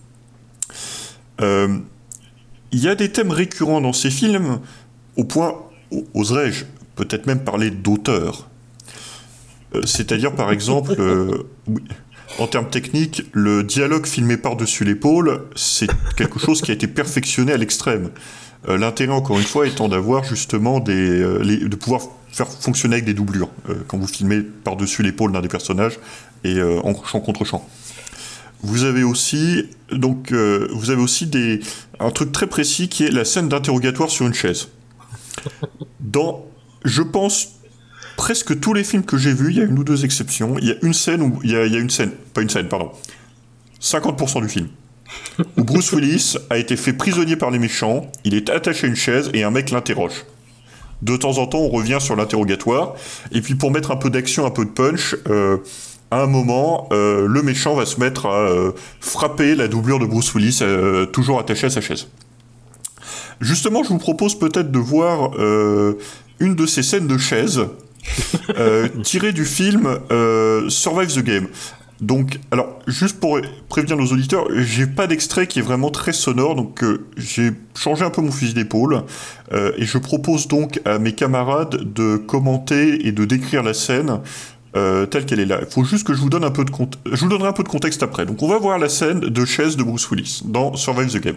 S9: Euh, il y a des thèmes récurrents dans ces films, au point, oserais-je peut-être même parler d'auteur. Euh, c'est-à-dire, par exemple, euh, oui, en termes techniques, le dialogue filmé par-dessus l'épaule, c'est quelque chose qui a été perfectionné à l'extrême. Euh, l'intérêt, encore une fois, étant d'avoir justement des, euh, les, de pouvoir faire fonctionner avec des doublures euh, quand vous filmez par-dessus l'épaule d'un des personnages et euh, en champ contre champ. Vous avez aussi donc euh, vous avez aussi des un truc très précis qui est la scène d'interrogatoire sur une chaise. Dans, je pense, presque tous les films que j'ai vus, il y a une ou deux exceptions. Il y a une scène où il y a, il y a une scène, pas une scène, pardon, cinquante pour cent du film où Bruce Willis a été fait prisonnier par les méchants. Il est attaché à une chaise et un mec l'interroge. De temps en temps, on revient sur l'interrogatoire. Et puis, pour mettre un peu d'action, un peu de punch, euh, à un moment, euh, le méchant va se mettre à euh, frapper la doublure de Bruce Willis, euh, toujours attachée à sa chaise. Justement, je vous propose peut-être de voir euh, une de ces scènes de chaise euh, tirée du film euh, Survive the Game. Donc, alors, juste pour prévenir nos auditeurs, j'ai pas d'extrait qui est vraiment très sonore, donc euh, j'ai changé un peu mon fusil d'épaule, euh, et je propose donc à mes camarades de commenter et de décrire la scène euh, telle qu'elle est là. Il faut juste que je vous donne un peu de contexte. Je vous donnerai un peu de contexte après. Donc, on va voir la scène de chaise de Bruce Willis dans Survive the Game.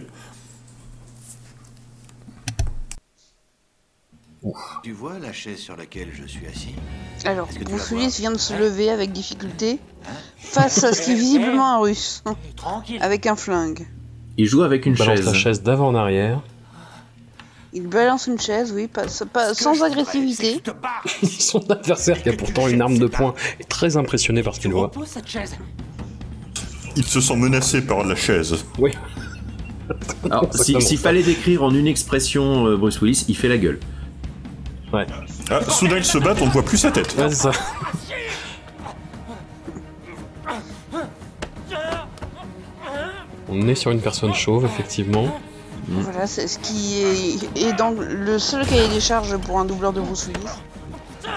S2: Ouf. Tu vois la chaise sur laquelle je suis assis?
S6: Alors, Bruce Willis vient de se lever avec difficulté face à ce qui est visiblement un russe, avec un flingue.
S8: Il joue avec une
S10: il balance
S8: chaise.
S10: la chaise d'avant en arrière.
S6: Il balance une chaise, oui, pas, pas, sans agressivité.
S10: Son adversaire, qui a pourtant une arme de poing, est très impressionné par ce qu'il voit.
S9: Il se sent menacé par la chaise.
S10: Oui.
S8: Alors, si, s'il fallait décrire en une expression euh, Bruce Willis, il fait la gueule.
S10: Ouais.
S9: Ah, soudain ils se battent, on ne voit plus sa tête.
S10: Ouais, c'est ça. On est sur une personne chauve, effectivement.
S6: Voilà, c'est ce qui est, est dans le seul cahier des charges pour un doubleur de Bruce Willis.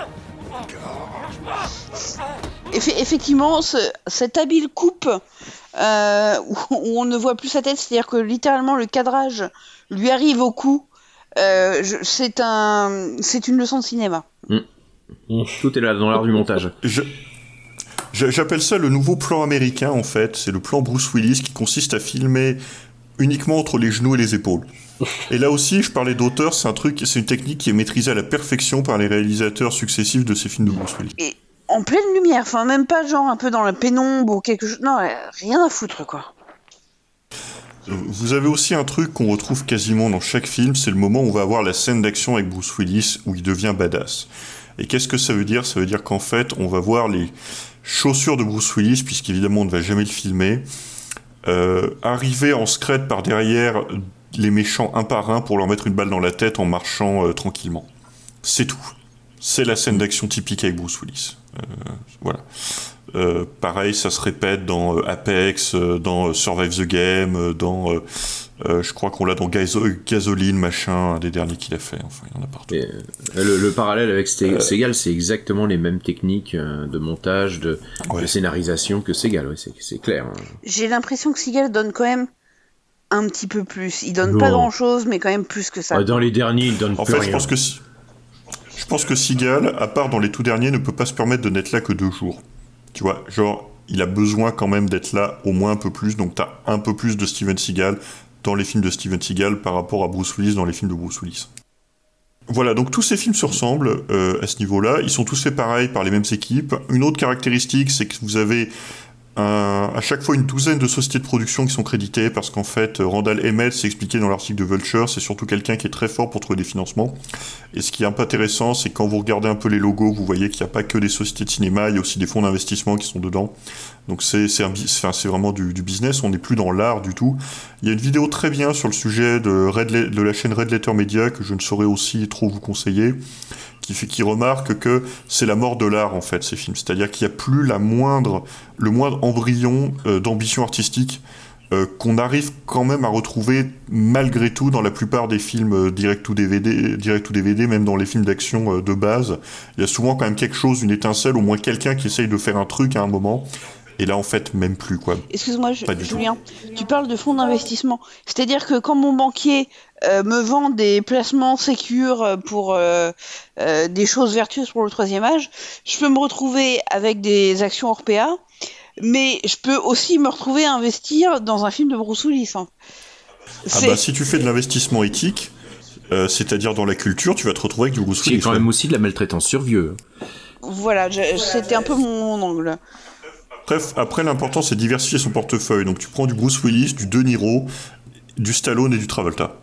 S6: Eff- effectivement, ce, cette habile coupe euh, où, où on ne voit plus sa tête, c'est-à-dire que littéralement le cadrage lui arrive au cou. Euh, je, c'est un, c'est une leçon de cinéma.
S8: Mmh. Tout est là dans l'art du montage.
S9: Je, je, j'appelle ça le nouveau plan américain en fait. C'est le plan Bruce Willis qui consiste à filmer uniquement entre les genoux et les épaules. Et là aussi, je parlais d'auteur, c'est un truc, c'est une technique qui est maîtrisée à la perfection par les réalisateurs successifs de ces films de Bruce Willis.
S6: Et en pleine lumière, enfin même pas genre un peu dans la pénombre ou quelque chose. Non, rien à foutre quoi.
S9: Vous avez aussi un truc qu'on retrouve quasiment dans chaque film, c'est le moment où on va avoir la scène d'action avec Bruce Willis où il devient badass. Et qu'est-ce que ça veut dire? Ça veut dire qu'en fait, on va voir les chaussures de Bruce Willis, puisqu'évidemment on ne va jamais le filmer, euh, arriver en scred par derrière les méchants un par un pour leur mettre une balle dans la tête en marchant euh, tranquillement. C'est tout. C'est la scène d'action typique avec Bruce Willis. Euh, voilà. Euh, pareil, ça se répète dans euh, Apex, euh, dans euh, Survive the Game, euh, dans, euh, euh, je crois qu'on l'a dans Gaso- Gasoline, machin, un des derniers qu'il a fait. Enfin, il y en a partout.
S8: Et, euh, le, le parallèle avec Ste- euh... Seagal, c'est exactement les mêmes techniques euh, de montage, de, ouais. de scénarisation que Seagal. Ouais, c'est, c'est clair. Hein.
S6: J'ai l'impression que Seagal donne quand même un petit peu plus. Il donne non. pas grand-chose, mais quand même plus que ça.
S8: Ouais, dans les derniers, il donne
S9: en
S8: plus
S9: fait,
S8: rien.
S9: Je pense que si... je pense que Seagal, à part dans les tout derniers, ne peut pas se permettre de n'être là que deux jours. Tu vois, genre, il a besoin quand même d'être là au moins un peu plus, donc t'as un peu plus de Steven Seagal dans les films de Steven Seagal par rapport à Bruce Willis dans les films de Bruce Willis. Voilà, donc tous ces films se ressemblent euh, à ce niveau-là, ils sont tous faits pareil par les mêmes équipes. Une autre caractéristique, c'est que vous avez un, à chaque fois une douzaine de sociétés de production qui sont créditées parce qu'en fait, Randall Emmett, c'est expliqué dans l'article de Vulture, c'est surtout quelqu'un qui est très fort pour trouver des financements. Et ce qui est un peu intéressant, c'est quand vous regardez un peu les logos, vous voyez qu'il n'y a pas que des sociétés de cinéma, il y a aussi des fonds d'investissement qui sont dedans. Donc c'est, c'est, un, enfin, c'est vraiment du, du business, on n'est plus dans l'art du tout. Il y a une vidéo très bien sur le sujet de, Red Le- de la chaîne Red Letter Media que je ne saurais aussi trop vous conseiller, qui fait qui remarque que c'est la mort de l'art en fait ces films, c'est-à-dire qu'il n'y a plus la moindre, le moindre embryon euh, d'ambition artistique euh, qu'on arrive quand même à retrouver malgré tout dans la plupart des films euh, direct ou D V D, direct ou D V D, même dans les films d'action euh, de base, il y a souvent quand même quelque chose, une étincelle, au moins quelqu'un qui essaye de faire un truc à un moment. Et là, en fait, même plus, quoi.
S6: Excuse-moi, je, Julien, tu parles de fonds d'investissement. C'est-à-dire que quand mon banquier euh, me vend des placements sécures pour euh, euh, des choses vertueuses pour le troisième âge, je peux me retrouver avec des actions Orpea, mais je peux aussi me retrouver à investir dans un film de Bruce Willis. Hein.
S9: Ah bah, si tu fais de l'investissement éthique, euh, c'est-à-dire dans la culture, tu vas te retrouver avec du Bruce Willis.
S8: C'est quand même aussi de la maltraitance sur vieux.
S6: Voilà, je, c'était un peu mon, mon angle.
S9: Bref, après, l'important, c'est de diversifier son portefeuille. Donc, tu prends du Bruce Willis, du De Niro, du Stallone et du Travolta.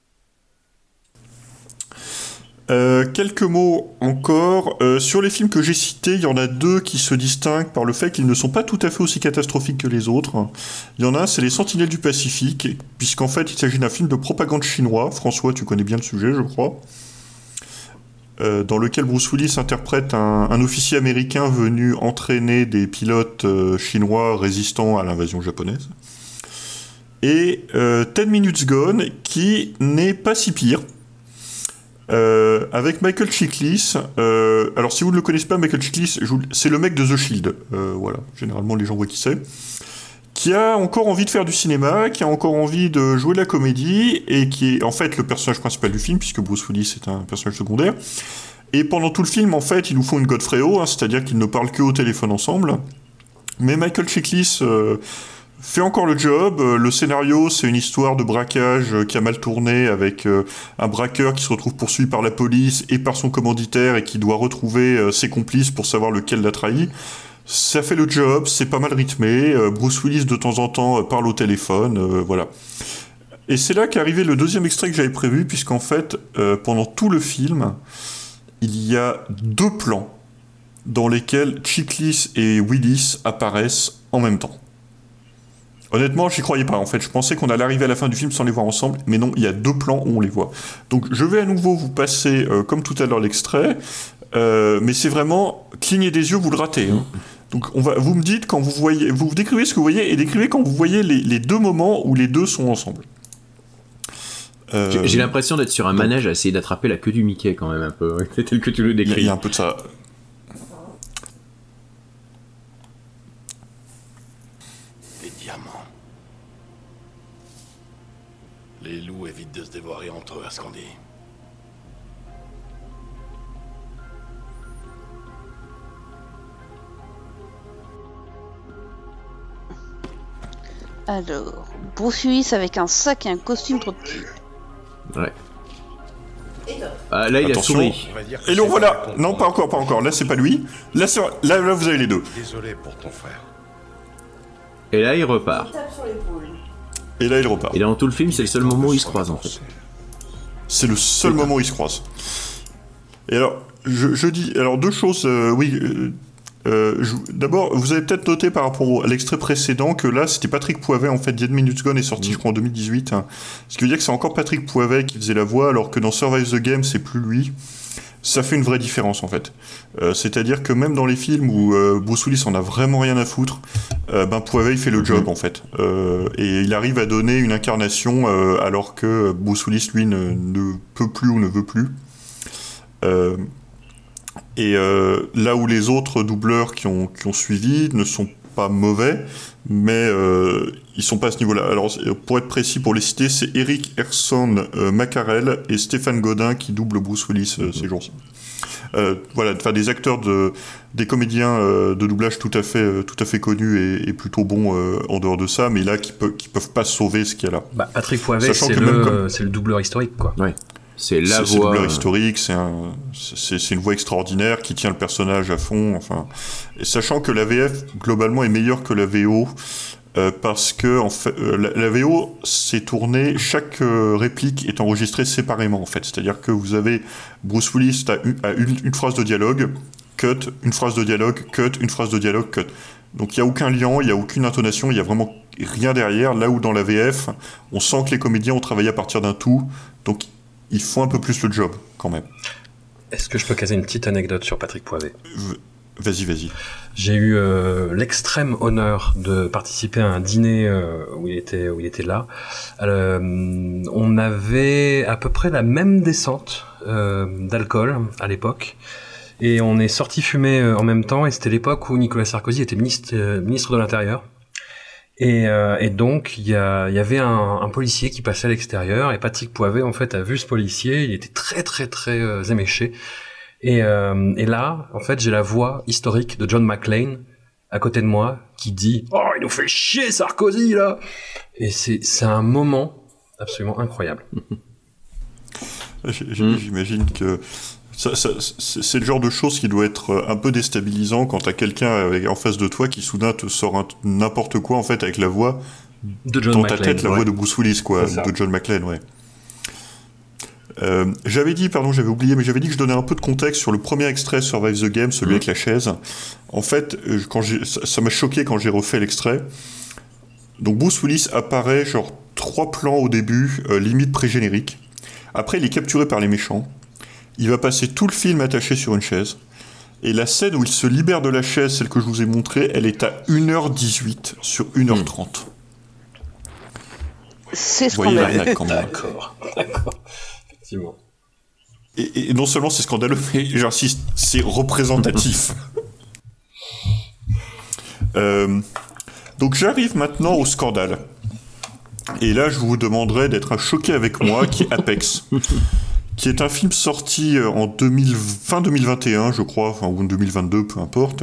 S9: Euh, quelques mots encore. Euh, sur les films que j'ai cités, il y en a deux qui se distinguent par le fait qu'ils ne sont pas tout à fait aussi catastrophiques que les autres. Il y en a un, c'est Les Sentinelles du Pacifique, puisqu'en fait, il s'agit d'un film de propagande chinois. François, tu connais bien le sujet, je crois. Euh, dans lequel Bruce Willis interprète un, un officier américain venu entraîner des pilotes euh, chinois résistants à l'invasion japonaise. Et euh, Ten Minutes Gone, qui n'est pas si pire, euh, avec Michael Chiklis. Euh, alors si vous ne le connaissez pas, Michael Chiklis, vous, c'est le mec de The Shield. Euh, voilà, généralement les gens voient qui c'est. Qui a encore envie de faire du cinéma, qui a encore envie de jouer de la comédie, et qui est en fait le personnage principal du film, puisque Bruce Willis est un personnage secondaire. Et pendant tout le film, en fait, ils nous font une Godfrey-O, hein, c'est-à-dire qu'ils ne parlent que au téléphone ensemble. Mais Michael Chiklis euh, fait encore le job. Le scénario, c'est une histoire de braquage qui a mal tourné, avec euh, un braqueur qui se retrouve poursuivi par la police et par son commanditaire, et qui doit retrouver euh, ses complices pour savoir lequel l'a trahi. Ça fait le job, c'est pas mal rythmé, euh, Bruce Willis de temps en temps euh, parle au téléphone, euh, voilà. Et c'est là qu'est arrivé le deuxième extrait que j'avais prévu, puisqu'en fait, euh, pendant tout le film, il y a deux plans dans lesquels Chiklis et Willis apparaissent en même temps. Honnêtement, j'y croyais pas, en fait. Je pensais qu'on allait arriver à la fin du film sans les voir ensemble, mais non, il y a deux plans où on les voit. Donc je vais à nouveau vous passer, euh, comme tout à l'heure, l'extrait, euh, mais c'est vraiment, clignez des yeux, vous le ratez, hein. Donc on va, vous me dites quand vous voyez, vous décrivez ce que vous voyez et décrivez quand vous voyez les, les deux moments où les deux sont ensemble.
S8: Euh... J'ai, j'ai l'impression d'être sur un donc, manège à essayer d'attraper la queue du Mickey quand même un peu. C'est tel que tu le décris.
S9: Il y a un peu de ça.
S3: Des diamants. Les loups évitent de se dévorer entre eux, à ce qu'on dit.
S6: Alors, Bruce Willis avec un sac et un costume trop de cul.
S8: Ouais. Ah, là, il
S9: Attention.
S8: a souri.
S9: Et le voilà. Non, pas encore, pas encore. Là, c'est pas lui. Là, c'est... là, là, vous avez les deux.
S3: Désolé pour ton frère.
S8: Et là, il repart.
S9: Et là, il repart.
S8: Et dans tout le film, c'est le seul moment où ils se croisent, en fait.
S9: C'est le seul c'est moment où ils se croisent. Et alors, je, je dis... Alors, deux choses... Euh, oui... Euh, Euh, je, d'abord, vous avez peut-être noté par rapport à l'extrait précédent que là, c'était Patrick Poivet, en fait, Ten Minutes Gone est sorti, mmh. je crois, en deux mille dix-huit. Hein. Ce qui veut dire que c'est encore Patrick Poivet qui faisait la voix, alors que dans Survive the Game, c'est plus lui. Ça fait une vraie différence, en fait. Euh, c'est-à-dire que même dans les films où euh, Bruce Willis en a vraiment rien à foutre, euh, ben Poivet, il fait le job, mmh. en fait. Euh, et il arrive à donner une incarnation, euh, alors que Bruce Willis, lui, ne, ne peut plus ou ne veut plus. Euh... Et euh, là où les autres doubleurs qui ont, qui ont suivi ne sont pas mauvais, mais euh, ils sont pas à ce niveau-là. Alors, pour être précis, pour les citer, c'est Eric Erson euh, Macarel et Stéphane Godin qui doublent Bruce Willis euh, ces jours-ci. Euh, voilà, enfin des acteurs, de, des comédiens euh, de doublage tout à fait, euh, tout à fait connus et, et plutôt bons euh, en dehors de ça, mais là qui, peut, qui peuvent pas sauver ce qu'il y a là.
S10: Bah, Patrick Poivet, c'est le, comme... c'est le doubleur historique, quoi.
S8: Ouais. C'est la
S9: c'est,
S8: voix.
S9: C'est doubleur historique, c'est, un, c'est, c'est une voix extraordinaire qui tient le personnage à fond. Enfin, et sachant que la V F globalement est meilleure que la V O euh, parce que en fait, euh, la, la V O s'est tournée, chaque euh, réplique est enregistrée séparément en fait. C'est-à-dire que vous avez Bruce Willis a, une, a une, une phrase de dialogue, cut, une phrase de dialogue, cut, une phrase de dialogue, cut. Donc il y a aucun lien, il y a aucune intonation, il y a vraiment rien derrière. Là où dans la V F, on sent que les comédiens ont travaillé à partir d'un tout. Donc ils font un peu plus le job, quand même.
S10: Est-ce que je peux caser une petite anecdote sur Patrick Poivet ?
S9: Vas-y, vas-y.
S10: J'ai eu euh, l'extrême honneur de participer à un dîner euh, où il était où il était là. Euh, on avait à peu près la même descente euh, d'alcool à l'époque. Et on est sorti fumer euh, en même temps. Et c'était l'époque où Nicolas Sarkozy était ministre, euh, ministre de l'Intérieur. Et, euh, et donc il y, a, il y avait un, un policier qui passait à l'extérieur et Patrick Poivet en fait a vu ce policier, il était très très très euh, éméché et, euh, et là en fait j'ai la voix historique de John McClane à côté de moi qui dit « Oh il nous fait chier Sarkozy là !» Et c'est, c'est un moment absolument incroyable.
S9: J'imagine que Ça, ça, c'est le genre de chose qui doit être un peu déstabilisant quand t'as quelqu'un en face de toi qui soudain te sort un, n'importe quoi en fait avec la voix
S10: de John
S9: dans
S10: McClane,
S9: ta tête, la
S10: ouais.
S9: voix de Bruce Willis quoi, de John McClane, ouais. Euh, j'avais dit, pardon, j'avais oublié, mais j'avais dit que je donnais un peu de contexte sur le premier extrait Survive the Game, celui mmh. avec la chaise. En fait, quand j'ai, ça, ça m'a choqué quand j'ai refait l'extrait. Donc Bruce Willis apparaît genre trois plans au début, euh, limite pré-générique. Après, il est capturé par les méchants. Il va passer tout le film attaché sur une chaise. Et la scène où il se libère de la chaise, celle que je vous ai montrée, elle est à une heure dix-huit sur une heure trente.
S6: C'est scandaleux.
S9: Quand même.
S10: D'accord, d'accord. Effectivement.
S9: Et, et non seulement c'est scandaleux, mais j'insiste, c'est représentatif. euh, donc j'arrive maintenant au scandale. Et là, je vous demanderai d'être choqué avec moi, qui est Apex. Qui est un film sorti en deux mille, fin deux mille vingt et un, je crois, enfin, ou en deux mille vingt-deux, peu importe.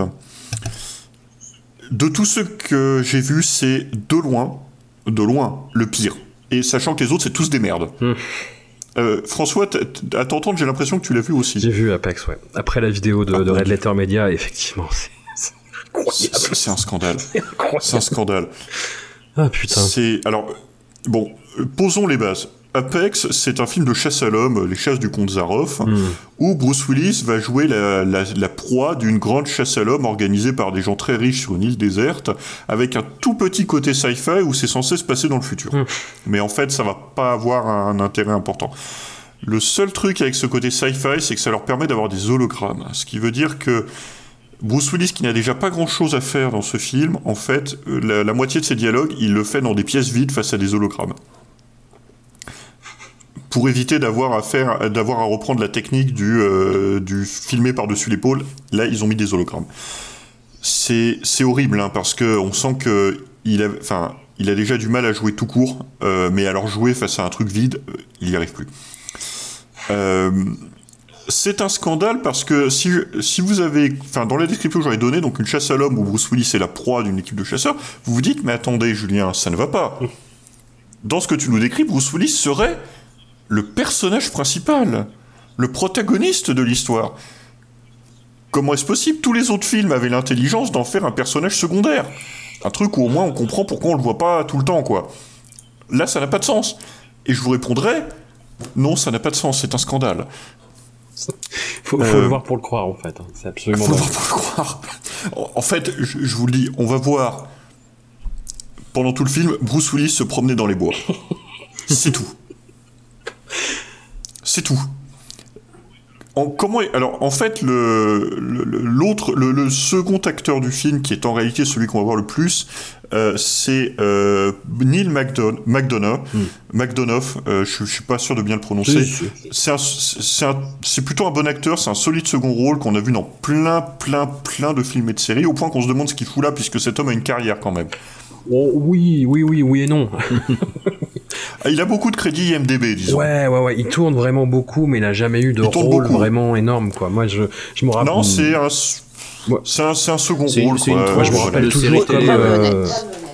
S9: De tous ceux que j'ai vus, c'est de loin, de loin, le pire. Et sachant que les autres, c'est tous des merdes. Mmh. Euh, François, à t'entendre, j'ai l'impression que tu l'as vu aussi.
S10: J'ai vu Apex, ouais. Après la vidéo de, ah, de Red Letter Media, effectivement, c'est, c'est incroyable.
S9: C'est, c'est un scandale. C'est incroyable. C'est un scandale.
S10: Ah, putain.
S9: C'est... Alors, bon, posons les bases. Apex, c'est un film de chasse à l'homme, les chasses du comte Zaroff, mmh. où Bruce Willis va jouer la, la, la proie d'une grande chasse à l'homme organisée par des gens très riches sur une île déserte, avec un tout petit côté sci-fi où c'est censé se passer dans le futur. Mmh. Mais en fait, ça va pas avoir un intérêt important. Le seul truc avec ce côté sci-fi, c'est que ça leur permet d'avoir des hologrammes. Ce qui veut dire que Bruce Willis, qui n'a déjà pas grand-chose à faire dans ce film, en fait, la, la moitié de ses dialogues, il le fait dans des pièces vides face à des hologrammes. Pour éviter d'avoir à faire, d'avoir à reprendre la technique du, euh, du filmer par-dessus l'épaule, là, ils ont mis des hologrammes. C'est, c'est horrible, hein, parce que on sent que il a, enfin, il a déjà du mal à jouer tout court, euh, mais alors jouer face à un truc vide, euh, il n'y arrive plus. Euh, c'est un scandale parce que si, si vous avez, enfin, dans la description que j'aurais donnée, donc une chasse à l'homme où Bruce Willis est la proie d'une équipe de chasseurs, vous vous dites, mais attendez, Julien, ça ne va pas. Dans ce que tu nous décris, Bruce Willis serait le personnage principal, le protagoniste de l'histoire. Comment est-ce possible ? Tous les autres films avaient l'intelligence d'en faire un personnage secondaire. Un truc où au moins on comprend pourquoi on le voit pas tout le temps, quoi. Là, ça n'a pas de sens. Et je vous répondrai, non, ça n'a pas de sens, c'est un scandale.
S10: Faut, faut euh, le voir pour le croire, en fait. C'est absolument...
S9: Faut le voir pour le croire. En fait, je, je vous le dis, on va voir, pendant tout le film, Bruce Willis se promener dans les bois. C'est tout. C'est tout. En, comment, alors, en fait, le, le, l'autre, le, le second acteur du film, qui est en réalité celui qu'on va voir le plus, euh, c'est euh, Neil McDon- McDonough. Mm. McDonough, euh, je, je suis pas sûr de bien le prononcer. Oui, c'est... C'est, un, c'est, un, c'est plutôt un bon acteur, c'est un solide second rôle qu'on a vu dans plein, plein, plein de films et de séries, au point qu'on se demande ce qu'il fout là, puisque cet homme a une carrière quand même.
S10: Oh, oui, oui, oui, oui et non.
S9: Il a beaucoup de crédits I M D B, disons.
S10: Ouais, ouais, ouais. Il tourne vraiment beaucoup, mais il n'a jamais eu de rôle beaucoup. Vraiment énorme, quoi. Moi, je, je me rappelle.
S9: Non, c'est un, ouais. c'est un, c'est un second
S8: c'est
S9: rôle,
S8: une,
S9: quoi.
S8: C'est une
S10: Moi, je me rappelle toujours comme. Euh...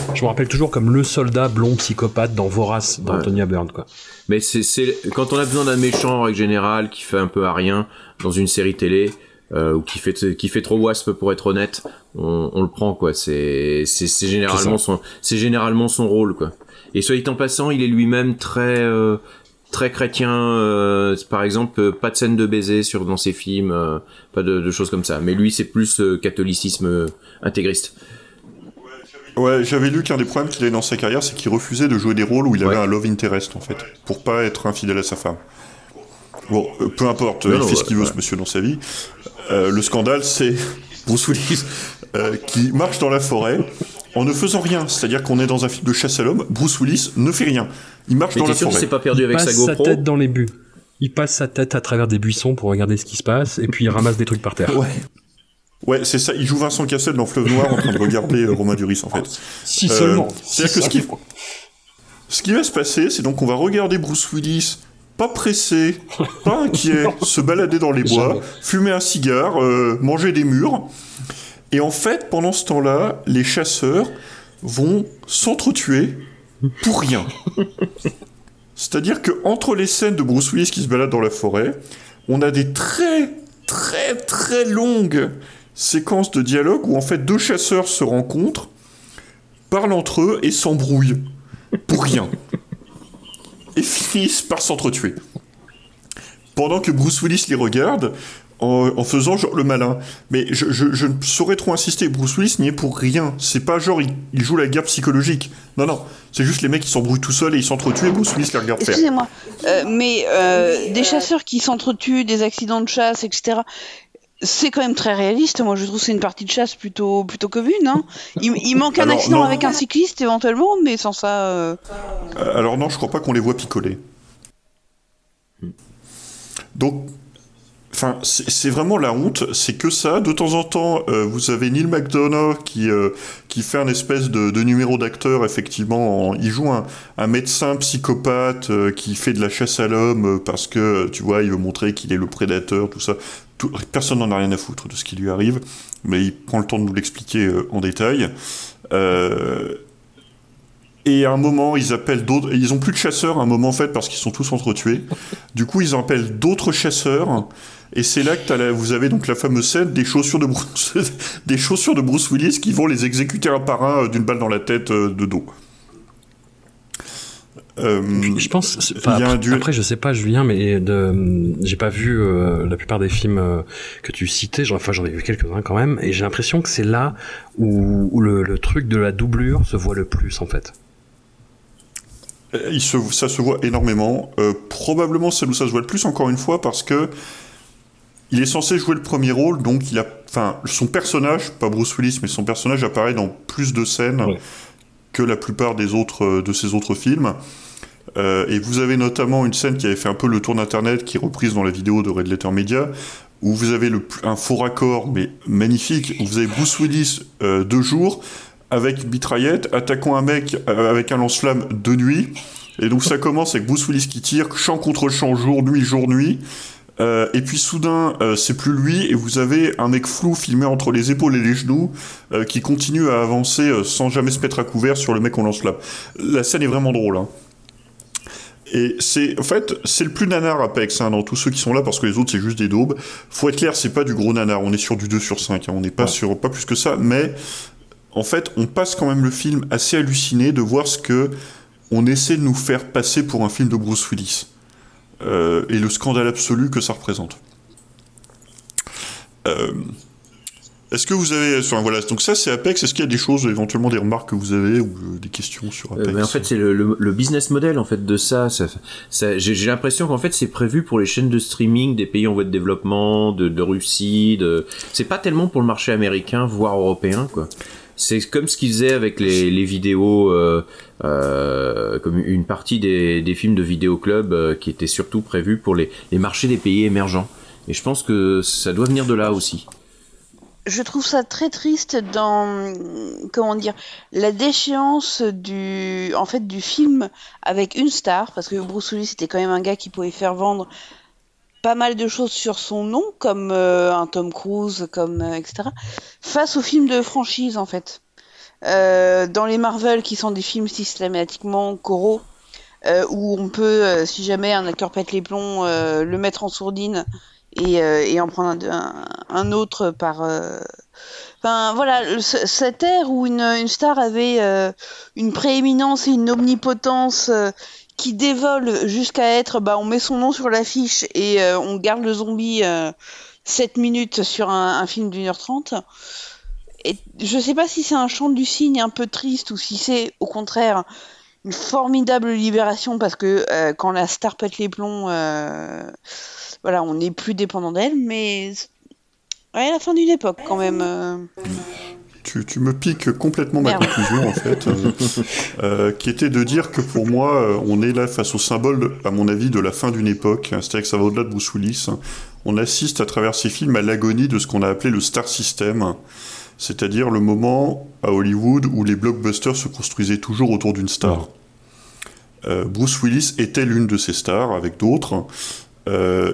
S10: Je me rappelle toujours comme le soldat blond psychopathe dans Vorace d'Antonia ouais. Bird, quoi.
S8: Mais c'est, c'est quand on a besoin d'un méchant en règle générale qui fait un peu à rien dans une série télé euh, ou qui fait qui fait trop wasp pour être honnête, on, on le prend quoi. C'est c'est, c'est généralement c'est son c'est généralement son rôle quoi. Et soit dit en passant, il est lui-même très euh, très chrétien. Euh, par exemple, pas de scène de baiser sur dans ses films, euh, pas de, de choses comme ça. Mais lui, c'est plus euh, catholicisme euh, intégriste.
S9: Ouais, j'avais lu qu'un des problèmes qu'il avait dans sa carrière, c'est qu'il refusait de jouer des rôles où il avait ouais. un love interest, en fait, pour pas être infidèle à sa femme. Bon, euh, peu importe, non, il non, fait ouais, ce qu'il veut, ouais. ce monsieur, dans sa vie. Euh, le scandale, c'est Bruce Willis euh, qui marche dans la forêt en ne faisant rien. C'est-à-dire qu'on est dans un film de chasse à l'homme, Bruce Willis ne fait rien. Il marche
S8: Mais
S9: dans la
S8: sûr
S9: forêt.
S8: Il s'est pas perdu avec
S10: il passe
S8: sa GoPro.
S10: sa tête dans les buts. Il passe sa tête à travers des buissons pour regarder ce qui se passe, et puis il ramasse des trucs par terre.
S9: Ouais. Ouais, c'est ça. Il joue Vincent Cassel dans Fleuve Noir en train de regarder euh, Romain Duris, en fait.
S10: Si euh, seulement.
S9: C'est-à-dire si que ce qui, ce qui va se passer, c'est donc on va regarder Bruce Willis, pas pressé, pas inquiet, se balader dans les bois, Jamais. fumer un cigare, euh, manger des mûres. Et en fait, pendant ce temps-là, les chasseurs vont s'entretuer pour rien. C'est-à-dire que entre les scènes de Bruce Willis qui se balade dans la forêt, on a des très, très, très longues séquence de dialogue où en fait deux chasseurs se rencontrent, parlent entre eux et s'embrouillent pour rien et finissent par s'entretuer pendant que Bruce Willis les regarde en, en faisant genre le malin. Mais je, je, je ne saurais trop insister, Bruce Willis n'y est pour rien. C'est pas genre il, il joue la guerre psychologique, non non, c'est juste les mecs qui s'embrouillent tout seuls et ils s'entretuent et Bruce Willis les regarde faire.
S6: Excusez-moi, euh, mais euh, des chasseurs qui s'entretuent, des accidents de chasse, et cetera, c'est quand même très réaliste. Moi, je trouve que c'est une partie de chasse plutôt, plutôt commune. Hein. Il, il manque un alors, accident non. avec un cycliste, éventuellement, mais sans ça... Euh...
S9: Euh, alors non, je crois pas qu'on les voit picoler. Donc, enfin, c'est, c'est vraiment la honte. C'est que ça. De temps en temps, euh, vous avez Neil McDonough qui, euh, qui fait un espèce de, de numéro d'acteur, effectivement. En, il joue un, un médecin psychopathe euh, qui fait de la chasse à l'homme euh, parce que, tu vois, il veut montrer qu'il est le prédateur, tout ça. Tout, personne n'en a rien à foutre de ce qui lui arrive, mais il prend le temps de nous l'expliquer euh, en détail. Euh, et à un moment, ils appellent d'autres... Ils ont plus de chasseurs à un moment, en fait, parce qu'ils sont tous entretués. Du coup, ils appellent d'autres chasseurs, et c'est là que t'as la, vous avez donc la fameuse scène des chaussures de Bruce, des chaussures de Bruce Willis qui vont les exécuter un par un euh, d'une balle dans la tête euh, de dos.
S10: Euh, je pense. Après, après, après, je sais pas, Julien, mais de, j'ai pas vu euh, la plupart des films euh, que tu citais. Genre, enfin, j'en ai vu quelques-uns quand même, et j'ai l'impression que c'est là où, où le, le truc de la doublure se voit le plus, en fait.
S9: Il se, ça se voit énormément. Euh, probablement celle où ça se voit le plus, encore une fois, parce que il est censé jouer le premier rôle, donc il a, enfin, son personnage, pas Bruce Willis, mais son personnage apparaît dans plus de scènes ouais. que la plupart des autres de ses autres films. Euh, et vous avez notamment une scène qui avait fait un peu le tour d'internet, qui est reprise dans la vidéo de Red Letter Media, où vous avez le, un faux raccord, mais magnifique, où vous avez Bruce Willis euh, de jour, avec une mitraillette, attaquant un mec euh, avec un lance-flamme de nuit. Et donc ça commence avec Bruce Willis qui tire, champ contre champ, jour, nuit, jour, nuit. Euh, et puis soudain, euh, c'est plus lui, et vous avez un mec flou filmé entre les épaules et les genoux, euh, qui continue à avancer euh, sans jamais se mettre à couvert sur le mec en lance-flamme. La scène est vraiment drôle, hein. Et c'est, en fait, c'est le plus nanar Apex, hein, dans tous ceux qui sont là, parce que les autres, c'est juste des daubes. Faut être clair, c'est pas du gros nanar, on est sur du deux sur cinq, hein, on n'est pas ouais. sur, pas plus que ça, mais, en fait, on passe quand même le film assez halluciné de voir ce que on essaie de nous faire passer pour un film de Bruce Willis. Euh, et le scandale absolu que ça représente. Euh, est-ce que vous avez... Enfin, voilà, donc ça, c'est Apex. Est-ce qu'il y a des choses, éventuellement des remarques que vous avez, ou euh, des questions sur Apex ?
S8: euh, mais En fait, c'est le, le, le business model en fait, de ça. ça, ça j'ai, j'ai l'impression qu'en fait, c'est prévu pour les chaînes de streaming des pays en voie de développement, de, de Russie. De... C'est pas tellement pour le marché américain, voire européen, quoi. C'est comme ce qu'ils faisaient avec les, les vidéos, euh, euh, comme une partie des, des films de vidéoclub euh, qui étaient surtout prévus pour les, les marchés des pays émergents. Et je pense que ça doit venir de là aussi.
S6: Je trouve ça très triste dans, comment dire, la déchéance du, en fait, du film avec une star, parce que Bruce Willis était quand même un gars qui pouvait faire vendre pas mal de choses sur son nom, comme euh, un Tom Cruise, comme euh, et cetera, face au film de franchise en fait. euh, dans les Marvel, qui sont des films systématiquement coraux, euh, où on peut, euh, si jamais un acteur pète les plombs, euh, le mettre en sourdine et, euh, et en prendre un, un, un autre par... Euh... Enfin, voilà, le, cette ère où une, une star avait euh, une prééminence et une omnipotence... Euh, qui dévole jusqu'à être, bah, on met son nom sur l'affiche et euh, on garde le zombie euh, sept minutes sur un, un film d'une heure trente. Et je sais pas si c'est un chant du cygne un peu triste ou si c'est, au contraire, une formidable libération parce que euh, quand la star pète les plombs, euh, voilà, on n'est plus dépendant d'elle, mais ouais, la fin d'une époque quand même. Euh...
S9: Tu, tu me piques complètement ma Merde. conclusion, en fait, euh, euh, qui était de dire que pour moi, euh, on est là face au symbole, à mon avis, de la fin d'une époque, hein, c'est-à-dire que ça va au-delà de Bruce Willis. On assiste à travers ces films à l'agonie de ce qu'on a appelé le star system, c'est-à-dire le moment à Hollywood où les blockbusters se construisaient toujours autour d'une star. Euh, Bruce Willis était l'une de ces stars, avec d'autres, euh,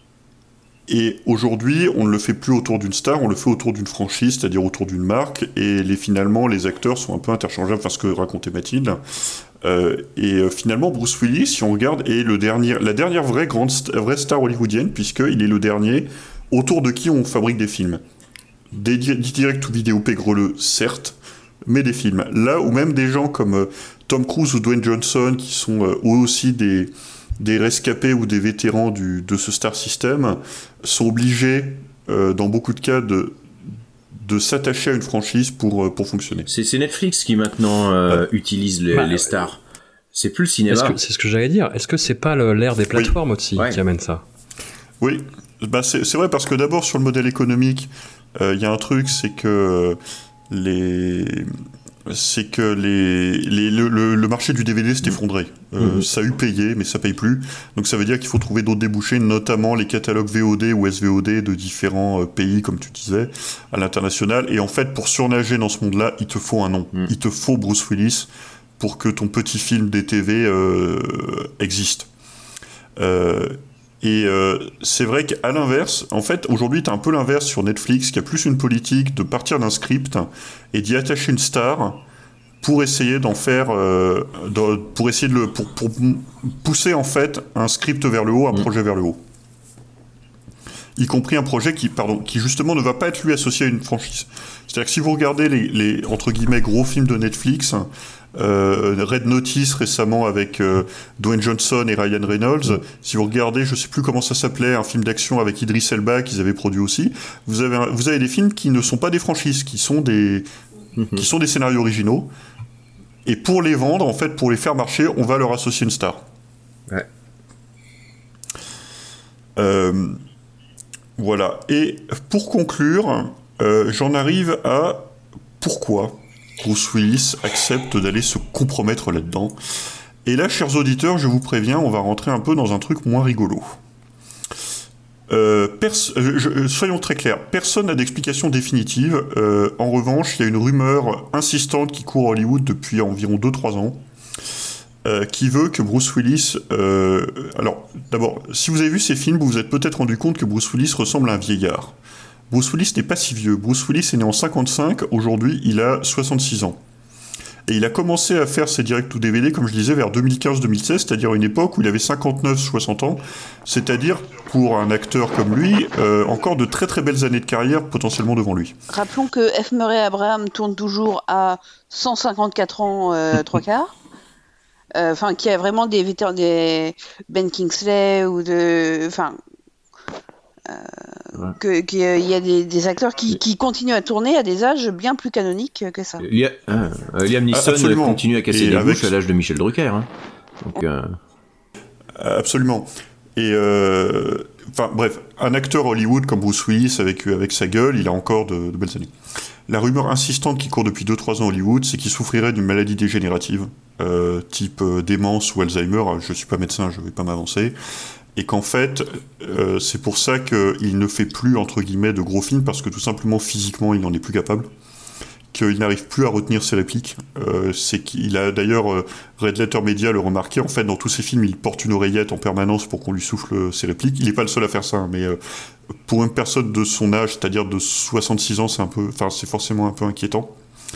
S9: et aujourd'hui, on ne le fait plus autour d'une star, on le fait autour d'une franchise, c'est-à-dire autour d'une marque, et les, finalement, les acteurs sont un peu interchangeables, enfin ce que racontait Mathilde. Euh, et euh, finalement, Bruce Willis, si on regarde, est le dernier, la dernière vraie, grande st- vraie star hollywoodienne, puisqu'il est le dernier autour de qui on fabrique des films. Des di- direct-to-vidéo pégreleux, certes, mais des films. Là où même des gens comme euh, Tom Cruise ou Dwayne Johnson, qui sont euh, eux aussi des... des rescapés ou des vétérans du, de ce star system sont obligés, euh, dans beaucoup de cas, de, de s'attacher à une franchise pour, pour fonctionner.
S8: C'est, c'est Netflix qui maintenant euh, ouais. utilise les, bah, les stars. C'est plus le cinéma.
S10: Est-ce que, c'est ce que j'allais dire. Est-ce que c'est pas le, l'ère des plateformes oui. aussi ouais. qui amène ça ?
S9: Oui, bah c'est, c'est vrai parce que d'abord sur le modèle économique, il euh, y a un truc, c'est que les... c'est que les, les, le, le, le marché du D V D s'est effondré. Euh, mmh. Ça a eu payé, mais ça paye plus. Donc ça veut dire qu'il faut trouver d'autres débouchés, notamment les catalogues V O D ou S V O D de différents euh, pays, comme tu disais, à l'international. Et en fait, pour surnager dans ce monde-là, il te faut un nom. Mmh. Il te faut Bruce Willis pour que ton petit film D T V euh, existe. Euh, Et euh, c'est vrai qu'à l'inverse, en fait, aujourd'hui, t'as un peu l'inverse sur Netflix, qui a plus une politique de partir d'un script et d'y attacher une star pour essayer d'en faire, euh, de, pour essayer de le, pour, pour pousser en fait un script vers le haut, un mmh. projet vers le haut. Y compris un projet qui, pardon, qui justement ne va pas être lui associé à une franchise. C'est-à-dire que si vous regardez les, les entre guillemets gros films de Netflix, euh, Red Notice récemment avec euh, Dwayne Johnson et Ryan Reynolds, mmh. si vous regardez, je sais plus comment ça s'appelait, un film d'action avec Idris Elba qu'ils avaient produit aussi, vous avez un, vous avez des films qui ne sont pas des franchises, qui sont des mmh. qui sont des scénarios originaux, et pour les vendre, en fait, pour les faire marcher, on va leur associer une star.
S8: Ouais.
S9: Euh, Voilà. Et pour conclure, euh, j'en arrive à pourquoi Bruce Willis accepte d'aller se compromettre là-dedans. Et là, chers auditeurs, je vous préviens, on va rentrer un peu dans un truc moins rigolo. Euh, pers- je, je, soyons très clairs, personne n'a d'explication définitive. Euh, en revanche, il y a une rumeur insistante qui court à Hollywood depuis environ deux trois ans. Euh, qui veut que Bruce Willis... Euh, alors, d'abord, si vous avez vu ces films, vous vous êtes peut-être rendu compte que Bruce Willis ressemble à un vieillard. Bruce Willis n'est pas si vieux. Bruce Willis est né en cinquante-cinq, aujourd'hui il a soixante-six ans. Et il a commencé à faire ses direct-to-D V D, comme je disais, vers deux mille quinze deux mille seize, c'est-à-dire une époque où il avait cinquante-neuf soixante ans, c'est-à-dire, pour un acteur comme lui, euh, encore de très très belles années de carrière potentiellement devant lui.
S6: Rappelons que F. Murray Abraham tourne toujours à cent cinquante-quatre ans, euh, trois quarts. Enfin, euh, qui a vraiment des vétérans, des Ben Kingsley ou de, enfin, euh, ouais. que qu'il y a des, des acteurs qui, qui continuent à tourner à des âges bien plus canoniques que ça.
S8: Lia, euh, Liam Neeson ah, continue à casser et des avec... bouches à l'âge de Michel Drucker. Hein. Donc, euh...
S9: Absolument. Et euh... enfin bref, un acteur Hollywood comme Bruce Willis avec avec sa gueule, il a encore de, de belles années. La rumeur insistante qui court depuis deux trois ans à Hollywood, c'est qu'il souffrirait d'une maladie dégénérative, euh, type euh, démence ou Alzheimer. Je suis pas médecin, je vais pas m'avancer. Et qu'en fait, euh, c'est pour ça qu'il ne fait plus, entre guillemets, de gros films, parce que tout simplement, physiquement, il n'en est plus capable. Qu'il n'arrive plus à retenir ses répliques. Euh, c'est qu'il a d'ailleurs, euh, Red Letter Media le remarqué, en fait, dans tous ses films, il porte une oreillette en permanence pour qu'on lui souffle ses répliques. Il n'est pas le seul à faire ça, hein, mais euh, pour une personne de son âge, c'est-à-dire de soixante-six ans, c'est un peu, enfin, c'est forcément un peu inquiétant.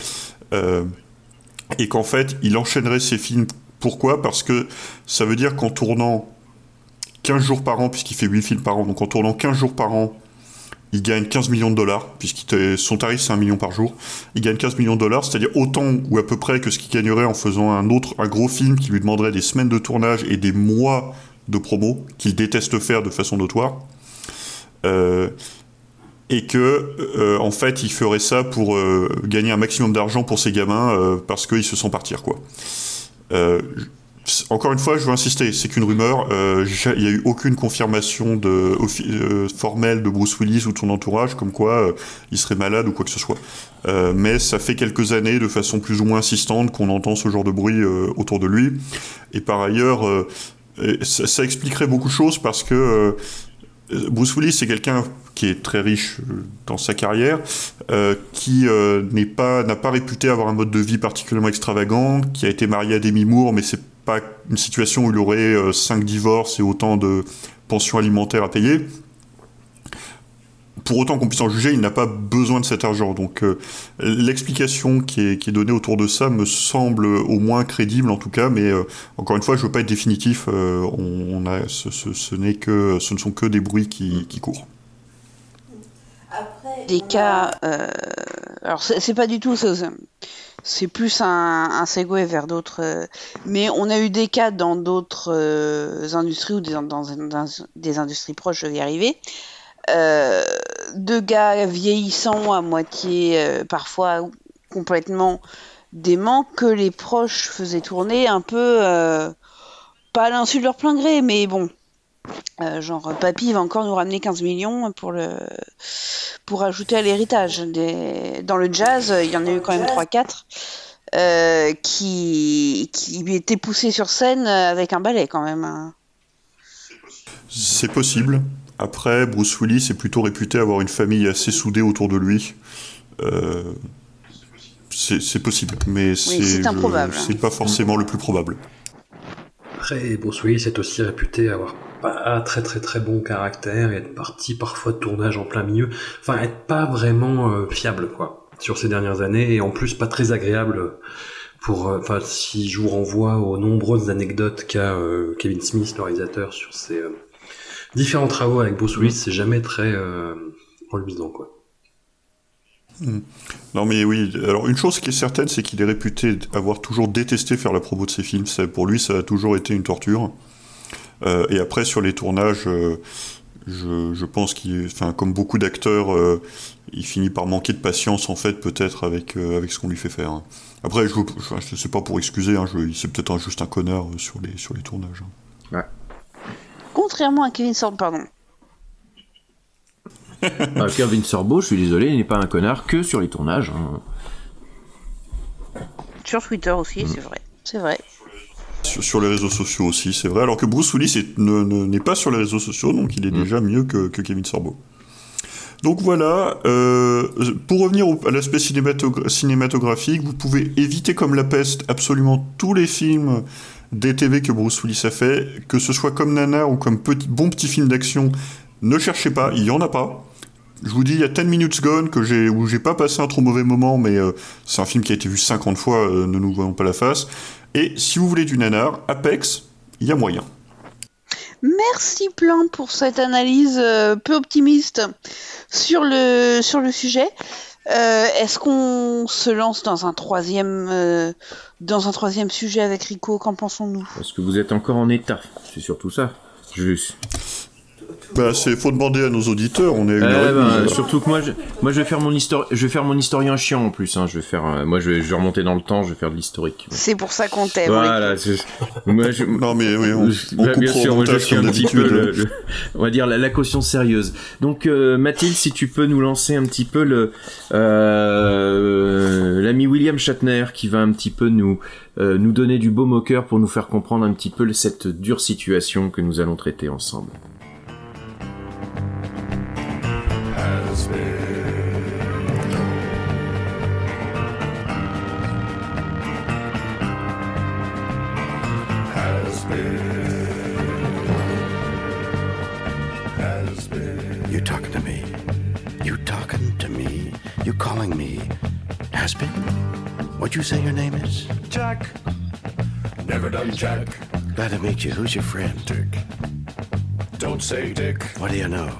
S9: Euh, et qu'en fait, il enchaînerait ses films. Pourquoi ? Parce que ça veut dire qu'en tournant quinze jours par an, puisqu'il fait huit films par an, donc en tournant quinze jours par an, il gagne quinze millions de dollars, puisque son tarif c'est un million par jour. Il gagne quinze millions de dollars, c'est-à-dire autant ou à peu près que ce qu'il gagnerait en faisant un autre, un gros film qui lui demanderait des semaines de tournage et des mois de promo, qu'il déteste faire de façon notoire. Euh, et que, euh, en fait, il ferait ça pour euh, gagner un maximum d'argent pour ses gamins, euh, parce qu'ils se sentent partir, quoi. Euh, Encore une fois, je veux insister, c'est qu'une rumeur. Euh, il n'y a eu aucune confirmation de, euh, formelle de Bruce Willis ou de son entourage, comme quoi euh, il serait malade ou quoi que ce soit. Euh, mais ça fait quelques années, de façon plus ou moins insistante, qu'on entend ce genre de bruit euh, autour de lui. Et par ailleurs, euh, ça, ça expliquerait beaucoup de choses, parce que euh, Bruce Willis, c'est quelqu'un qui est très riche dans sa carrière, euh, qui euh, n'est pas, n'a pas réputé avoir un mode de vie particulièrement extravagant, qui a été marié à Demi Moore, mais c'est pas une situation où il aurait euh, cinq divorces et autant de pensions alimentaires à payer. Pour autant qu'on puisse en juger, il n'a pas besoin de cet argent. Donc euh, l'explication qui est, qui est donnée autour de ça me semble au moins crédible en tout cas, mais euh, encore une fois, je veux pas être définitif. Euh, on, on a, ce, ce, ce n'est que, ce ne sont que des bruits qui, qui courent.
S6: Des cas, euh, alors c'est, c'est pas du tout ça. C'est plus un, un segue vers d'autres. Euh, mais on a eu des cas dans d'autres euh, industries ou des, dans, dans des industries proches, je vais y arriver. Euh, de gars vieillissants à moitié, euh, parfois complètement déments, que les proches faisaient tourner un peu, euh, pas à l'insu de leur plein gré, mais bon. Euh, genre, papy va encore nous ramener quinze millions pour, le, pour ajouter à l'héritage. Des, dans le jazz, il y en a eu quand même trois quatre euh, qui, qui étaient poussés sur scène avec un balai quand même.
S9: C'est possible. Après, Bruce Willis est plutôt réputé avoir une famille assez soudée autour de lui. Euh, c'est, c'est possible, mais c'est,
S6: oui, c'est improbable.
S9: Je, c'est pas forcément le plus probable.
S10: Après, Bruce Willis est aussi réputé avoir pas très très très bon caractère et être parti parfois de tournage en plein milieu. Enfin, être pas vraiment euh, fiable, quoi, sur ces dernières années, et en plus pas très agréable pour... Enfin, euh, si je vous renvoie aux nombreuses anecdotes qu'a euh, Kevin Smith, le réalisateur, sur ses euh, différents travaux avec Bruce Willis, c'est jamais très euh, reluisant, quoi.
S9: Mmh. Non mais oui, alors une chose qui est certaine, c'est qu'il est réputé avoir toujours détesté faire la promo de ses films. Ça, pour lui, ça a toujours été une torture. Euh, et après, sur les tournages, euh, je, je pense qu'il, enfin, comme beaucoup d'acteurs, euh, il finit par manquer de patience, en fait, peut-être avec euh, avec ce qu'on lui fait faire. Hein. Après, je, je, je sais pas pour excuser, hein, je, c'est peut-être un, juste un connard sur les sur les tournages. Hein.
S8: Ouais.
S6: Contrairement à Kevin Sorbo, pardon.
S8: ah, Kevin Sorbo, je suis désolé, il n'est pas un connard que sur les tournages. Hein.
S6: Sur Twitter aussi, mmh. c'est vrai, c'est vrai.
S9: Sur, sur les réseaux sociaux aussi, c'est vrai. Alors que Bruce Willis est, ne, ne, n'est pas sur les réseaux sociaux, donc il est mmh. déjà mieux que, que Kevin Sorbo. Donc voilà, euh, pour revenir au, à l'aspect cinématogra- cinématographique, vous pouvez éviter comme la peste absolument tous les films D T V que Bruce Willis a fait, que ce soit comme Nanar ou comme petit, bon petit film d'action, ne cherchez pas, il n'y en a pas. Je vous dis, il y a ten minutes Gone que j'ai, où j'ai pas passé un trop mauvais moment, mais euh, c'est un film qui a été vu cinquante fois, euh, ne nous voyons pas la face. Et si vous voulez du nanar, Apex, il y a moyen.
S6: Merci plein pour cette analyse euh, peu optimiste sur le, sur le sujet. Euh, est-ce qu'on se lance dans un troisième, euh, dans un troisième sujet avec Rico ? Qu'en pensons-nous ?
S8: Parce que vous êtes encore en état, c'est surtout ça. Juste.
S9: Bah, c'est faut demander à nos auditeurs. On est à une heure
S8: eh
S9: et
S8: ben,
S9: demie.
S8: Surtout que moi, je, moi, je vais faire mon histori- je vais faire mon historien chiant en plus. Hein. Je vais faire, euh, moi, je vais, je vais remonter dans le temps. Je vais faire de l'historique.
S6: C'est pour ça qu'on t'aime.
S8: Voilà. C'est, moi, je,
S9: non mais oui, on,
S8: je,
S9: on
S8: bah, bien sûr, moi, je suis un petit peu, le, le, on va dire la, la caution sérieuse. Donc, euh, Mathilde, si tu peux nous lancer un petit peu le, euh, l'ami William Shatner qui va un petit peu nous, euh, nous donner du baume au cœur pour nous faire comprendre un petit peu cette dure situation que nous allons traiter ensemble.
S2: You talking to me? You talking to me? You calling me has been? What'd you say your name is?
S11: Jack. Never done Jack.
S2: Glad to meet you. Who's your friend?
S11: Dick. Don't say Dick.
S2: What do you know?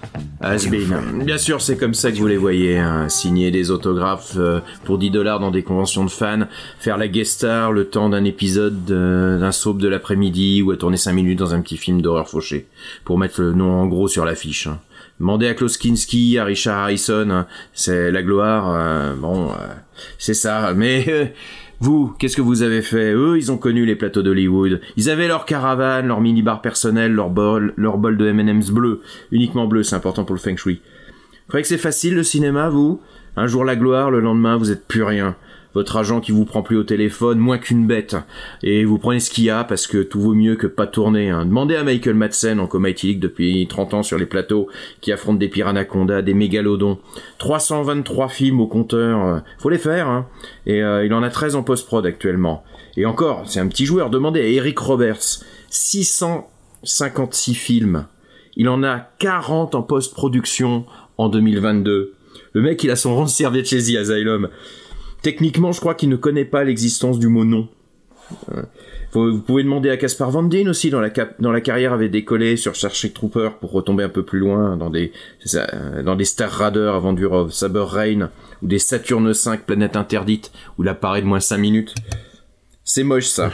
S8: Has-been. Bien sûr, c'est comme ça que vous les voyez, hein. Signer des autographes euh, pour dix dollars dans des conventions de fans, faire la guest star le temps d'un épisode euh, d'un soap de l'après-midi ou à tourner cinq minutes dans un petit film d'horreur fauché pour mettre le nom en gros sur l'affiche. Hein. Demandez à Klaus Kinski, à Richard Harrison, hein. C'est la gloire, euh, bon, euh, c'est ça, mais... Euh, Vous, qu'est-ce que vous avez fait? Eux, ils ont connu les plateaux d'Hollywood. Ils avaient leur caravane, leur mini-bar personnel, leur bol, leur bol de M and M's bleu. Uniquement bleu, c'est important pour le feng shui. Vous croyez que c'est facile le cinéma, vous? Un jour la gloire, le lendemain vous êtes plus rien. Votre agent qui vous prend plus au téléphone, moins qu'une bête. Et vous prenez ce qu'il y a parce que tout vaut mieux que pas tourner. Hein. Demandez à Michael Madsen, en coma éthylique depuis trente ans sur les plateaux, qui affronte des piranhacondas, des mégalodons. trois cent vingt-trois films au compteur. Euh, faut les faire, hein. Et euh, il en a treize en post-prod actuellement. Et encore, c'est un petit joueur. Demandez à Eric Roberts. six cent cinquante-six films. Il en a quarante en post-production en deux mille vingt-deux. Le mec, il a son rang de serviette chez The Asylum. Techniquement, je crois qu'il ne connaît pas l'existence du mot non. Euh, vous pouvez demander à Caspar Van Dien aussi, dans la, cap- dans la carrière avait décollé sur Starship Trooper pour retomber un peu plus loin dans des, ça, dans des Star Raiders Aventures of Saber Rain ou des Saturne cinq Planète Interdite où il apparaît de moins cinq minutes. C'est moche ça.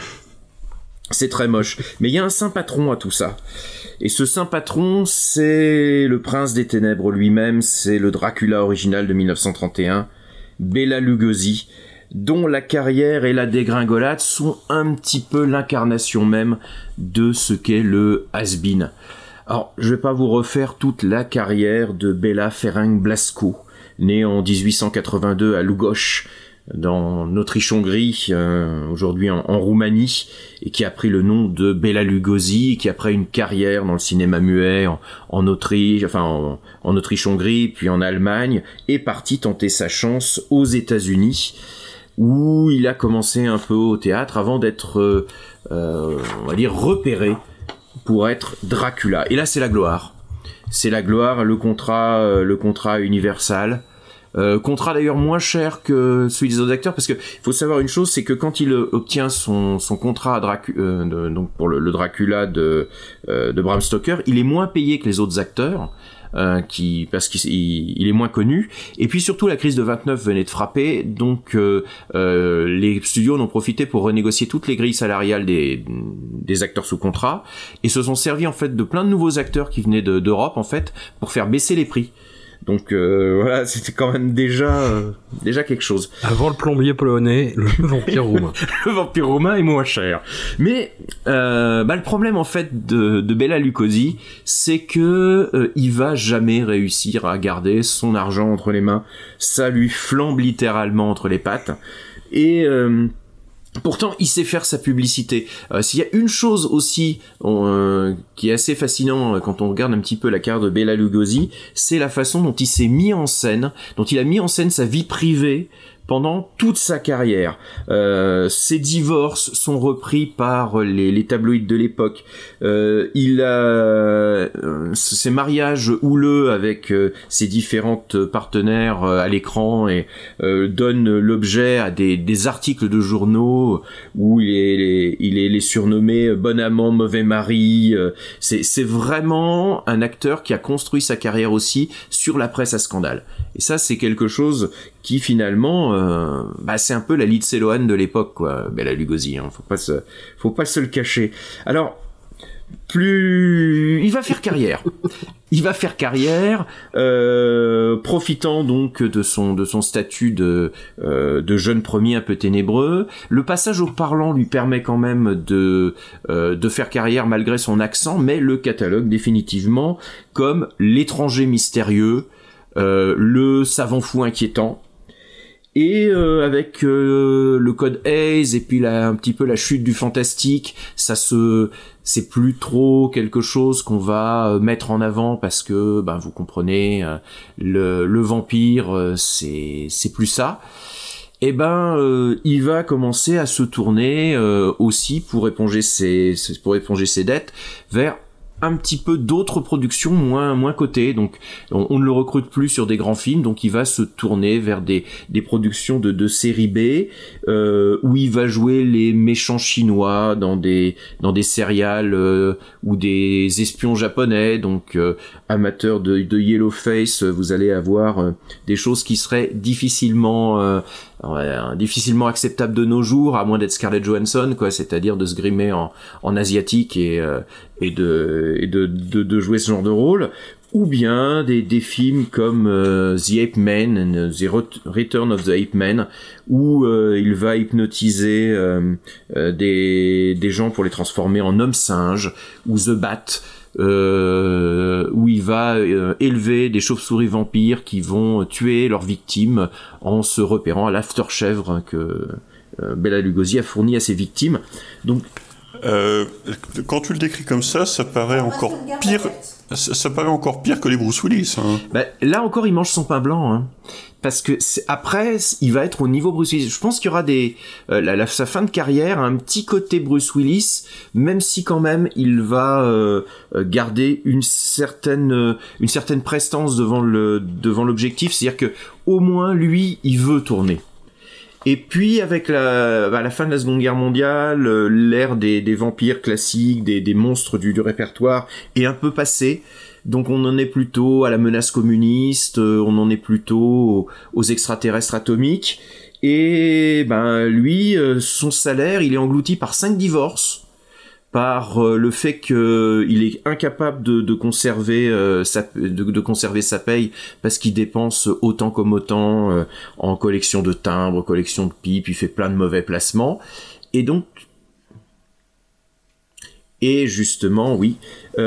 S8: C'est très moche. Mais il y a un saint patron à tout ça. Et ce saint patron, c'est le prince des ténèbres lui-même, c'est le Dracula original de mille neuf cent trente et un. Bela Lugosi, dont la carrière et la dégringolade sont un petit peu l'incarnation même de ce qu'est le has-been. Alors, je vais pas vous refaire toute la carrière de Bela Ferenc Blasko, né en dix-huit cent quatre-vingt-deux à Lugosz, dans Autriche-Hongrie, euh, aujourd'hui en, en Roumanie, et qui a pris le nom de Bela Lugosi, et qui après une carrière dans le cinéma muet en, en Autriche, enfin en, en Autriche-Hongrie, puis en Allemagne, est parti tenter sa chance aux États-Unis, où il a commencé un peu au théâtre avant d'être, euh, euh, on va dire, repéré pour être Dracula. Et là, c'est la gloire. C'est la gloire, le contrat, euh, le contrat Universal. Euh, contrat d'ailleurs moins cher que celui des autres acteurs, parce que faut savoir une chose, c'est que quand il euh, obtient son son contrat à Dracu- euh, de, donc pour le, le Dracula de euh, de Bram Stoker, il est moins payé que les autres acteurs. Euh, qui parce qu'il il, il est moins connu, et puis surtout la crise de vingt-neuf venait de frapper, donc euh, euh, les studios en ont profité pour renégocier toutes les grilles salariales des des acteurs sous contrat, et se sont servis en fait de plein de nouveaux acteurs qui venaient de, d'Europe en fait pour faire baisser les prix. Donc euh, voilà, c'était quand même déjà euh, déjà quelque chose.
S10: Avant le plombier polonais, le vampire roumain.
S8: Le vampire roumain est moins cher. Mais euh, bah, le problème en fait de, de Bela Lugosi, c'est que euh, il va jamais réussir à garder son argent entre les mains. Ça lui flambe littéralement entre les pattes. Et euh, pourtant, il sait faire sa publicité. Euh, s'il y a une chose aussi euh, qui est assez fascinant euh, quand on regarde un petit peu la carrière de Bela Lugosi, c'est la façon dont il s'est mis en scène, dont il a mis en scène sa vie privée pendant toute sa carrière. Euh, ses divorces sont repris par les, les tabloïds de l'époque. Euh, il a euh, ses mariages houleux avec euh, ses différentes partenaires euh, à l'écran et euh, donne l'objet à des, des articles de journaux où il est, il est les surnommé bon amant, mauvais mari. Euh, c'est, c'est vraiment un acteur qui a construit sa carrière aussi sur la presse à scandale. Et ça, c'est quelque chose qui finalement, euh, bah, c'est un peu la Lindsay Lohan de l'époque, quoi, Bela Lugosi, hein, faut pas se, faut pas se le cacher. Alors, plus, il va faire carrière. Il va faire carrière, euh, profitant donc de son de son statut de euh, de jeune premier un peu ténébreux. Le passage au parlant lui permet quand même de euh, de faire carrière malgré son accent, mais le catalogue définitivement comme l'étranger mystérieux, euh, le savant fou inquiétant. Et euh, avec euh, le code Hays et puis la, un petit peu la chute du fantastique, ça se, c'est plus trop quelque chose qu'on va mettre en avant parce que, ben vous comprenez, euh, le, le vampire, euh, c'est c'est plus ça. Et ben, euh, il va commencer à se tourner euh, aussi pour éponger ses pour éponger ses dettes vers un petit peu d'autres productions moins moins cotées, donc on, on ne le recrute plus sur des grands films, donc il va se tourner vers des des productions de de série B, euh, où il va jouer les méchants chinois dans des dans des serials euh, ou des espions japonais, donc euh, amateurs de de Yellowface, vous allez avoir euh, des choses qui seraient difficilement euh, Ouais, difficilement acceptable de nos jours, à moins d'être Scarlett Johansson, quoi, c'est-à-dire de se grimer en, en asiatique et, euh, et, de, et de, de, de jouer ce genre de rôle, ou bien des, des films comme euh, The Ape Man and The Return of the Ape Man, où euh, il va hypnotiser euh, euh, des, des gens pour les transformer en hommes-singes, ou The Bat, Euh, où il va euh, élever des chauves-souris vampires qui vont tuer leurs victimes en se repérant à l'afterchèvre que euh, Bela Lugosi a fourni à ses victimes. Donc,
S9: euh, quand tu le décris comme ça, ça paraît encore pire. Ça, ça paraît encore pire que les Bruce Willis. Hein.
S8: Bah, là encore, il mange son pain blanc. Hein. Parce que c'est, après, il va être au niveau Bruce Willis. Je pense qu'il y aura des euh, la, la, sa fin de carrière, un petit côté Bruce Willis, même si quand même il va euh, garder une certaine euh, une certaine prestance devant le devant l'objectif. C'est-à-dire que au moins lui, il veut tourner. Et puis avec la, bah, la fin de la Seconde Guerre mondiale, euh, l'ère des, des vampires classiques, des, des monstres du, du répertoire est un peu passée. Donc on en est plutôt à la menace communiste, euh, on en est plutôt aux, aux extraterrestres atomiques. Et ben lui, euh, son salaire, il est englouti par cinq divorces, par euh, le fait qu'il est incapable de, de conserver euh, sa de, de conserver sa paye parce qu'il dépense autant comme autant euh, en collection de timbres, collection de pipes, il fait plein de mauvais placements. Et donc et justement oui.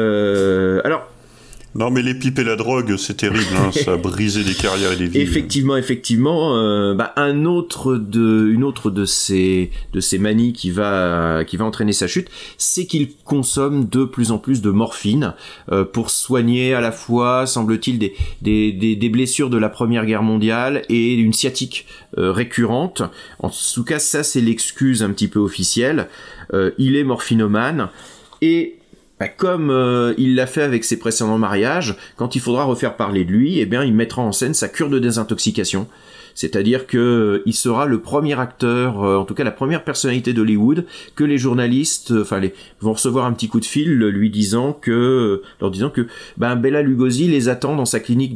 S8: Euh, alors.
S9: Non mais les pipes et la drogue, c'est terrible, hein, ça a brisé des carrières et des vies.
S8: Effectivement, effectivement, euh, bah, un autre de, une autre de ces, de ces manies qui va, qui va entraîner sa chute, c'est qu'il consomme de plus en plus de morphine euh, pour soigner à la fois, semble-t-il, des, des, des, des blessures de la Première Guerre mondiale et une sciatique euh, récurrente. En tout cas, ça c'est l'excuse un petit peu officielle. Euh, il est morphinomane et Bah, comme euh, il l'a fait avec ses précédents mariages, quand il faudra refaire parler de lui, eh bien, il mettra en scène sa cure de désintoxication. C'est-à-dire que euh, il sera le premier acteur, euh, en tout cas la première personnalité d'Hollywood, que les journalistes, enfin euh, les vont recevoir un petit coup de fil lui disant que, euh, leur disant que, ben Bela Lugosi les attend dans sa clinique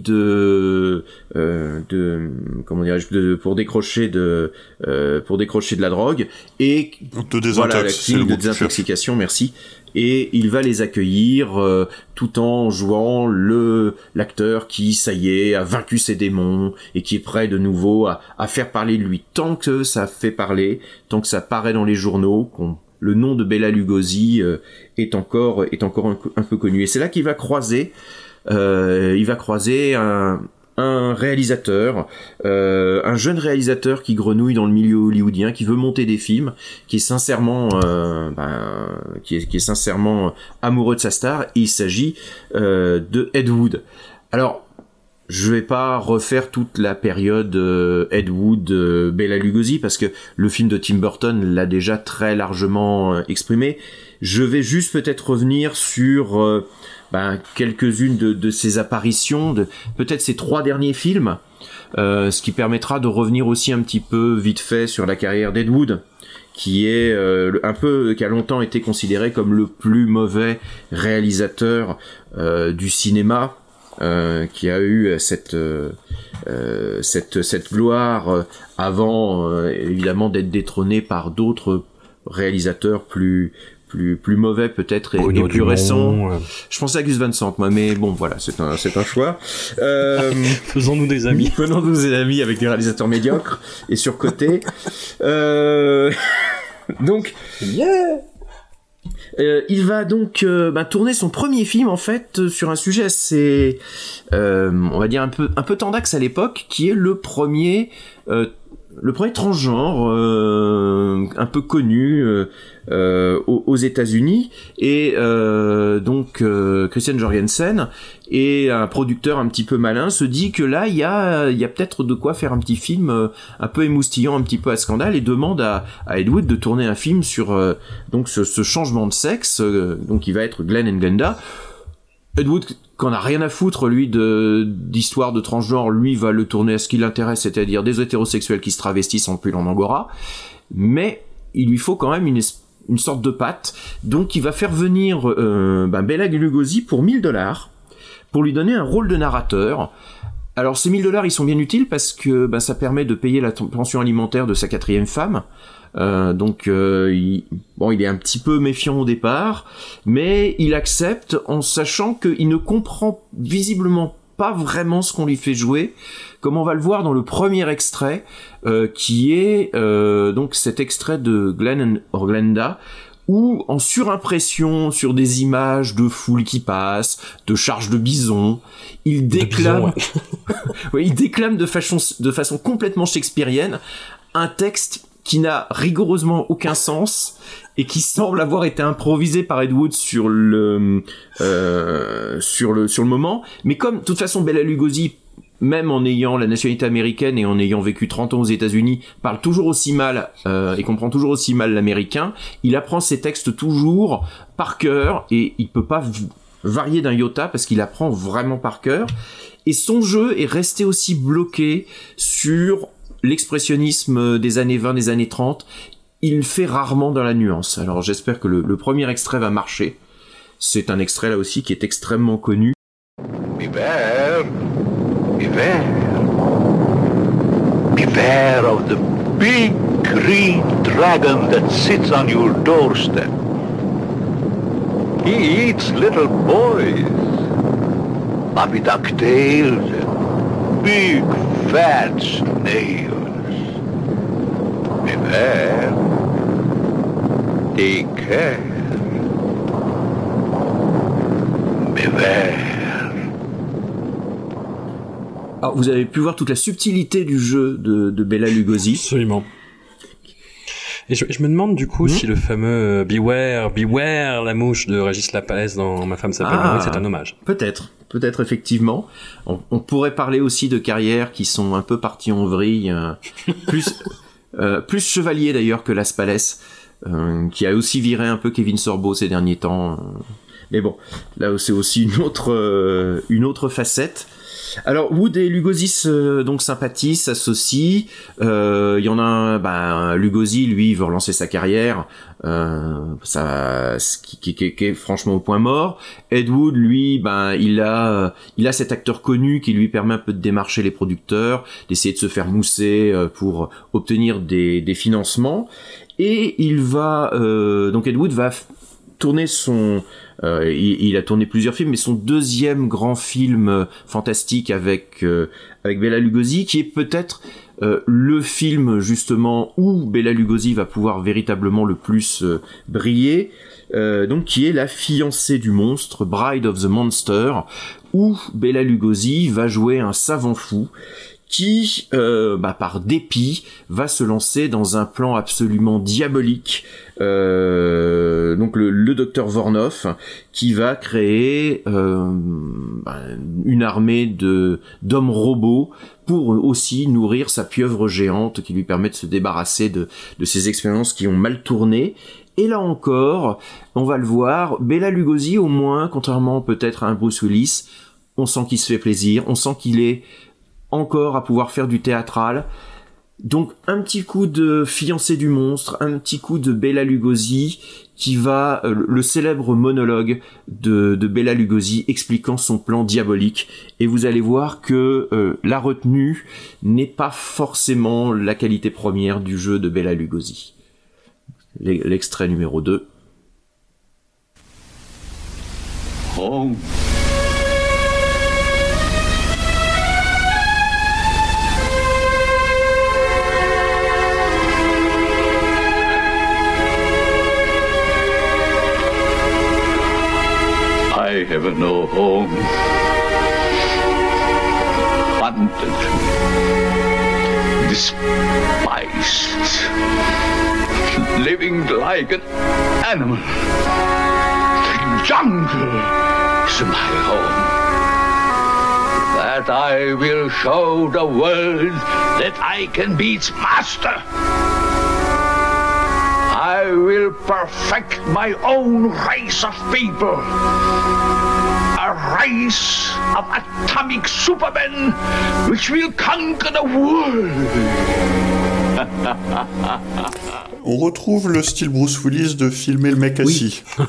S8: de, euh, de, comment dirais-je, de, pour décrocher de, euh, pour décrocher de la drogue et
S9: de désintox,
S8: voilà la clinique de désintoxication, merci. Et il va les accueillir euh, tout en jouant le l'acteur qui, ça y est, a vaincu ses démons et qui est prêt de nouveau à, à faire parler de lui. Tant que ça fait parler, tant que ça paraît dans les journaux, qu'on, le nom de Bela Lugosi euh, est encore est encore un, un peu connu. Et c'est là qu'il va croiser, euh, il va croiser un un réalisateur, euh, un jeune réalisateur qui grenouille dans le milieu hollywoodien, qui veut monter des films, qui est sincèrement, euh, ben, qui est, qui est sincèrement amoureux de sa star. Il s'agit euh, de Ed Wood. Alors, je vais pas refaire toute la période euh, Ed Wood, euh, Bela Lugosi, parce que le film de Tim Burton l'a déjà très largement euh, exprimé. Je vais juste peut-être revenir sur euh, ben, quelques-unes de, de ses apparitions, de peut-être ses trois derniers films, euh, ce qui permettra de revenir aussi un petit peu vite fait sur la carrière d'Ed Wood, qui est euh, un peu, qui a longtemps été considéré comme le plus mauvais réalisateur euh, du cinéma, euh, qui a eu cette euh, euh, cette cette gloire euh, avant euh, évidemment d'être détrôné par d'autres réalisateurs plus plus plus mauvais peut-être et, et plus récents. Euh... Je pensais à Gus Van Sant moi, mais bon voilà, c'est un c'est un choix. Euh...
S10: Faisons-nous des amis.
S8: Faisons-nous des amis avec des réalisateurs médiocres et surcotés. euh... Donc yeah. Euh, il va donc euh, bah, tourner son premier film en fait euh, sur un sujet assez, euh, on va dire un peu un peu tendax à l'époque, qui est le premier euh, le premier transgenre euh, un peu connu euh, euh, aux, aux États-Unis, et euh, donc euh, Christian Jorgensen et un producteur un petit peu malin se dit que là il y a il y a peut-être de quoi faire un petit film euh, un peu émoustillant, un petit peu à scandale, et demande à, à Ed Wood de tourner un film sur euh, donc ce, ce changement de sexe, euh, donc il va être Glenn and Glenda. Ed Wood, qu'on a rien à foutre, lui, de, d'histoire de transgenre, lui, va le tourner à ce qui l'intéresse, c'est-à-dire des hétérosexuels qui se travestissent en pull en angora, mais il lui faut quand même une, une sorte de patte, donc il va faire venir euh, ben Bela Lugosi pour mille dollars, pour lui donner un rôle de narrateur. Alors ces mille dollars, ils sont bien utiles parce que ben, ça permet de payer la pension alimentaire de sa quatrième femme. Euh, donc euh, il, bon, il est un petit peu méfiant au départ, mais il accepte en sachant qu'il ne comprend visiblement pas vraiment ce qu'on lui fait jouer, comme on va le voir dans le premier extrait, euh, qui est euh, donc cet extrait de Glenn and Glenda, où en surimpression sur des images de foules qui passent, de charges de bisons, il déclame, de bison, ouais. ouais, il déclame de façon, de façon complètement shakespearienne un texte qui n'a rigoureusement aucun sens et qui semble avoir été improvisé par Ed Wood sur le euh, sur le sur le moment. Mais comme de toute façon Bela Lugosi, même en ayant la nationalité américaine et en ayant vécu trente ans aux États-Unis, parle toujours aussi mal euh, et comprend toujours aussi mal l'américain, il apprend ses textes toujours par cœur et il peut pas v- varier d'un iota parce qu'il apprend vraiment par cœur. Et son jeu est resté aussi bloqué sur l'expressionnisme des années vingt, des années trente, il fait rarement dans la nuance. Alors j'espère que le, le premier extrait va marcher. C'est un extrait là aussi qui est extrêmement connu.
S19: Beware, beware, beware of the big green dragon that sits on your doorstep. He eats little boys, puppy ducktails, and big fat snails. Beware. Take care. Beware.
S8: Alors, vous avez pu voir toute la subtilité du jeu de, de Bela Lugosi.
S10: Absolument. Et je, je me demande du coup mmh. si le fameux Beware, Beware, la mouche de Régis Lapalès dans Ma femme s'appelle
S8: ah,
S10: Marie, c'est un hommage.
S8: Peut-être, peut-être effectivement. On, on pourrait parler aussi de carrières qui sont un peu parties en vrille, euh, plus, euh, plus chevalier d'ailleurs que Las Palès, euh, qui a aussi viré un peu Kevin Sorbo ces derniers temps. Euh. Mais bon, là c'est aussi une autre, euh, une autre facette. Alors Wood et Lugosi euh, donc sympathient, s'associent. Il euh, y en a un, bah, Lugosi lui il veut relancer sa carrière, euh, ça, qui, qui, qui, qui est franchement au point mort. Ed Wood lui, ben il a, il a cet acteur connu qui lui permet un peu de démarcher les producteurs, d'essayer de se faire mousser euh, pour obtenir des, des financements. Et il va, euh, donc Ed Wood va f- tourner son Euh, il, il a tourné plusieurs films, mais son deuxième grand film euh, fantastique avec euh, avec Bela Lugosi, qui est peut-être euh, le film justement où Bela Lugosi va pouvoir véritablement le plus euh, briller, euh, donc qui est La fiancée du monstre, Bride of the Monster, où Bela Lugosi va jouer un savant fou qui, euh, bah, par dépit, va se lancer dans un plan absolument diabolique. Euh, donc le, le docteur Vornoff, qui va créer euh, bah, une armée de d'hommes robots pour aussi nourrir sa pieuvre géante, qui lui permet de se débarrasser de, de ces expériences qui ont mal tourné. Et là encore, on va le voir, Bela Lugosi, au moins, contrairement peut-être à un Bruce Willis, on sent qu'il se fait plaisir, on sent qu'il est encore à pouvoir faire du théâtral. Donc un petit coup de Fiancée du monstre, un petit coup de Bela Lugosi, qui va euh, le célèbre monologue de, de Bela Lugosi expliquant son plan diabolique, et vous allez voir que euh, la retenue n'est pas forcément la qualité première du jeu de Bela Lugosi. L'extrait numéro deux.
S19: Oh. I have no home. Hunted, despised. Christ, living like an animal. The jungle is my home. That I will show the world that I can be its master. I will perfect my own race of people. A race of atomic supermen which will conquer the world.
S9: On retrouve le style Bruce Willis de filmer le mec assis.
S8: Oui.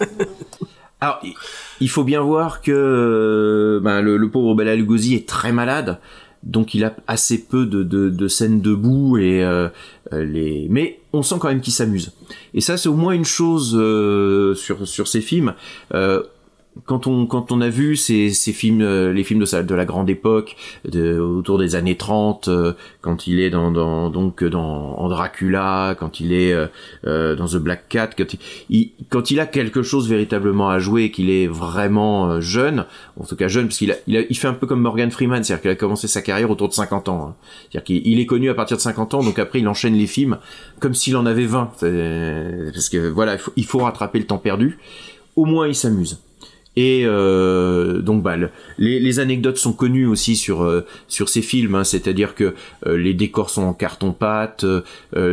S8: Alors, il faut bien voir que ben, le, le pauvre Bela Lugosi est très malade, donc il a assez peu de, de, de scènes debout et euh, les. Mais on sent quand même qu'il s'amuse. Et ça, c'est au moins une chose euh, sur sur ces films. Euh, Quand on quand on a vu ces ces films euh, les films de sa, de la grande époque de, autour des années trente euh, quand il est dans dans donc dans en Dracula, quand il est euh, euh, dans The Black Cat, quand il, il quand il a quelque chose véritablement à jouer, qu'il est vraiment euh, jeune, en tout cas jeune parce qu'il a, il a il fait un peu comme Morgan Freeman, c'est-à-dire qu'il a commencé sa carrière autour de cinquante ans. Hein. C'est-à-dire qu'il il est connu à partir de cinquante ans, donc après il enchaîne les films comme s'il en avait vingt. C'est, parce que voilà, il faut, il faut rattraper le temps perdu. Au moins il s'amuse. Et euh, donc bah le, les, les anecdotes sont connues aussi sur euh, sur ces films, hein, c'est-à-dire que euh, les décors sont en carton-pâte, euh,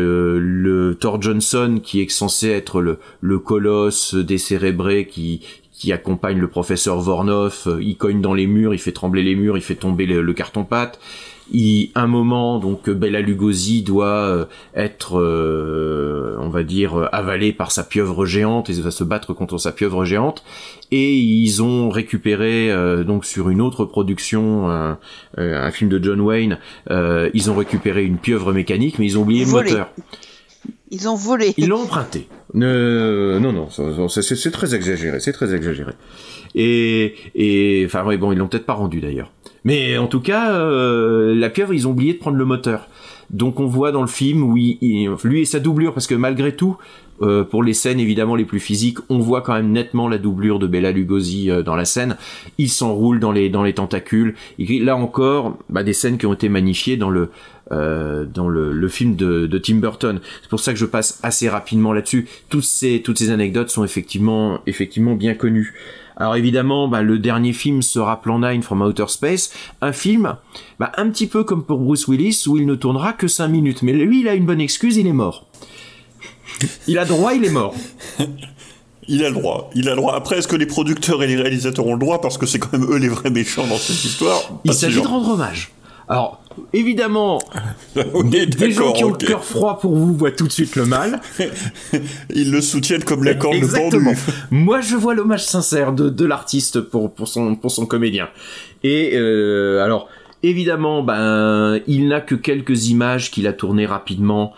S8: le Thor Johnson qui est censé être le le colosse décérébré qui qui accompagne le professeur Vornov, il cogne dans les murs, il fait trembler les murs, il fait tomber le, le carton-pâte. Il, un moment, donc Bela Lugosi doit euh, être, euh, on va dire, avalé par sa pieuvre géante, et il va se battre contre sa pieuvre géante. Et ils ont récupéré, euh, donc sur une autre production, euh, euh, un film de John Wayne, euh, ils ont récupéré une pieuvre mécanique, mais ils ont oublié
S6: Volé.
S8: le moteur.
S6: Ils ont volé.
S8: Ils l'ont emprunté. Euh, non, non, c'est, c'est, c'est très exagéré, c'est très exagéré. Et, et, enfin, ouais, bon, ils l'ont peut-être pas rendu d'ailleurs. Mais en tout cas, euh, la pieuvre, ils ont oublié de prendre le moteur. Donc on voit dans le film où il, il, lui et sa doublure, parce que malgré tout, euh, pour les scènes évidemment les plus physiques, on voit quand même nettement la doublure de Bela Lugosi euh, dans la scène. Il s'enroule dans les dans les tentacules. Il, là encore, bah, des scènes qui ont été magnifiées dans le euh, dans le, le film de, de Tim Burton. C'est pour ça que je passe assez rapidement là-dessus. Toutes ces toutes ces anecdotes sont effectivement effectivement bien connues. Alors évidemment, bah, le dernier film sera Plan neuf from Outer Space, un film bah, un petit peu comme pour Bruce Willis, où il ne tournera que cinq minutes. Mais lui, il a une bonne excuse, il est mort. Il a droit, il est mort.
S9: Il a le droit, il a le droit. Après, est-ce que les producteurs et les réalisateurs ont le droit, parce que c'est quand même eux les vrais méchants dans cette histoire?
S8: Il s'agit de rendre hommage. Alors, évidemment, oui, des, des gens qui ont okay. le cœur froid pour vous voient tout de suite le mal.
S9: Ils le soutiennent comme la corne
S8: Exactement.
S9: pendue.
S8: Moi, je vois l'hommage sincère de, de l'artiste pour, pour, son, pour son comédien. Et euh, alors... Évidemment, ben, il n'a que quelques images qu'il a tournées rapidement.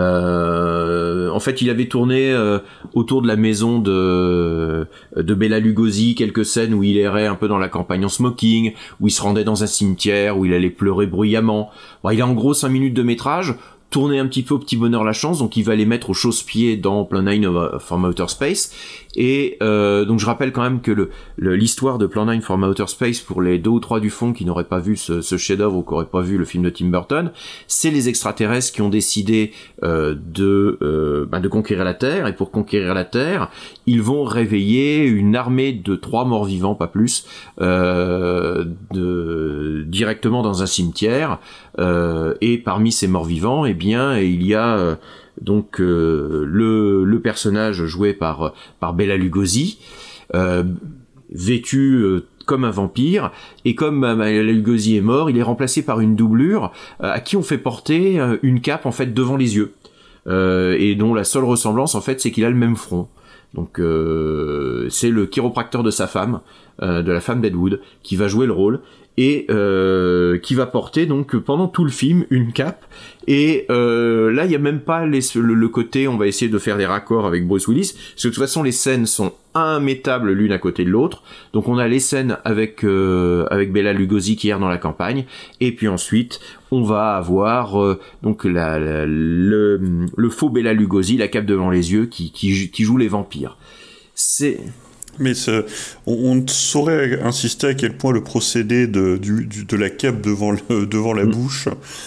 S8: Euh, en fait, il avait tourné euh, autour de la maison de de Bela Lugosi quelques scènes où il errait un peu dans la campagne en smoking, où il se rendait dans un cimetière, où il allait pleurer bruyamment. Bon, il a en gros cinq minutes de métrage. Tourner un petit peu au petit bonheur la chance, donc il va les mettre au chausse-pied dans Plan neuf from Outer Space. Et euh, donc je rappelle quand même que le, le l'histoire de Plan neuf from Outer Space, pour les deux ou trois du fond qui n'auraient pas vu ce, ce chef-d'œuvre ou qui n'auraient pas vu le film de Tim Burton, c'est les extraterrestres qui ont décidé euh, de euh, ben de conquérir la Terre, et pour conquérir la Terre, ils vont réveiller une armée de trois morts vivants, pas plus, euh, de directement dans un cimetière. Euh, et parmi ces morts vivants, eh bien, il y a euh, donc euh, le, le personnage joué par par Bela Lugosi, euh, vêtu euh, comme un vampire, et comme euh, Bela Lugosi est mort, il est remplacé par une doublure euh, à qui on fait porter euh, une cape en fait devant les yeux, euh, et dont la seule ressemblance en fait c'est qu'il a le même front. Donc euh, c'est le chiropracteur de sa femme, euh, de la femme d'Ed Wood, qui va jouer le rôle. Et euh, qui va porter donc pendant tout le film une cape. Et euh, là il y a même pas les, le, le côté on va essayer de faire des raccords avec Bruce Willis, parce que de toute façon les scènes sont immétables l'une à côté de l'autre. Donc on a les scènes avec euh, avec Bela Lugosi qui erre dans la campagne, et puis ensuite on va avoir euh, donc la, la, le, le faux Bela Lugosi, la cape devant les yeux, qui qui, qui joue les vampires. C'est
S9: Mais on, on ne saurait insister à quel point le procédé de, du, du, de la cape devant, le, devant la mmh. bouche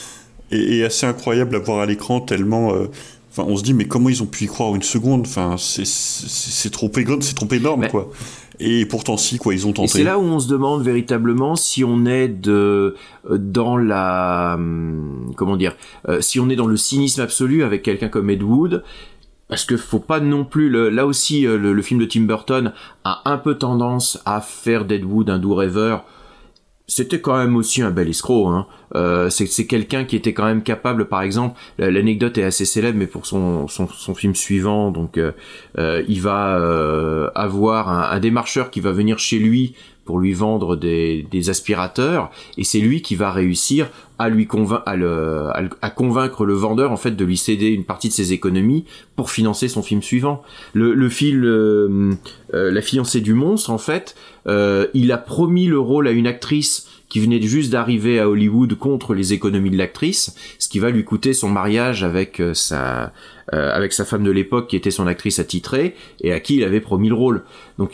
S9: est, est assez incroyable à voir à l'écran, tellement... Euh, Enfin, on se dit, mais comment ils ont pu y croire une seconde? Enfin, c'est, c'est, c'est trop énorme, c'est trop énorme, mais... quoi. Et pourtant, si, quoi, ils ont tenté.
S8: Et c'est là où on se demande véritablement si on est de, dans la, comment dire, euh, si on est dans le cynisme absolu avec quelqu'un comme Ed Wood. Parce que faut pas non plus, le, là aussi, le, le film de Tim Burton a un peu tendance à faire d'Ed Wood un doux rêveur. C'était quand même aussi un bel escroc, hein. Euh, c'est, c'est quelqu'un qui était quand même capable, par exemple, l'anecdote est assez célèbre, mais pour son, son, son film suivant, donc, euh, euh, il va euh, avoir un, un démarcheur qui va venir chez lui pour lui vendre des, des aspirateurs, et c'est lui qui va réussir à lui convaincre, à, le, à, à convaincre le vendeur en fait de lui céder une partie de ses économies pour financer son film suivant. Le, le film euh, euh, La fiancée du monstre, en fait, euh, il a promis le rôle à une actrice qui venait juste d'arriver à Hollywood contre les économies de l'actrice, ce qui va lui coûter son mariage avec euh, sa euh, avec sa femme de l'époque qui était son actrice attitrée et à qui il avait promis le rôle. Donc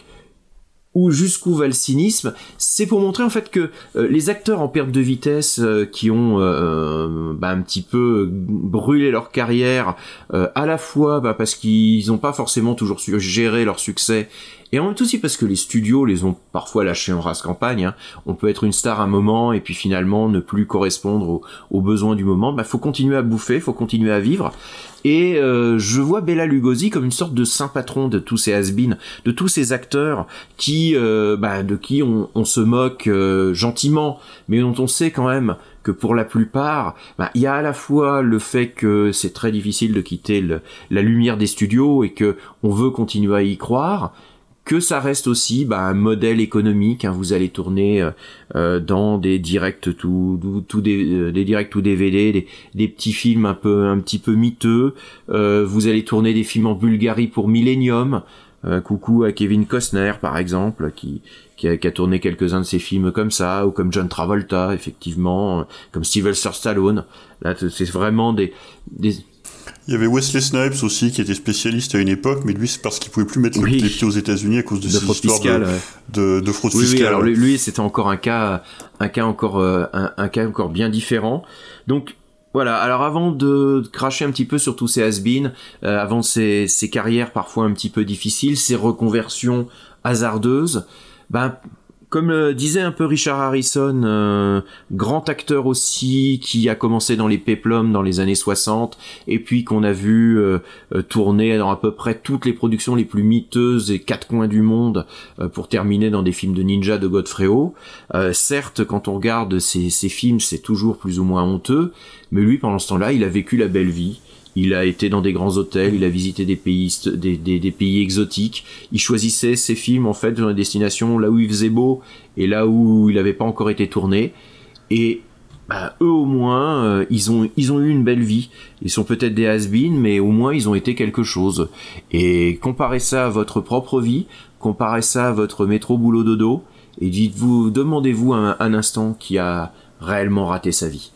S8: où jusqu'où va le cynisme, c'est pour montrer en fait que euh, les acteurs en perte de vitesse euh, qui ont euh, bah, un petit peu brûlé leur carrière, euh, à la fois bah, parce qu'ils n'ont pas forcément toujours su gérer leur succès, et en même temps aussi parce que les studios les ont parfois lâchés en rase campagne, hein. On peut être une star un moment et puis finalement ne plus correspondre aux, aux besoins du moment. Bah faut continuer à bouffer, faut continuer à vivre. Et euh, je vois Bela Lugosi comme une sorte de saint patron de tous ces has-beens, de tous ces acteurs qui, euh, bah, de qui on, on se moque euh, gentiment, mais dont on sait quand même que pour la plupart, bah, il y a à la fois le fait que c'est très difficile de quitter le, la lumière des studios et que on veut continuer à y croire, que ça reste aussi bah, un modèle économique, hein. Vous allez tourner euh, dans des directs tout, tout, tout des, euh, des directs tout D V D, des, des petits films un peu un petit peu miteux. Euh, vous allez tourner des films en Bulgarie pour Millennium. Euh, coucou à Kevin Costner par exemple, qui qui a, qui a tourné quelques-uns de ses films comme ça, ou comme John Travolta effectivement, euh, comme Sylvester Stallone. Là, c'est vraiment des des
S9: Il y avait Wesley Snipes aussi qui était spécialiste à une époque, mais lui c'est parce qu'il pouvait plus mettre oui. les pieds aux États-Unis à cause de, de ces histoires fiscale, de, ouais. de, de fraude
S8: oui,
S9: fiscale.
S8: Oui, alors lui c'était encore un cas, un cas encore, euh, un, un cas encore bien différent. Donc voilà. Alors avant de cracher un petit peu sur tous ces has-beens, euh, avant ces, ces carrières parfois un petit peu difficiles, ces reconversions hasardeuses, ben comme le disait un peu Richard Harrison, euh, grand acteur aussi, qui a commencé dans les péplums dans les années soixante, et puis qu'on a vu euh, tourner dans à peu près toutes les productions les plus miteuses et quatre coins du monde, euh, pour terminer dans des films de ninja de Godfrey Ho. Euh, certes, quand on regarde ces, ces films, c'est toujours plus ou moins honteux, mais lui, pendant ce temps-là, il a vécu la belle vie. Il a été dans des grands hôtels, il a visité des pays, des, des, des pays exotiques. Il choisissait ses films, en fait, dans les destinations là où il faisait beau et là où il n'avait pas encore été tourné. Et bah, eux, au moins, euh, ils ont, ils ont eu une belle vie. Ils sont peut-être des has-beens, mais au moins, ils ont été quelque chose. Et comparez ça à votre propre vie, comparez ça à votre métro boulot dodo, et dites-vous, demandez-vous un, un instant qui a réellement raté sa vie.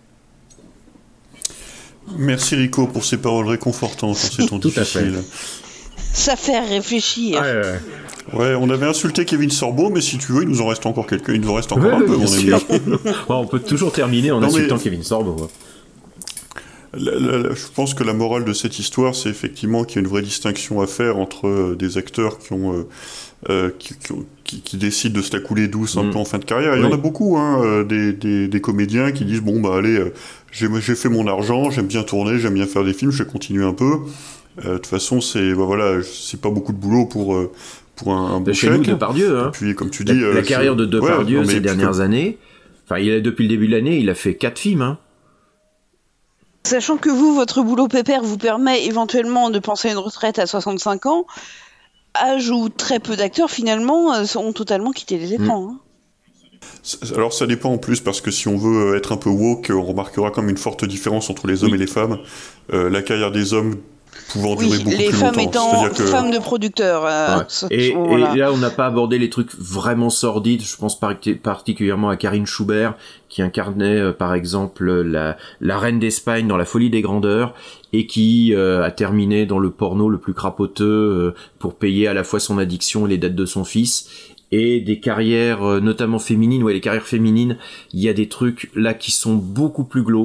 S9: Merci Rico pour ces paroles réconfortantes en ces temps difficiles.
S6: Ça fait réfléchir.
S9: Ouais, ouais. Ouais, on avait insulté Kevin Sorbo, mais si tu veux, il nous en reste encore quelques, il nous reste encore ouais, un peu, mon ami.
S8: Bon, on peut toujours terminer en non, insultant mais... Kevin Sorbo. Ouais.
S9: La, la, la, je pense que la morale de cette histoire, c'est effectivement qu'il y a une vraie distinction à faire entre euh, des acteurs qui ont, euh, euh, qui, qui, qui, qui décident de se la couler douce un mmh. peu en fin de carrière. Et il oui. y en a beaucoup, hein, euh, des, des, des comédiens qui disent bon bah allez, euh, j'ai, j'ai fait mon argent, j'aime bien tourner, j'aime bien faire des films, je vais continuer un peu. Euh, de toute façon, c'est bah voilà, c'est pas beaucoup de boulot pour euh, pour un, un bon
S8: chez
S9: chèque.
S8: Nous, Depardieu, hein.
S9: Et puis comme tu dis,
S8: la,
S9: euh,
S8: la carrière de Depardieu ouais, ces dernières
S9: comme...
S8: années. Enfin, il a depuis le début de l'année, il a fait quatre films, hein.
S6: Sachant que vous, votre boulot pépère vous permet éventuellement de penser à une retraite à soixante-cinq ans, âge où très peu d'acteurs finalement ont totalement quitté les écrans. Mmh.
S9: Hein. Alors ça dépend en plus, parce que si on veut être un peu woke, on remarquera comme une forte différence entre les hommes oui. et les femmes. Euh, la carrière des hommes pouvant durer oui, beaucoup plus longtemps.
S6: Les femmes étant que... femmes de producteurs. Euh,
S8: ouais. et, et là, on n'a pas abordé les trucs vraiment sordides. Je pense par- particulièrement à Karine Schubert, qui incarnait euh, par exemple la, la reine d'Espagne dans La Folie des Grandeurs, et qui euh, a terminé dans le porno le plus crapoteux euh, pour payer à la fois son addiction et les dettes de son fils. Et des carrières, euh, notamment féminines, ouais, les carrières féminines, il y a des trucs là qui sont beaucoup plus glauques.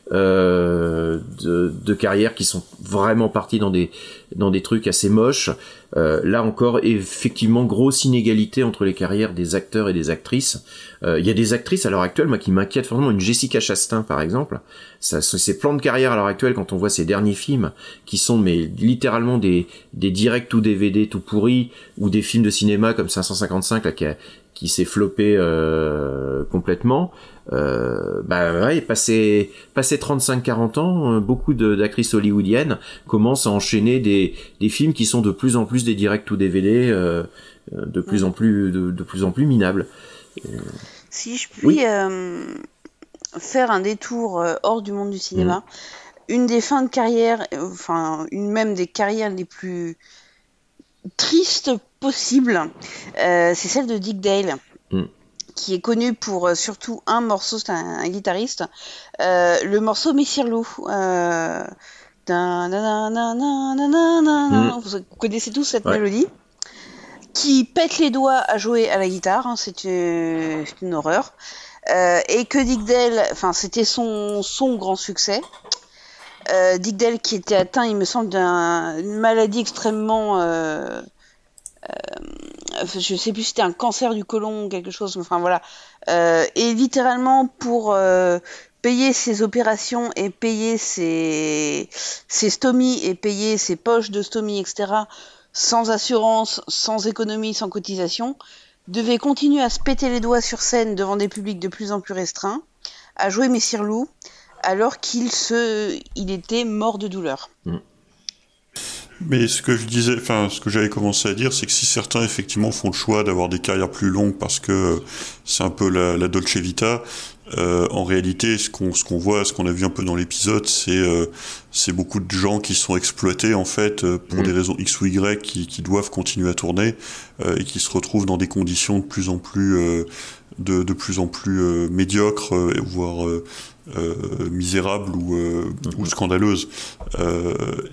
S8: euh, de, de carrières qui sont vraiment partis dans des dans des trucs assez moches. Euh, là encore, effectivement, grosse inégalité entre les carrières des acteurs et des actrices. Il euh, y a des actrices à l'heure actuelle, moi, qui m'inquiètent fortement. Une Jessica Chastain, par exemple. Ça, ses plans de carrière à l'heure actuelle, quand on voit ses derniers films, qui sont mais littéralement des des directs ou D V D tout pourris, ou des films de cinéma comme cinq cent cinquante-cinq là, qui, a, qui s'est floppé euh, complètement. Euh, bah ouais, passé passé trente-cinq quarante ans, beaucoup de, d'actrices hollywoodiennes commencent à enchaîner des des films qui sont de plus en plus des directs ou D V D, euh, de plus en plus de, de plus en plus minables. Euh...
S6: Si je puis
S8: oui.
S6: euh, faire un détour euh, hors du monde du cinéma, mmh. une des fins de carrière, euh, enfin une même des carrières les plus tristes possibles, euh, c'est celle de Dick Dale. Mmh. Qui est connu pour euh, surtout un morceau, c'est un, un guitariste, euh, le morceau Messire-Loup. Euh, mmh. Vous connaissez tous cette ouais. mélodie, qui pète les doigts à jouer à la guitare, hein, c'est, une, c'est une horreur. Euh, et que Dick Dale, enfin c'était son, son grand succès. Euh, Dick Dale qui était atteint, il me semble, d'une maladie extrêmement... Euh, Euh, je sais plus si c'était un cancer du côlon ou quelque chose, enfin voilà. Euh, et littéralement pour euh, payer ses opérations et payer ses, ses stomies et payer ses poches de stomies, et cetera, sans assurance, sans économie, sans cotisation, devait continuer à se péter les doigts sur scène devant des publics de plus en plus restreints, à jouer Messire-Loup, alors qu'il se, il était mort de douleur. Mmh.
S9: Mais ce que je disais, enfin, ce que j'avais commencé à dire, c'est que si certains effectivement font le choix d'avoir des carrières plus longues parce que c'est un peu la, la Dolce Vita, euh, en réalité, ce qu'on, ce qu'on voit, ce qu'on a vu un peu dans l'épisode, c'est, euh, c'est beaucoup de gens qui sont exploités en fait pour mmh. des raisons X ou Y, qui, qui doivent continuer à tourner euh, et qui se retrouvent dans des conditions de plus en plus, euh, de, de plus en plus euh, médiocres, euh, voire euh, Euh, misérable ou, euh, mmh. ou scandaleuse. Euh,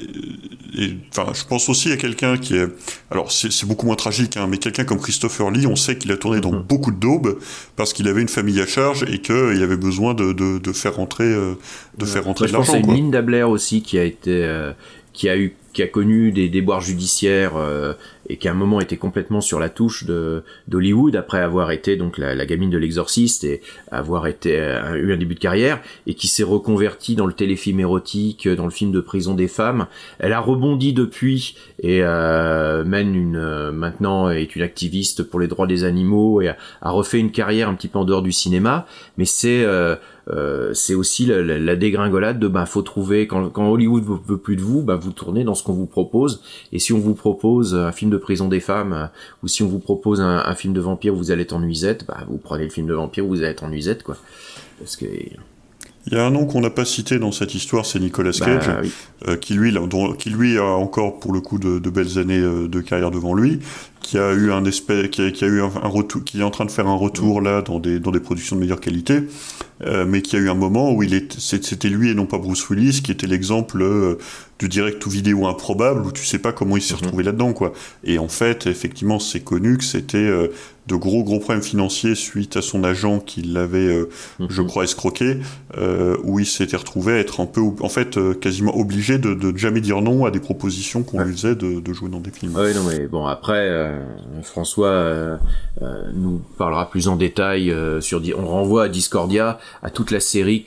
S9: et enfin, je pense aussi à quelqu'un qui est, alors c'est, c'est beaucoup moins tragique, hein, mais quelqu'un comme Christopher Lee, on sait qu'il a tourné dans mmh. beaucoup de daubes parce qu'il avait une famille à charge et qu'il avait besoin de, de, de faire rentrer, euh, de ouais. faire rentrer
S8: ouais,
S9: de l'argent.
S8: Je pense à Linda Blair aussi qui a été, euh, qui a eu, qui a connu des déboires judiciaires euh, et qui à un moment était complètement sur la touche de d'Hollywood après avoir été donc la, la gamine de l'Exorciste et avoir été euh, eu un début de carrière et qui s'est reconvertie dans le téléfilm érotique, dans le film de prison des femmes. Elle a rebondi depuis et euh, mène une euh, maintenant est une activiste pour les droits des animaux et a, a refait une carrière un petit peu en dehors du cinéma. Mais c'est euh, Euh, c'est aussi la, la, la dégringolade de bah faut trouver quand, quand Hollywood veut, veut plus de vous, bah vous tournez dans ce qu'on vous propose, et si on vous propose un film de prison des femmes euh, ou si on vous propose un, un film de vampire où vous allez être en nuisette, bah vous prenez le film de vampire où vous allez être en nuisette quoi, parce que
S9: il y a un nom qu'on n'a pas cité dans cette histoire, c'est Nicolas Cage, bah, oui. euh, qui, lui, dont, qui lui a encore pour le coup de, de belles années euh, de carrière devant lui, qui a eu un espèce, qui a, qui a eu un, un retour, qui est en train de faire un retour mmh. là dans des dans des productions de meilleure qualité, euh, mais qui a eu un moment où il est, c'était lui et non pas Bruce Willis qui était l'exemple euh, du direct ou vidéo improbable où tu sais pas comment il s'est mmh. retrouvé là-dedans quoi. Et en fait, effectivement, c'est connu que c'était euh, de gros gros problèmes financiers suite à son agent qui l'avait, euh, mmh. je crois, escroqué, euh, où il s'était retrouvé à être un peu, en fait, euh, quasiment obligé de, de jamais dire non à des propositions qu'on ouais. lui faisait de, de jouer dans des films.
S8: Oui, non mais bon après. Euh... François euh, euh, nous parlera plus en détail euh, sur. On renvoie à Discordia, à toute la série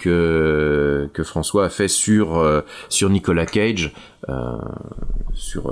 S8: que que François a fait sur euh, sur Nicolas Cage, euh, sur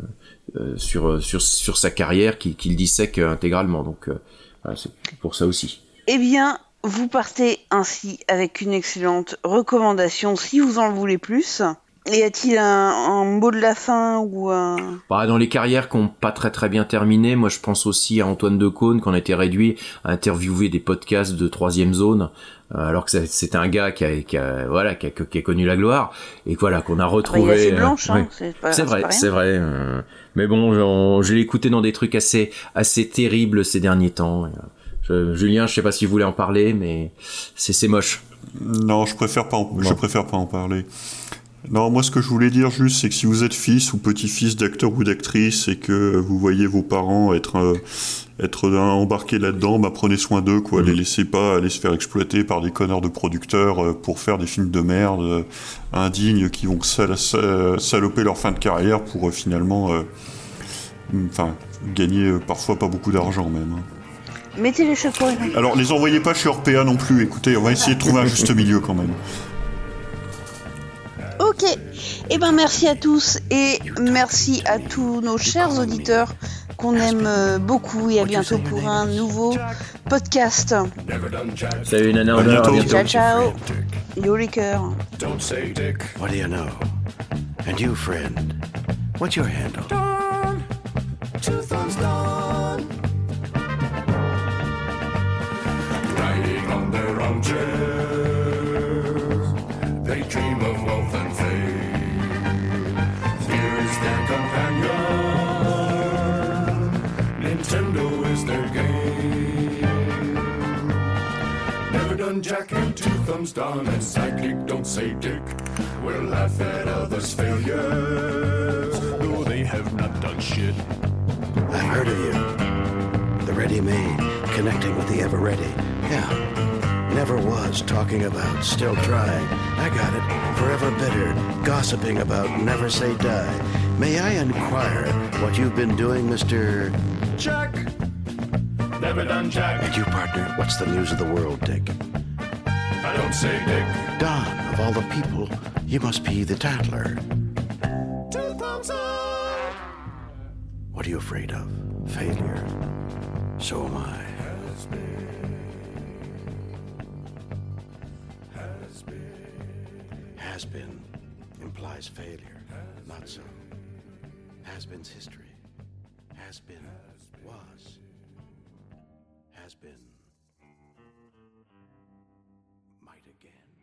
S8: euh, sur sur sur sa carrière qu'il, qu'il dissèque intégralement. Donc euh, voilà, c'est pour ça aussi.
S6: Eh bien, vous partez ainsi avec une excellente recommandation si vous en voulez plus. Et y a-t-il un, un mot de la fin ou un...
S8: Bah, dans les carrières qui n'ont pas très très bien terminé, moi je pense aussi à Antoine Decaune qui en a été réduit à interviewer des podcasts de troisième zone, euh, alors que c'est un gars qui a, qui a voilà qui a, qui a connu la gloire et voilà qu'on a retrouvé.
S6: Ah bah, il est assez blanche, euh, hein,
S8: oui.
S6: c'est, pas,
S8: c'est,
S6: c'est
S8: vrai,
S6: pas rien.
S8: c'est vrai. Euh, mais bon, je, je l'ai écouté dans des trucs assez assez terribles ces derniers temps. Je, Julien, je sais pas si vous voulez en parler, mais c'est c'est moche.
S9: Non, je préfère pas. En, je préfère pas en parler. Non, moi ce que je voulais dire juste, c'est que si vous êtes fils ou petit-fils d'acteur ou d'actrice et que vous voyez vos parents être euh, être euh, embarqués là-dedans, bah prenez soin d'eux, quoi. Mmh. Les laissez pas aller se faire exploiter par des connards de producteurs euh, pour faire des films de merde euh, indignes qui vont sal- sal- saloper leur fin de carrière pour euh, finalement, enfin, euh, gagner euh, parfois pas beaucoup d'argent même. Hein.
S6: Mettez les cheveux.
S9: Alors les envoyez pas chez Orpea non plus. Écoutez, on va essayer de trouver un juste milieu quand même.
S6: Ok, eh ben merci à tous et merci à tous nos chers auditeurs qu'on aime beaucoup et à bientôt pour un nouveau podcast.
S8: Salut Nana,
S9: à bientôt.
S6: Ciao ciao, yo les cœurs.
S2: What do you know? And you, friend, what's your handle?
S15: Dawn, two thumbs down.
S4: Riding on their armchairs, they dream of wealth and fame. Here is their companion, Nintendo is their game. Never done Jack and two thumbs down, and Psychic don't say dick. We'll laugh at others' failures, though they have not done shit.
S2: I've heard of you. The ready-made, connecting with the ever-ready. Yeah. Never was talking about, still trying. I got it. Forever bitter, gossiping about, never say die. May I inquire what you've been doing, Mister
S4: Jack? Never done Jack.
S2: And you, partner, what's the news of the world, Dick?
S4: I don't say Dick.
S2: Don, of all the people, you must be the tattler.
S15: Two thumbs up.
S2: What are you afraid of? Failure. So am I.
S4: Has been. Has been.
S2: Has been implies failure. Not so. Has been's history. Has been was. Has been might again.